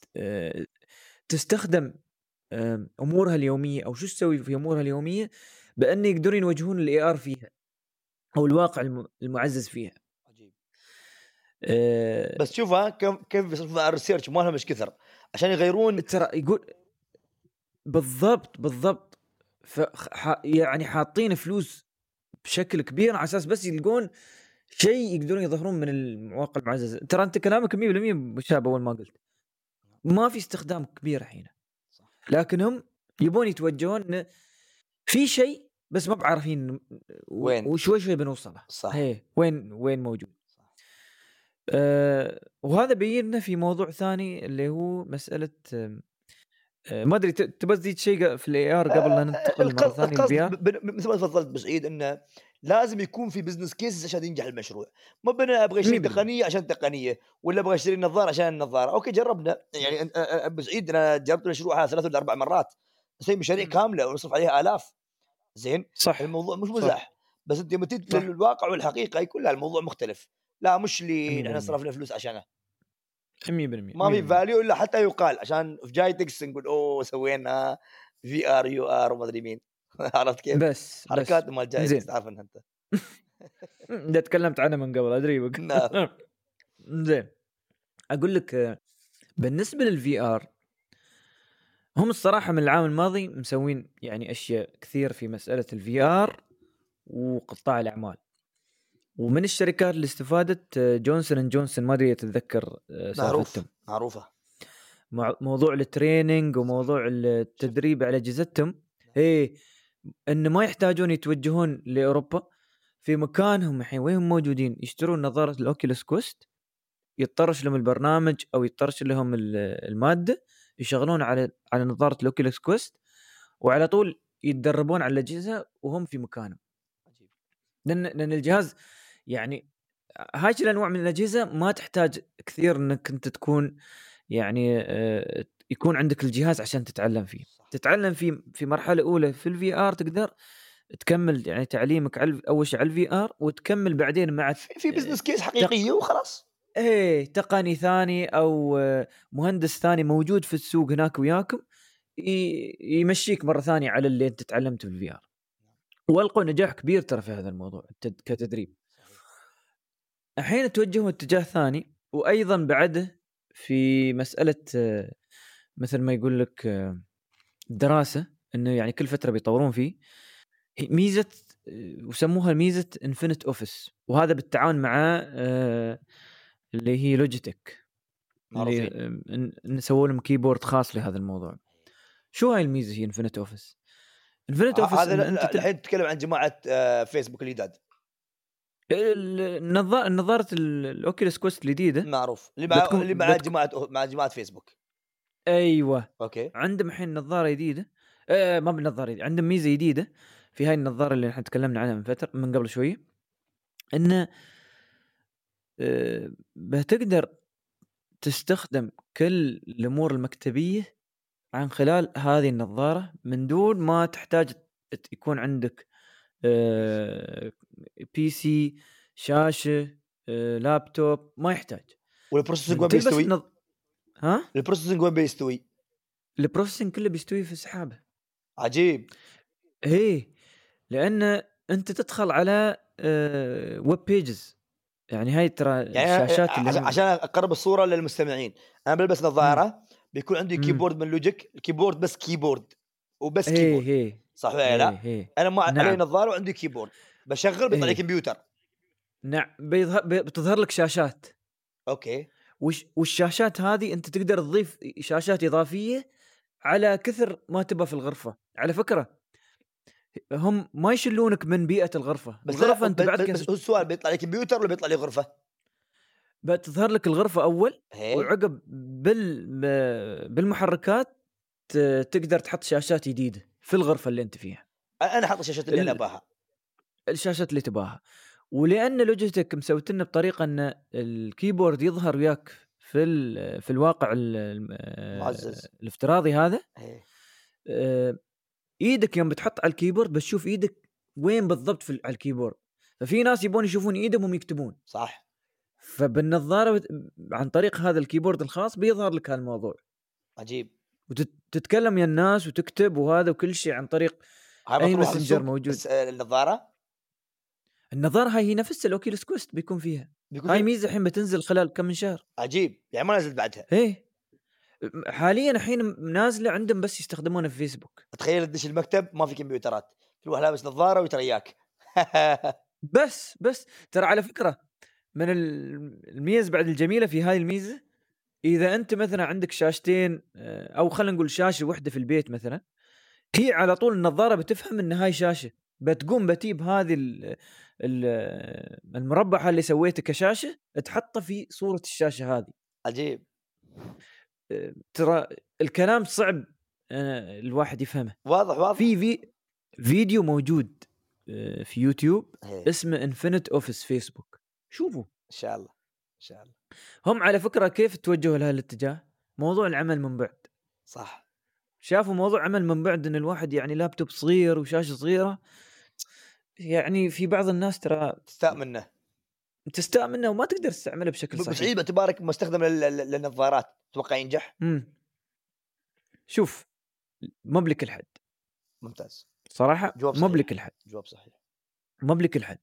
تستخدم أمورها اليومية أو شو تسوي في أمورها اليومية، بأن يقدرون يوجهون الاي ار فيها أو الواقع المعزز فيها. عجيب. آه، بس شوفها كيف بيصرفون على الريسيرش مالهم مش كثر عشان يغيرون. ترى يقول بالضبط يعني حاطين فلوس بشكل كبير على اساس بس يلقون شيء يقدرون يظهرون من المواقع المعززه. ترى انت كلامك 100% مشابه اول ما قلت، ما في استخدام كبير الحين، لكن هم يبون يتوجهون إن في شيء بس ما بعرفين وين وشوي شوي بنوصله. صح. هي وين موجود. صح. وهذا بينا في موضوع ثاني اللي هو مساله ما ادري تبى تزيد شيء في الاي ار قبل لا ننتقل مره ثانيه للفي ار؟ مثل ما تفضلت بسعيد انه لازم يكون في بزنس كيسز عشان ينجح المشروع. ما بنا ابغى اشتري 100%. تقنيه عشان تقنيه، ولا ابغى اشتري نظاره عشان النظاره. اوكي جربنا يعني بسعيد انا جربت المشروع هذا 3 ولا 4 مرات، نسوي مشاريع كامله ونصرف عليها الاف. زين. صح الموضوع مش صح مزاح، بس انت لما تجي صح للواقع والحقيقه يكون لا الموضوع مختلف. لا مش اللي احنا 100% صرفنا فلوس عشانه. 100% ما في 100%. فاليو الا حتى يقال عشان في جاي تكس نقول اوه سوينا في ار يو ار وما ادري مين. عرفت كيف؟ بس حركات مال جاي تكس زين. تعرفها انت. ده تكلمت عنه من قبل ادري بك. نعم. زين، اقول لك بالنسبه للفي ار، هم الصراحه من العام الماضي مسوين يعني اشياء كثير في مساله الفي ار وقطاع الاعمال. ومن الشركات اللي استفادت جونسون اند جونسون، ما ادري تتذكر سالفتهم، معروفه. موضوع التريننج وموضوع التدريب على اجهزتهم. ايه، ان ما يحتاجون يتوجهون لاوروبا، في مكانهم الحين وين هم موجودين يشترون نظاره الاوكيولوس كوست، يطرش لهم البرنامج او يطرش لهم الماده، يشغلون على نظاره الاوكيولوس كوست، وعلى طول يتدربون على الاجهزه وهم في مكانهم. لان الجهاز يعني هاي الانواع من الاجهزه ما تحتاج كثير انك انت تكون يعني يكون عندك الجهاز عشان تتعلم فيه. تتعلم فيه في مرحله اولى في الفي ار، تقدر تكمل يعني تعليمك على اول شيء على الفي ار، وتكمل بعدين مع في بزنس كيس حقيقيه وخلاص. ايه تقني ثاني او مهندس ثاني موجود في السوق هناك وياكم، يمشيك مره ثانيه على اللي انت تعلمته في الفي ار. والقوا نجاح كبير ترى في هذا الموضوع كتدريب. الحين توجهوا اتجاه ثاني، وايضا بعده في مساله مثل ما يقول لك دراسه، انه يعني كل فتره بيطورون فيه ميزه وسموها ميزه انفينيت اوفيس، وهذا بالتعاون مع اللي هي لوجيتك، اللي نسووا لهم كيبورد خاص لهذا الموضوع. شو هاي الميزه هي انفينيت اوفيس؟ انفينيت اوفيس هذا ان انت الحين تتكلم عن جماعه فيسبوك الجداد. نظاره الاوكيوليس كوست الجديده معروف اللي مع بتكون جماعه فيسبوك. ايوه. اوكي. عندهم الحين نظاره جديده، ما بالنظاره جديدة. عندهم ميزه جديده في هاي النظاره اللي احنا تكلمنا عنها من قبل شويه، انه بتقدر تستخدم كل الامور المكتبيه عن خلال هذه النظاره من دون ما تحتاج يكون عندك بي سي، شاشه، لابتوب، ما يحتاج. والبروسيسنج من وين تلبس بيستوي؟ ها، البروسيسنج وين بيستوي؟ البروسيسنج كله بيستوي في السحابه. عجيب. ايه، لان انت تدخل على ويب بيجز، يعني هاي ترى يعني الشاشات اللي هم عشان اقرب الصوره للمستمعين، انا بلبس مم. نظاره بيكون عندي إمم. كيبورد من لوجيك، الكيبورد بس كيبورد وبس إيه، كيبورد، إيه، صح والّا إيه، لأ؟ إيه. أنا علي نعم، نظارة وعندي كيبورد، باشغّل بيطلع لي إيه، كمبيوتر، بتظهر لك شاشات، أوكي، والشاشات هذه أنت تقدر تضيف شاشات إضافية على كثر ما تبى في الغرفة. على فكرة هم ما يشلونك من بيئة الغرفة، بس لا الغرفة أنت بعد بس هو السؤال بيطلع لي كمبيوتر والّا بيطلع لي غرفة؟ بتظهر لك الغرفة أول، إيه، وعقب بالمحركات تقدر تحط شاشات جديدة في الغرفة اللي أنت فيها، أنا حاطط الشاشات اللي أنا ال أباها، الشاشات اللي تباها. ولأن لوجيتك مسويتنا بطريقة إن الكيبورد يظهر وياك في الواقع مُعزّز، الافتراضي هذا، إيه، آآ إيدك يوم بتحط على الكيبورد بتشوف إيدك وين بالضبط على الكيبورد. ففي ناس يبون يشوفون إيدهم وهم يكتبون، صح، فبالنظارة عن طريق هذا الكيبورد الخاص بيظهر لك هالموضوع، عجيب، تتكلم ويا الناس وتكتب وهذا وكل شيء عن طريق هاي أي مطروحة messenger بالسوق موجود. النظارة؟ النظارة هاي هي نفس الOculus Quest بيكون فيها، بيكون هاي في ميزة الحين بتنزل خلال كم من شهر. عجيب، يعني ما نزلت بعدها، إيه، حاليًا الحين نازلة عندهم بس يستخدمونها في فيسبوك. تخيل تدش المكتب ما في كمبيوترات، كل واحد لابس نظارة ويترياك. بس ترى على فكرة من الميز بعد الجميلة في هاي الميزة، إذا أنت مثلًا عندك شاشتين أو خلينا نقول شاشة واحدة في البيت مثلًا، هي على طول النظارة بتفهم إن هاي شاشة، بتقوم بتجيب هذه ال المربع اللي سويته كشاشة تحطه في صورة الشاشة هذه. عجيب، ترى الكلام صعب الواحد يفهمه. واضح، واضح، فيديو موجود في يوتيوب إيه، اسمه Infinite Office فيسبوك، شوفوا. إن شاء الله، إن شاء الله، هم على فكرة كيف توجهوا لهالاتجاه؟ موضوع العمل من بعد. صح، شافوا موضوع عمل من بعد إن الواحد يعني لابتوب صغير وشاشة صغيرة، يعني في بعض الناس ترى تستاء منه، تستاء منه وما تقدر تستعمله بشكل بس صحيح. عيد باعتبارك مستخدم للنظارات، تتوقع ينجح؟ إمم. شوف، مو بلكل حد، ممتاز، صراحة جواب مو بلكل صحيح، حد، جواب صحيح. مو بلكل حد.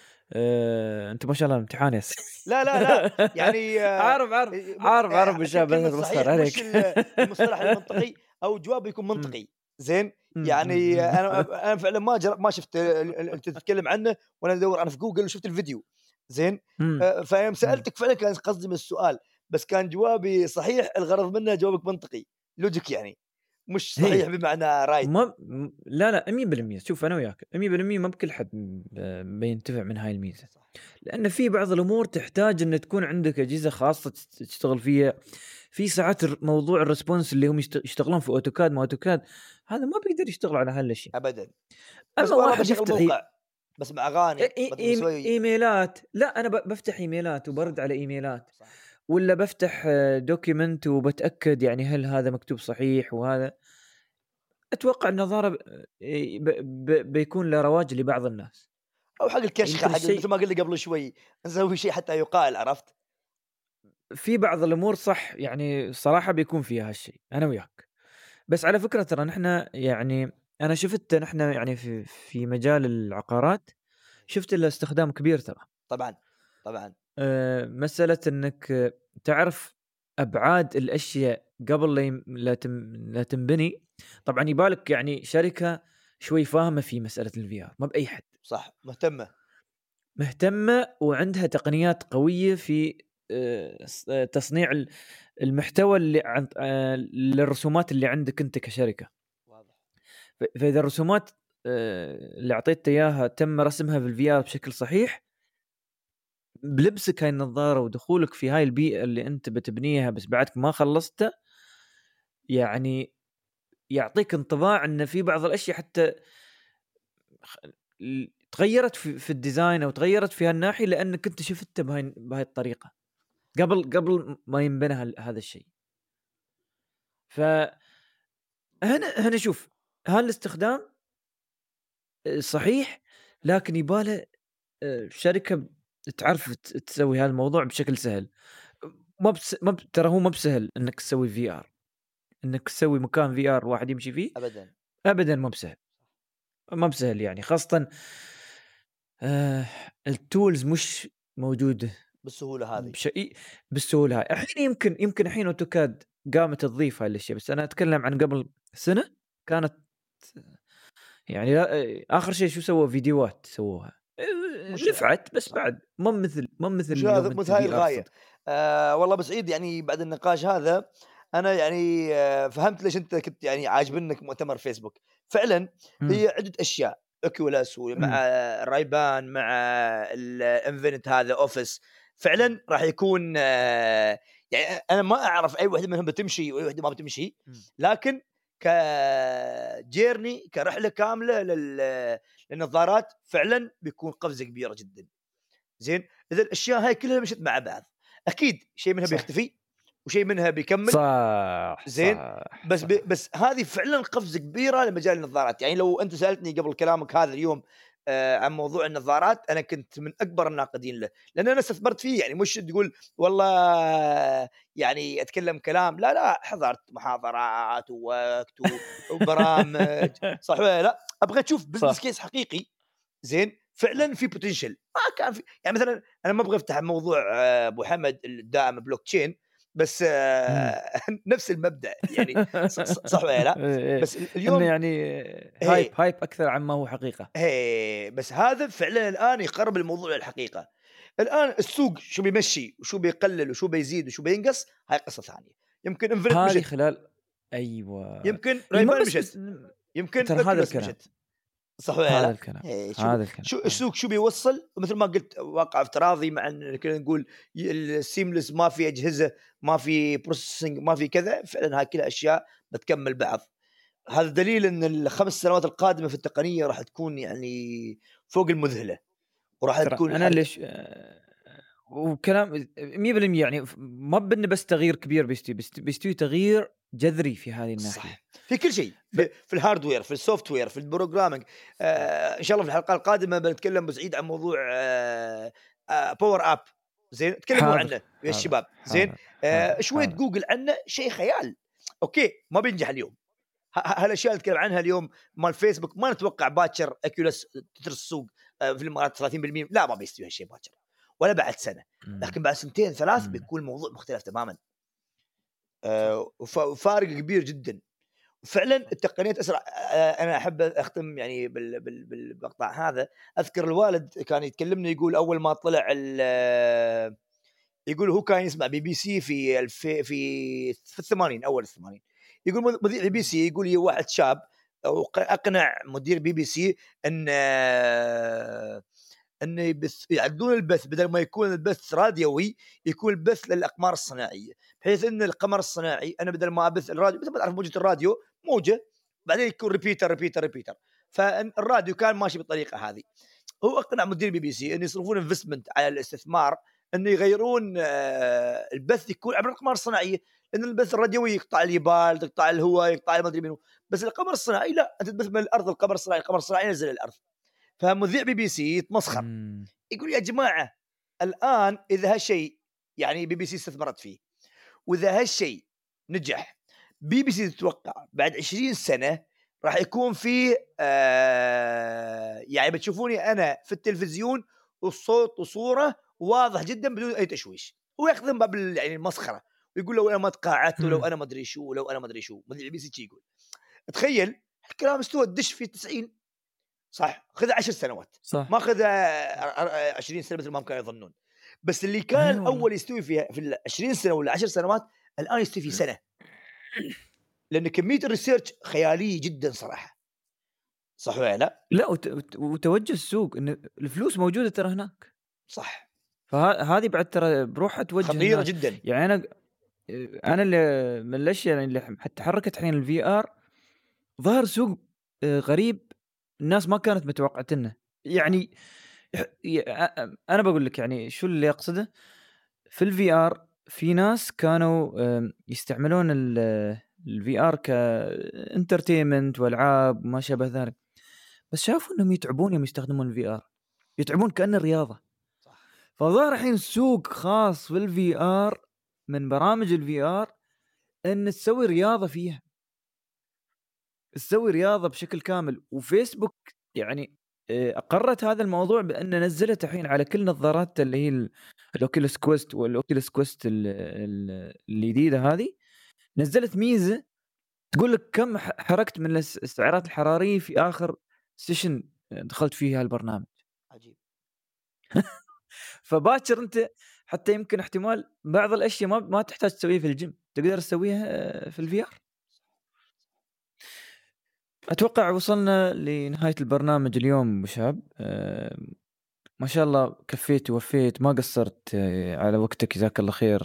أنت ما شاء الله الامتحان يس لا، لا، لا، يعني عارف كلمة مشابه صحيح مسخر مش عليك. المصطلح المنطقي أو الجواب يكون إمم، منطقي، زين؟ إمم، إمم، يعني إمم. أنا فعلًا ما شُفت أنت تتكلم عنه وأنا أدوّر عنه في جوجل وشُفت الفيديو، زين؟ إمم، فيوم إمم. سألتك فعلًا كان قصدي من السؤال، بس كان جوابي صحيح الغرض منه جوابك منطقي، logic يعني، مش صحيح هي بمعنى right. ما لا، لا 100%. شوف أنا وياك 100% ما بكل حد بينتفع من هاي الميزة، صح، لأن في بعض الأمور تحتاج إن تكون عندك أجهزة خاصة تشتغل فيها. في ساعات موضوع الresponse اللي هم يشتغلون في أوتوكاد ما أوتوكاد، هذا ما بيقدر يشتغل على هالأشياء. أبدًا، بس أما والله واحد باشغّل يفتح موقع، باسمع أغاني، باسوي إيميلات، لأ أنا بافتح إيميلات وبارد صح، على إيميلات، صح. والّا بافتح document وباتأكد يعني هل هذا مكتوب صحيح وهذا. أتوقع النظارة ب ب بيكون له رواج لبعض الناس. أو حق الكشخة يمكن حق مثل الشيء ما قلنا قبل شوي، نسوي شيء حتى يُقال عرفت؟ في بعض الأمور صح، يعني الصراحة بيكون فيها هالشيء، أنا وياك. بس على فكرة ترى نحن يعني أنا شُفت نحن يعني في مجال العقارات، شُفت له استخدام كبير ترى. طبعًا، طبعًا، مسألة إنك تعرف أبعاد الأشياء قبل لا تنبني. طبعًا يبغى لك يعني شركة شوي فاهمة في مسألة الVR، ما بأي حد. صح، مهتمة، مهتمة وعندها تقنيات قوية في تصنيع المحتوى اللي عن للرسومات اللي عندك أنت كشركة. واضح، فإذا الرسومات اللي أعطيتك إياها تم رسمها بالVR بشكل صحيح، بلبسك هاي النظارة ودخولك في هاي البيئة اللي أنت بتبنيها بس بعدك ما خلصتها، يعني يعطيك انطباع إن في بعض الأشياء حتى خ تغيّرت في الdesign أو تغيّرت في هالناحية لأنك أنت شُفتها بهاي الطريقة قبل ما ينبنى هذا الشيء. فهنا هنا شوف، هالاستخدام صحيح، لكن يبغى له شركة تعرف تسوي هالموضوع بشكل سهل. ما ترى هو ما بسهل إنك تسوي VR، إنك تسوي مكان VR الواحد يمشي فيه، أبدًا، أبدًا ما بسهل، ما بسهل يعني خاصةً آآ الtools مش موجودة بالسهولة هذه، بالسهولة هاي. الحين يمكن الحين AutoCAD قامت تضيف هاي الاشياء، بس انا اتكلم عن قبل سنه كانت يعني اخر شيء شو سووا فيديوهات سووها مش نفعت، بس بعد مو مثل مش هذا اليوم مش انت هاي في ار الغايه. صدق. والله بسعيد يعني بعد النقاش هذا. انا يعني فهمت ليش انت كنت يعني عاجبنك مؤتمر فيسبوك فعلا. امم هي عده اشياء، اوكيولاس ومع امم رايبان مع الانفنت هذا اوفيس، فعلا راح يكون يعني انا ما اعرف اي وحده منهم بتمشي واي وحده ما بتمشي، أمم. لكن كجيرني كرحله كامله للنظارات فعلا بيكون قفزه كبيره جدا. زين، اذا الاشياء هاي كلها مشت مع بعض اكيد شيء منها صح بيختفي وشيء منها بيكمل. صح زين، صح بس صح بس هذه فعلا قفزه كبيره لمجال النظارات. يعني لو انت سالتني قبل كلامك هذا اليوم عن موضوع النظارات، انا كنت من اكبر الناقدين له، لان انا استثمرت فيه. يعني مش تقول والله يعني اتكلم كلام، لا لا، حضرت محاضرات ووقت وبرامج، صح ولا لا؟ ابغى تشوف بزنس صح كيس حقيقي. زين، فعلا في بوتنشل ما كان في. يعني مثلا انا ما ابغى افتح موضوع ابو حمد الدائم بلوك تشين، بس امم نفس المبدا يعني. صح ولا لا؟ إيه. بس انه اليوم يعني هي هايب اكثر عما هو حقيقه. هي بس هذا فعلا الان يقرب الموضوع للحقيقه. الان السوق شو بيمشي وشو بيقلل وشو بيزيد وشو بينقص، هاي قصه ثانيه. يمكن انفنت هذه مشت، خلال ايوه يمكن اي ما ريبان بس مشت، يمكن ترى هذا اوكيولوس الكلام مشت. صح والّا هذا لأ؟ الكلام شوف هذا الكلام شو هذا السوق شو بيوصّل، ومثل ما قُلت واقع افتراضي مع إن كنا نقول الseamless ما في أجهزة، ما في processing، ما في كذا، فعلًا هاي كلها أشياء بتكمّل بعض. هذا دليل إن ال5 سنوات القادمة في التقنية راح تكون يعني فوق المذهلة، وراح ترى تكون انا ليش وكلام 100% يعني ما بإنه بس تغيير كبير بيستوي تغيير جذري في هذه الناحيه. صح، في كل شيء، ف في الhardware، في الsoftware، في الprogramming. إن شاء الله في الحلقة القادمة بنتكلم بسعيد عن موضوع power up. زين، تكلموا حاضر عنه ويا حاضر الشباب. زين، حاضر حاضر شوية حاضر جوجل عنه شيء خيال. أوكي، ما بينجح اليوم. هالأشياء اللي نتكلم عنها اليوم مال فيسبوك ما نتوقع باكر Oculus تدرس السوق في الإمارات 30%، لا ما بيستوي هالشيء باكر ولا بعد سنة، إمم، لكن بعد سنتين 3 إمم، بيكون الموضوع مختلف تمامًا. صح، وفارق كبير جدًا. فعلًا صح، التقنيات أسرع. أنا أحب أختم يعني بالمقطع هذا. أذكر الوالد كان يكلمني يقول أول ما طلع يقول هو كان يسمع BBC في ال80، أول ال80. يقول مذيع إمم، BBC يقول لي واحد شاب أقنع مدير BBC إن انه يعدلون البث، بدل ما يكون البث راديوي يكون البث للاقمار الصناعيه، بحيث ان القمر الصناعي انا بدل ما ابث الراديو، مثل ما تعرف موجه الراديو موجه بعدين يكون ريبيتر ريبيتر ريبيتر، فالراديو كان ماشي بالطريقه هذه. هو اقنع مدير BBC ان يصرفون انفستمنت على الاستثمار، انه يغيرون البث يكون عبر الاقمار الصناعيه، لان البث الراديوي يقطع الجبال، يقطع الهواء، يقطع ما ادري منه. بس القمر الصناعي لا، انت تبث من الارض القمر الصناعي، القمر الصناعي ينزل الارض. فمذيع BBC يتمسخر، إمم، يقول يا جماعه الان اذا هالشيء يعني BBC استثمرت فيه، واذا هالشيء نجح، BBC تتوقع بعد 20 سنه راح يكون فيه يعني بتشوفوني انا في التلفزيون والصوت وصوره واضح جدا بدون اي تشويش. هو ياخذ من باب يعني المسخره، ويقول لو انا ما تقاعدت ولو إمم، انا ما ادري شو ولو انا ما ادري شو، مدري BBC يقول. تخيل الكلام استوى الدش في 90، صح، خذها 10 سنوات، صح، ما خذها 20 سنه مثل ما هم كانوا يظنون. بس اللي كان أي والله. الاول يستوي فيها في ال20 سنه ولا 10 سنوات، الان يستوي في سنه، لان كميه الريسيرش خياليه جدا صراحه. صح ولا لا؟ لأ وتوجه السوق إن الفلوس موجودة ترى هناك، صح، هذه بعد ترى بروحها توجه خطيره الناس. جدا. يعني أنا اللي من الأشياء اللي حتى حركت الحين الVR ظهر سوق غريب الناس ما كانت متوقعتنه. يعني أنا باقول لك يعني شو اللي أقصده، في الVR في ناس كانوا يستعملون الVR كentertainment وألعاب وما شابه ذلك، بس شافوا إنهم يتعبون يوم يستخدمون الVR، يتعبون كأنه رياضة. صح، فظهر الحين سوق خاص في الVR من برامج الVR إن تسوي رياضة فيها، تسوي رياضة بشكل كامل. وفيسبوك يعني أقرّت هذا الموضوع بأن نزّلت الحين على كل نظارات اللي هي الOculus Quest والOculus Quest الجديدة هذه، نزلت ميزه تقول لك كم حركت من السعرات الحراريه في اخر سيشن دخلت فيها البرنامج. عجيب. فباكر انت حتى يمكن احتمال بعض الاشياء ما تحتاج تسويها في الجيم، تقدر تسويها في الفي ار. اتوقع وصلنا لنهايه البرنامج اليوم ابو شاب. ما شاء الله كفيت ووفيت، ما قصرت على وقتك، جزاك الله خير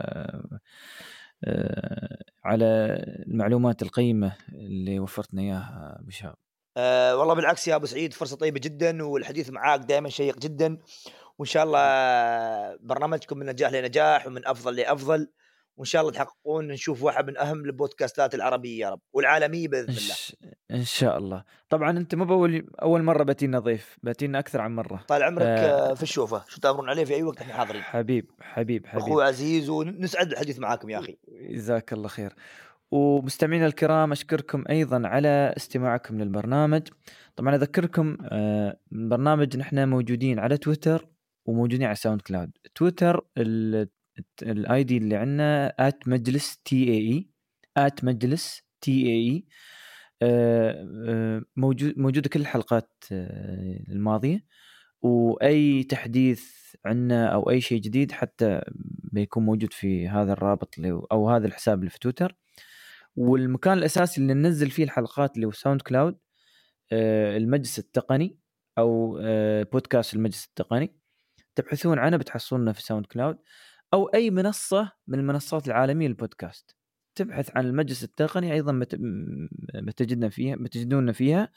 على المعلومات القيمة اللي وفرتنا إياها أبو شاب. والله بالعكس يا أبو سعيد، فرصة طيبة جدا، والحديث معاك دائما شيق جدا، وإن شاء الله برنامجكم من نجاح لنجاح ومن أفضل لأفضل، وإن شاء الله تحققون نشوف واحد من أهم البودكاستات العربية يا رب والعالمية بإذن الله. إن شاء الله. طبعا أنت مو أول مرة باتينا ضيف، باتينا أكثر عن مرة. طال عمرك في الشوفة، شو تأمرون عليه في أي وقت، إحنا حاضرين. حبيب أخوي عزيز، ونسعد بالحديث معاكم يا أخي. جزاك الله خير. ومستمعينا الكرام أشكركم أيضا على استماعكم للبرنامج. طبعا أذكركم البرنامج نحن موجودين على تويتر وموجودين على ساوند كلاود. تويتر الاي دي اللي عندنا @مجلس TAE @مجلس TAE. موجودة كل الحلقات الماضية، وأي تحديث عنا أو أي شيء جديد حتى بيكون موجود في هذا الرابط أو هذا الحساب اللي في تويتر. والمكان الأساسي اللي ننزل فيه الحلقات اللي هو ساوند كلاود، المجلس التقني أو بودكاست المجلس التقني. تبحثون عنه بتحصلونه في ساوند كلاود، أو أي منصة من المنصات العالمية للبودكاست. تبحث عن المجلس التقني أيضا بتجدوننا فيها.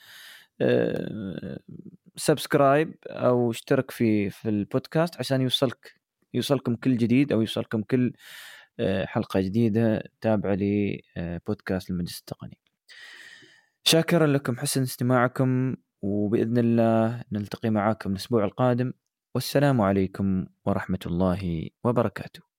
سبسكرايب أو اشترك في البودكاست عشان يوصلكم كل جديد، أو يوصلكم كل حلقة جديدة تابعة لبودكاست المجلس التقني. شاكرا لكم حسن استماعكم، وبإذن الله نلتقي معكم الأسبوع القادم، والسلام عليكم ورحمة الله وبركاته.